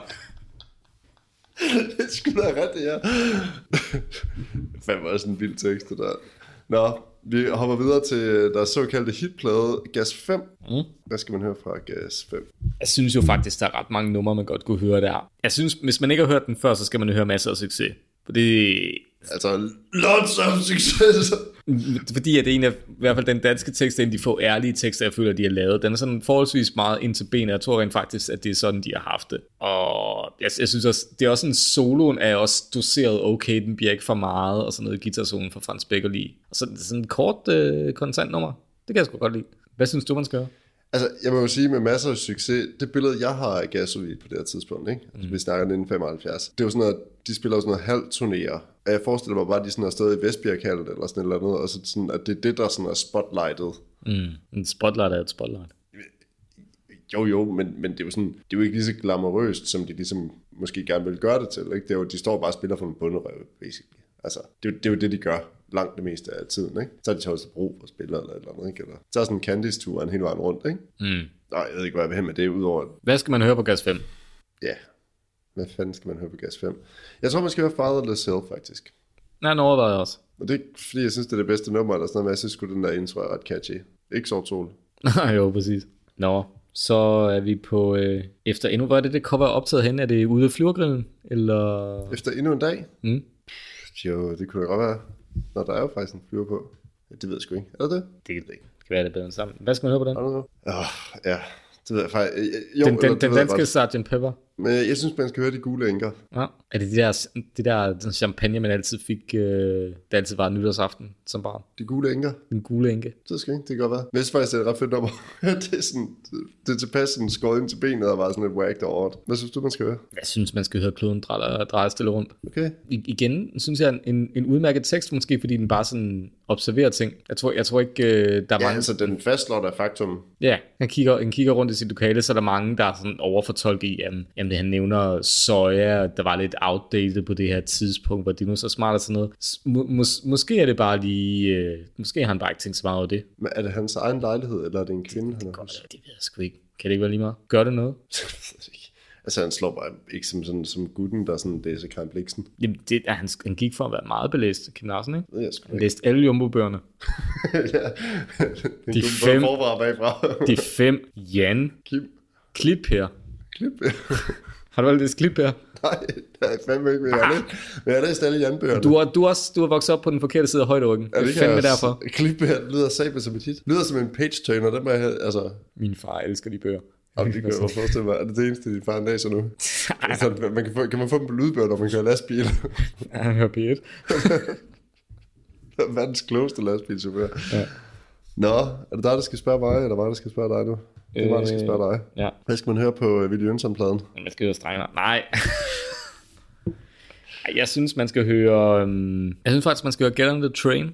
Det skulle da ret, ja. Fandme også en vild tekst, det der. Nå, vi hopper videre til deres såkaldte hitplade Gas 5. Hvad skal man høre fra Gas 5? Jeg synes jo faktisk, der er ret mange numre, man godt kunne høre der. Jeg synes, hvis man ikke har hørt den før, så skal man høre masser af succes. Fordi... Altså, lots of succes. Fordi at det er en af, i hvert fald den danske tekst, er en af de få ærlige tekster, jeg føler, de har lavet. Den er sådan forholdsvis meget ind til benet. Jeg tror rent faktisk, at det er sådan, de har haft det. Og jeg synes også, det er også en soloen er også doseret okay. Den bliver ikke for meget, og sådan noget guitarsolen fra Frans Becker lige. Og så sådan en kort kontant nummer. Det kan jeg sgu godt lide. Hvad synes du, man skal gøre? Altså, jeg må jo sige med masser af succes, det billede, jeg har af Gasolid på det her tidspunkt, ikke? Altså, vi snakker 1975. Det er jo sådan noget, de spiller jo sådan noget halvturnéer. Og jeg forestiller mig bare, at de sådan har stået i Vestbjerghallen eller sådan et eller andet, og så sådan, at det er det, der sådan er spotlightet. En spotlight er et spotlight. Jo, men det er jo sådan, det er jo ikke lige så glamourøst, som de ligesom måske gerne vil gøre det til, ikke? Det er jo, de står bare og spiller for en bunderev, basically. Altså, det er jo det, de gør langt det meste af tiden, ikke? Så er de til Holstebro og spiller eller et eller andet, ikke? Eller, så er sådan en Candice-tur en hele vejen rundt, ikke? Nej, jeg ved ikke, hvad jeg vil have med det, udover... Hvad skal man høre på Gas 5? Ja, hvad fanden skal man høre på Gas 5? Jeg tror, man skal høre Fatherless Hill, faktisk. Nej, den overvejede jeg også. Og det er ikke, fordi jeg synes, det er det bedste nummer, eller sådan noget, men jeg synes sgu, den der intro er ret catchy. Ikke Sort Sol. Jo, præcis. Nå, så er vi på, efter endnu, hvor er det cover optaget hen? Er det ude af flyvergrillen, eller? Efter endnu en dag? Jo, det kunne da godt være. Når der er jo faktisk en flyver på. Det ved jeg sgu ikke. Er det det? Det kan være det bedre end sammen. Hvad skal man høre på den? Ja, det ved jeg faktisk. Den danske Sgt. Pepper. Men jeg synes, man skal høre de gule enker. Ja. Er det der den champagne, man altid fik, det altid var nytårsaften som barn? De gule enker? Den gule enke. Det skal ikke, det kan godt være. Men jeg synes faktisk, det er et ret fedt nummer. Det er sådan, det er tilpas sådan skåret ind til benet og var sådan lidt whacked over det. Hvad synes du, man skal høre? Jeg synes, man skal høre kloden dreje stille rundt. Okay. Igen synes jeg en udmærket tekst, måske fordi den bare sådan observerer ting. Jeg tror ikke, der er mange... altså den fastslår der faktum. Ja, han kigger rundt i sit lokale, så er der mange, der er sådan overfortolket i, jamen det han nævner soja, der var lidt outdated på det her tidspunkt, hvor det nu så smart og sådan noget. Måske er det bare lige... måske har han bare ikke tænkt så meget over det. Men er det hans egen lejlighed, eller er det en kvinde? Det ved jeg sgu ikke. Kan det ikke være lige meget? Gør det noget? Altså han slår bare ikke som gutten, der sådan, det er så Karen Bliksen. Jamen, han gik for at være meget belæst, Kim Larsen, ikke? Det er sgu Han læste alle Jumbo-bøgerne. Ja. De 5 Jan. Klip her. Har du aldrig læst Klip her? Nej, det er fandme ikke, men jeg har læst alle Jan-bøgerne. Du har vokset op på den forkerte side af højderyggen. Ja, det er fandme derfor. Klip her lyder sabel som et hit. Lyder som en page-turner, den må jeg have, altså... Min far elsker de bøger. Jamen, det kan jeg forestille mig. Er det det eneste, din far læser nu? Altså, kan man få dem på lydbøger, når man kører lastbil? Ja, han hører P1. Verdens klogeste lastbilchauffør. Ja. Nå, er det dig, der skal spørge mig, eller mig, der skal spørge dig nu? Det er mig, der skal spørge dig. Ja. Hvad skal man høre på Willy Jønsson-pladen? Man skal høre Strengere. Nej. Jeg synes, man skal høre... Jeg synes faktisk, man skal høre Get on the Train.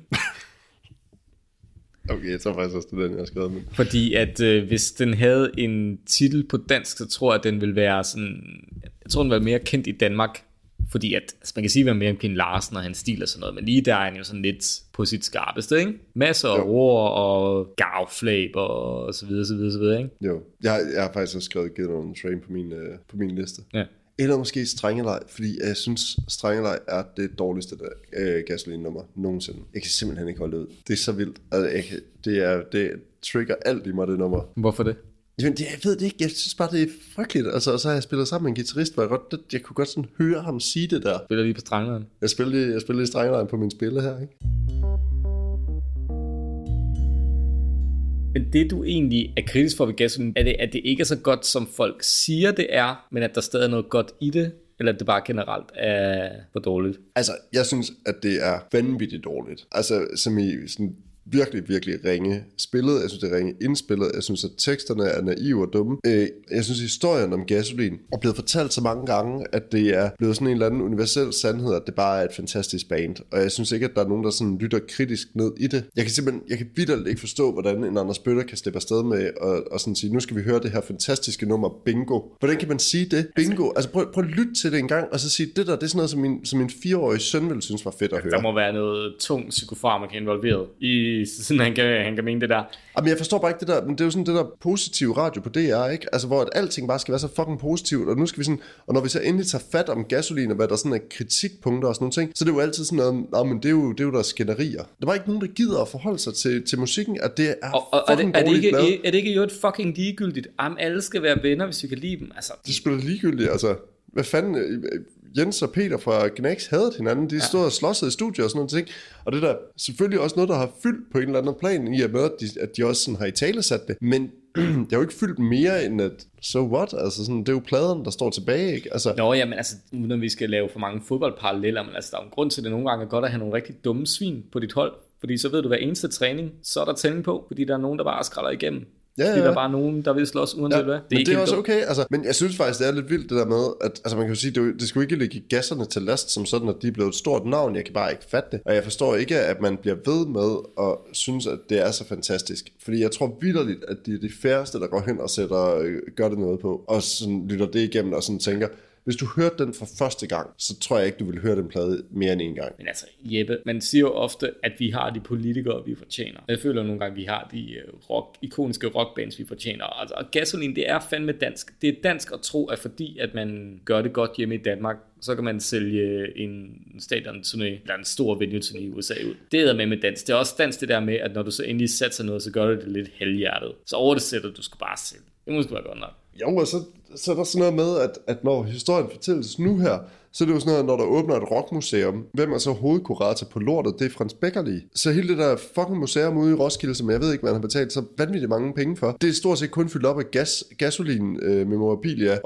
Okay, jeg tror faktisk også, det er den, jeg har skrevet med. Fordi at hvis den havde en titel på dansk, så tror jeg, at den vil være sådan... Jeg tror, den vil være mere kendt i Danmark. Fordi at, altså man kan sige, at mere om Kim Larsen og hans stil og sådan noget, men lige der er han jo sådan lidt på sit skarpeste, ikke? Masser af ord og gavflab og så videre, så videre, så videre, ikke? Jo, jeg har faktisk også skrevet Get on the Train på min liste. Ja. Eller måske Strengelej, fordi jeg synes, Strengelej er det dårligste gasoline-nummer nogensinde. Jeg kan simpelthen ikke holde ud. Det er så vildt. Altså, det trigger alt i mig, det nummer. Hvorfor det? Jeg ved det ikke. Jeg synes bare, det er frygteligt. Altså, og så har jeg spillet sammen med en guitarist, hvor jeg kunne godt sådan høre ham sige det der. Spiller lige på Strengelejren? Jeg spiller lige Strengelejren på min spiller her, ikke? Men det du egentlig er kritisk for ved gasoline, er det, at det ikke er så godt, som folk siger, det er, men at der stadig er noget godt i det, eller at det bare generelt er for dårligt? Altså, jeg synes, at det er vanvittigt dårligt. Altså, som i sådan virkelig, virkelig ringe spillet. Jeg synes, det er ringe indspillet. Jeg synes, at teksterne er naive og dumme. Jeg synes, historien om gasolin er blevet fortalt så mange gange, at det er blevet sådan en eller anden universel sandhed, at det bare er et fantastisk band. Og jeg synes ikke, at der er nogen, der sådan lytter kritisk ned i det. Jeg kan vitterligt ikke forstå, hvordan en Anders Bøtter kan slippe afsted med og sådan sige, nu skal vi høre det her fantastiske nummer Bingo. Hvordan kan man sige det? Bingo. Altså prøv at lytte til det en gang, og så sige, det er sådan noget, som min 4-årige søn ville synes var fedt at høre. Der må være noget tung psykofarmaka involveret i sådan han kan mene det der. Men jeg forstår bare ikke det der, men det er jo sådan det der positive radio på DR, ikke? Altså hvor at alting bare skal være så fucking positivt, og nu skal vi sådan, og når vi så endelig tager fat om gasolin og hvad der sådan er kritikpunkter og sådan nogle ting, så det er jo altid sådan noget, men det er jo der skænderier. Der var ikke nogen, der gider at forholde sig til musikken, at det er fucking dårligt lavet. Er det ikke jo et fucking ligegyldigt? Alle skal være venner, hvis vi kan lide dem. Altså, det er sgu da ligegyldigt, altså. Hvad fanden... Jens og Peter fra Gnax havde hinanden. De stod og slåsede i studiet og sådan noget ting. Og det der selvfølgelig også noget, der har fyldt på en eller anden plan, i og med, at de også sådan har i tale sat det. Men det har jo ikke fyldt mere end at, so what? Altså sådan, det er jo pladen, der står tilbage, ikke? Altså... Nå ja, men altså, uden at vi skal lave for mange fodboldparalleller, men altså, der er en grund til, at det nogle gange er godt at have nogle rigtig dumme svin på dit hold. Fordi så ved du, hver eneste træning, så er der tænding på, fordi der er nogen, der bare skralder igennem. Ja. Fordi der er bare nogen, der vil slås uanset hvad. Men det er også okay, altså. Men jeg synes faktisk, det er lidt vildt det der med, at altså man kan jo sige, det skulle ikke ligge gasserne til last som sådan, at de er blevet et stort navn. Jeg kan bare ikke fatte det. Og jeg forstår ikke, at man bliver ved med at synes, at det er så fantastisk. Fordi jeg tror vitterligt, at det er de færreste, der går hen og gør det noget på, og sådan lytter det igennem og sådan tænker, Hvis du hørte den for første gang, så tror jeg ikke, du vil høre den plade mere end en gang. Men altså, Jeppe, man siger jo ofte, at vi har de politikere, vi fortjener. Jeg føler nogle gange, at vi har de ikoniske rockbands, vi fortjener. Altså, og Gasoline, det er fandme dansk. Det er dansk at tro, at fordi at man gør det godt hjemme i Danmark, så kan man sælge en stadionturné eller en stor venue-turné i USA ud. Det er med dansk. Det er også dansk det der med, at når du så endelig satser noget, så gør du det lidt helhjertet. Så over det sætter du skal bare sælge. Det må sgu være godt nok. Jo, og så er der sådan noget med, at når historien fortælles nu her, så er det jo sådan noget, når der åbner et rockmuseum, hvem er så hovedkurator på lortet? Det er Frans Beckerli. Så hele det der fucking museum ude i Roskilde, som jeg ved ikke, hvad han har betalt så vanvittigt mange penge for, det er stort set kun fyldt op af gasolin, memorabilia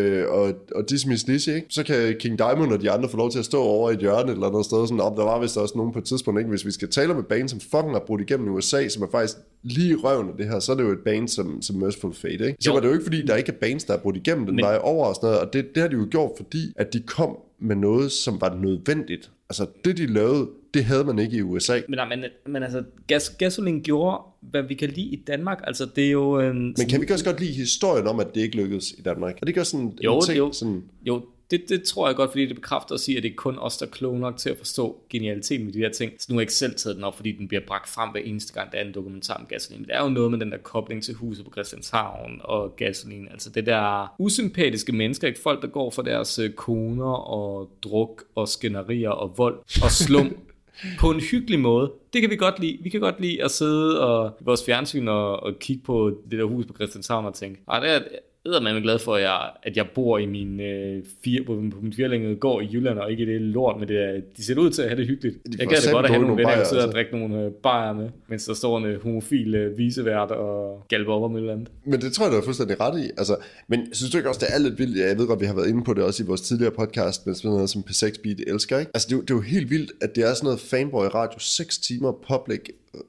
og Dismiss Lizzy, ikke? Så kan King Diamond og de andre få lov til at stå over i et hjørne eller noget sted, sådan, der var vist også nogen på et tidspunkt, ikke? Hvis vi skal tale om et band, som fucking har brudt igennem USA, som er faktisk lige i røven af det her, så er det jo et band som Merciful Fate, ikke? Så var det jo ikke, fordi der ikke er bands, der er brudt igennem den vej over og sådan noget, og det har de jo gjort, fordi at de kom med noget, som var nødvendigt. Altså, det de lavede, det havde man ikke i USA. Men altså, Gasoline gjorde, hvad vi kan lide i Danmark. Altså, det er jo... Men kan vi også godt lide historien om, at det ikke lykkedes i Danmark? Og det gør sådan jo, en ting, sådan... Jo, det tror jeg godt, fordi det bekræfter at sige, at det er kun os, der er kloge nok til at forstå genialiteten med de der ting. Så nu har jeg ikke selv taget den op, fordi den bliver bragt frem hver eneste gang, der er en dokumentar om Gasoline. Men det er jo noget med den der kobling til huset på Christianshavn og Gasoline. Altså det der usympatiske mennesker, ikke folk, der går for deres koner og druk og skænderier og vold og slum på en hyggelig måde. Det kan vi godt lide. Vi kan godt lide at sidde og i vores fjernsyn og kigge på det der hus på Christianshavn og tænke, det er eddermame glad for, at jeg bor i på min firlængede gård i Jylland, og ikke i det lort med det. De ser ud til at have det hyggeligt. Jeg kan altså godt have nogle venner, der sidder og drikke nogle bajer med, mens der står en homofil visevært og galper op om et eller andet. Men det tror jeg, du er fuldstændig ret i. Altså, men synes du ikke også, det er lidt vildt? Jeg ved godt, vi har været inde på det også i vores tidligere podcast, med sådan noget som P6 Beat elsker, ikke? Altså, det er jo helt vildt, at det er sådan noget fanboy radio, 6 timer public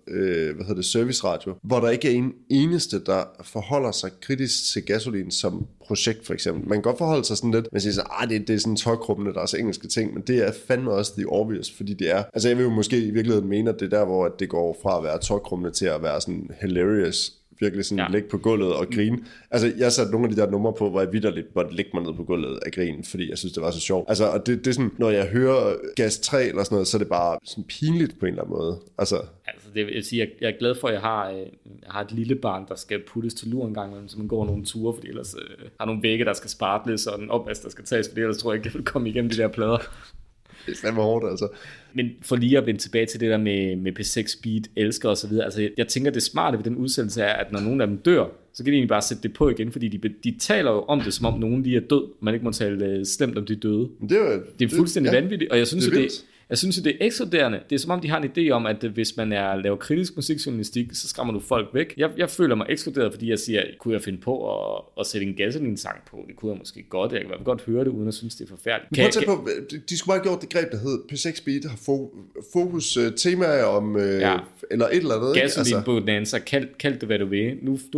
service radio, hvor der ikke er en eneste, der forholder sig kritisk til Gasoline som projekt, for eksempel. Man kan godt forholde sig sådan lidt, men siger så, det er sådan tårkrummende, der er så engelske ting, men det er fandme også the obvious, fordi det er, altså jeg vil jo måske i virkeligheden mene, at det er der, hvor det går fra at være tårkrummende til at være sådan hilarious, virkelig sådan ligge på gulvet og grine. Altså, jeg satte nogle af de der numre på, hvor jeg vitterligt måtte lægge mig ned på gulvet af grin, fordi jeg synes, det var så sjovt. Altså, og det er sådan, når jeg hører Gas 3 eller sådan noget, så er det bare sådan pinligt på en eller anden måde. Altså det vil sige, jeg er glad for, at jeg har et lille barn, der skal puttes til lur en gang imellem, så man går nogle ture, fordi ellers har nogle vægge, der skal spartles, og en opvask, der skal tages, fordi ellers tror jeg ikke, jeg vil komme igennem de der plader. Det er fandme hårdt, altså. Men for lige at vende tilbage til det der med P6 Beat, elsker og så videre, altså jeg tænker, det smarte ved den udsendelse er, at når nogen af dem dør, så kan de egentlig bare sætte det på igen, fordi de taler jo om det, som om nogen lige er død. Man ikke må tale slemt om de døde. Det er fuldstændig vanvittigt, og jeg synes, jeg synes, det er ekskluderende. Det er som om, de har en idé om, at hvis man laver kritisk musikjournalistik, så skræmmer du folk væk. Jeg føler mig ekskluderet, fordi jeg siger, kunne jeg finde på at sætte en Gasoline-sang på? Det kunne jeg måske godt. Jeg kan godt høre det, uden at synes, det er forfærdeligt. Prøv at tænke på, de skulle bare have gjort det greb, der hed P6 Beat, har fokus temaer om, eller et eller andet. Gasoline Bonanza, kald det, hvad du vil.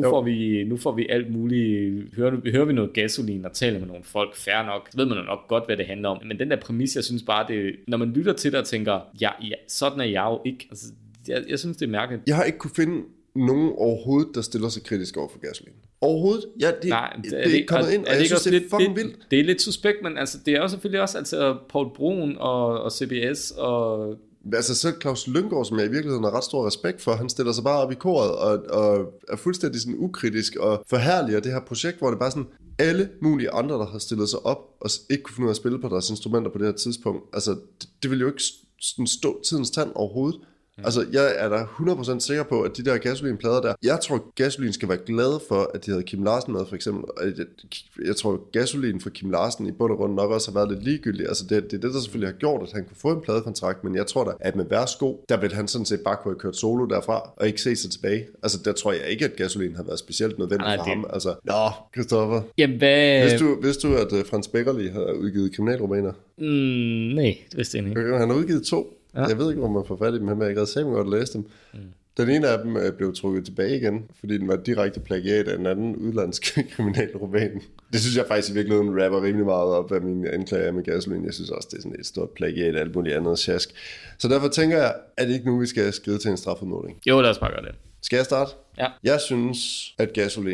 Nu får vi alt muligt. Hører vi noget Gasoline og taler med nogle folk, fair nok. Så ved man nok godt, hvad det handler om. Men den der præmis, jeg synes bare, det, når man lytter til det og tænker, ja, sådan er jeg jo ikke. Altså, jeg synes, det er mærkeligt. Jeg har ikke kunne finde nogen overhovedet, der stiller sig kritisk over for Gasoline. Overhovedet? Ja, det er ikke kommet ind, og jeg synes, det er fucking vildt. Det er lidt suspekt, men altså, det er jo selvfølgelig også altså, Paul Brun og CBS og... Altså selv Claus Lynggaard, som jeg i virkeligheden har ret stor respekt for, han stiller sig bare op i koret og er fuldstændig sådan ukritisk og forherliger det her projekt, hvor det bare sådan, alle mulige andre, der har stillet sig op og ikke kunne finde ud af at spille på deres instrumenter på det her tidspunkt, altså det vil jo ikke sådan stå tidens tand overhovedet. Altså, jeg er da 100% sikker på, at de der Gasoline-plader der, jeg tror, Gasoline skal være glade for, at de havde Kim Larsen med, for eksempel. Jeg tror, Gasoline for Kim Larsen i bund og grund nok også har været lidt ligegyldig. Altså, det er det, der selvfølgelig har gjort, at han kunne få en pladekontrakt, men jeg tror da, at med Værsgo, der ville han sådan set bare kunne have kørt solo derfra, og ikke se sig tilbage. Altså, der tror jeg ikke, at Gasoline har været specielt nødvendigt for ham. Altså, Christoffer. Jamen, hvad... Vidste du, at Frans Beckerli har udgivet kriminalromaner? Nej, det vidste jeg ikke. Han har udgivet 2. Ja. Jeg ved ikke, hvor man får fat i dem, men jeg gad simpelthen godt læse dem. Den ene af dem blev trukket tilbage igen, fordi den var direkte plagiat af en anden udlandsk kriminalroman. Det synes jeg faktisk i virkeligheden rapper rimelig meget op af mine anklager med Gasoline. Jeg synes også, det er sådan et stort plagiat af alt muligt andet sjask. Så derfor tænker jeg, at det ikke nu, vi skal skrive til en strafudmåling. Jo, lad os bare gøre det. Skal jeg starte? Ja. Jeg synes, at Gasoline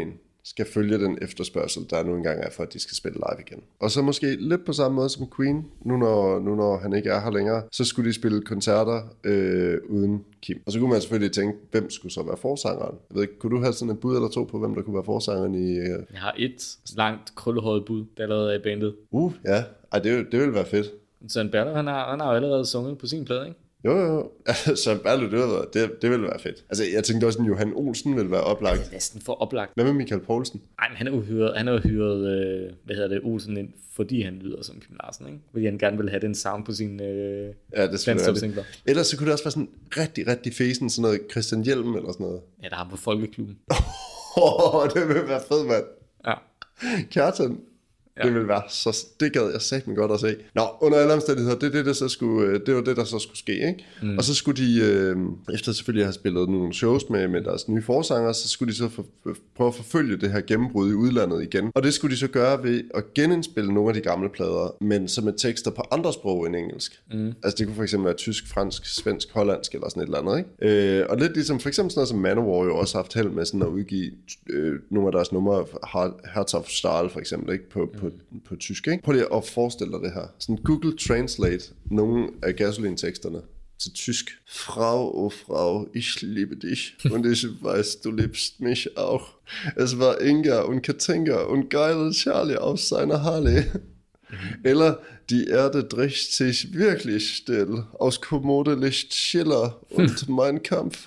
skal følge den efterspørgsel, der nu engang er for, at de skal spille live igen. Og så måske lidt på samme måde som Queen, nu når han ikke er her længere, så skulle de spille koncerter uden Kim. Og så kunne man selvfølgelig tænke, hvem skulle så være forsangeren? Jeg ved ikke, kunne du have sådan et bud eller to på, hvem der kunne være forsangeren i... Jeg har et langt krøllehåret bud, der allerede er i bandet. Ja. Ej, det ville være fedt. Søren Bertel, han har jo allerede sunget på sin plade, ikke? Jo. Søren Bertel, det ville være fedt. Altså, jeg tænkte også, at Johan Olsen ville være oplagt. Det er næsten for oplagt. Hvad med Michael Poulsen? Nej, men han er jo hyret Olsen ind, fordi han lyder som Kim Larsen, ikke? Fordi han gerne vil have den sound på sin det. Ellers så kunne det også være sådan rigtig, rigtig fesen, sådan noget Christian Hjelm eller sådan noget. Ja, der har på Folkeklubben. Det ville være fedt, mand. Ja. Kjartan. Ja. Det ville være så... Det gad jeg satme godt at se. Nå, under alle omstændigheder, det var det, der så skulle ske, ikke? Og så skulle de, efter selvfølgelig at have spillet nogle shows med deres nye forsanger, så skulle de så prøve at forfølge det her gennembrud i udlandet igen. Og det skulle de så gøre ved at genindspille nogle af de gamle plader, men så med tekster på andre sprog end engelsk. Altså det kunne for eksempel være tysk, fransk, svensk, hollandsk eller sådan et eller andet, ikke? Og lidt ligesom for eksempel sådan noget som Manowar jo også haft held med sådan at udgive nogle af deres numre, Hearts of Stahl for eksempel, ikke? På tysk, ikke? Prøv lige at forestille dig det her. Sådan Google Translate nogle af Gasoline-teksterne til tysk. Frau, ich liebe dich und ich weiß, du liebst mich auch. Es war Inga und Katinka und geile Charlie auf seiner Harley. Eller die Erde dreht sich wirklich still. Aus Kommode Licht Schiller und Mein Kampf.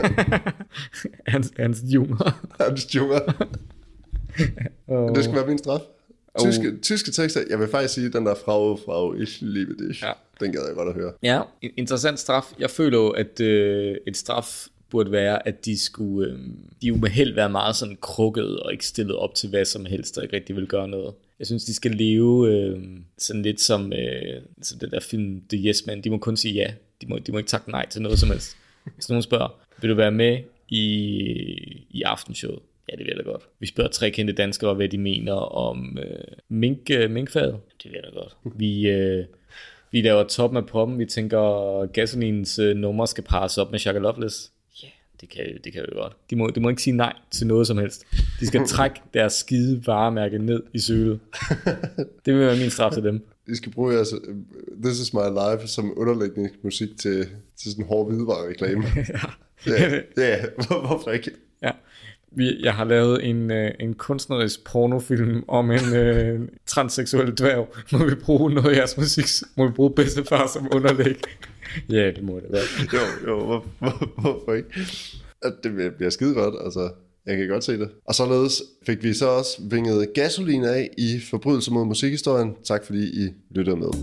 Ernst Junger. Det skal være min straf. Tyske tekster, jeg vil faktisk sige, den der Frau, ich liebe dich. Ja. Den gad jeg godt at høre. Ja, interessant straf. Jeg føler jo, at et straf burde være, at de skulle, de jo med held være meget sådan krukket og ikke stillet op til hvad som helst, og ikke rigtig vil gøre noget. Jeg synes, de skal leve sådan lidt som det der film The Yes Man. De må kun sige ja. De må ikke takke nej til noget som helst. Hvis nogen spørger, vil du være med i aftenshowet? Ja, det vil jeg da godt. Vi spørger 3 kendte danskere, hvad de mener om minkfaget. Det vil jeg da godt. Vi laver toppen af poppen. Vi tænker, Gasolines nummer skal pares op med Shaka Loveless. Ja, det kan vi godt. De må ikke sige nej til noget som helst. De skal trække deres skide varemærke ned i sølet. Det vil være min straf til dem. De skal bruge altså This Is My Life som underlægningsmusik til sådan en hård hvidevarereklame. Ja, hvorfor ikke? Ja. Jeg har lavet en kunstnerisk pornofilm om en transseksuel dværg. Må vi bruge noget af jeres musik? Må vi bruge bedstefar som underlæg? Ja, det må det være. Jo, hvorfor ikke? Det bliver skide godt, altså. Jeg kan godt se det. Og således fik vi så også vinget Gasoline af i Forbrydelser mod musikhistorien. Tak fordi I lyttede med.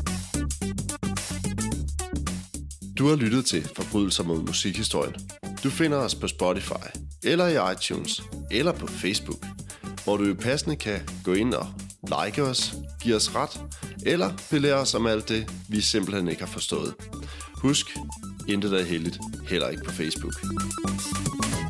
Du har lyttet til Forbrydelser mod musikhistorien. Du finder os på Spotify, eller i iTunes, eller på Facebook, hvor du passende kan gå ind og like os, give os ret, eller belære os om alt det, vi simpelthen ikke har forstået. Husk, intet er heldigt, heller ikke på Facebook.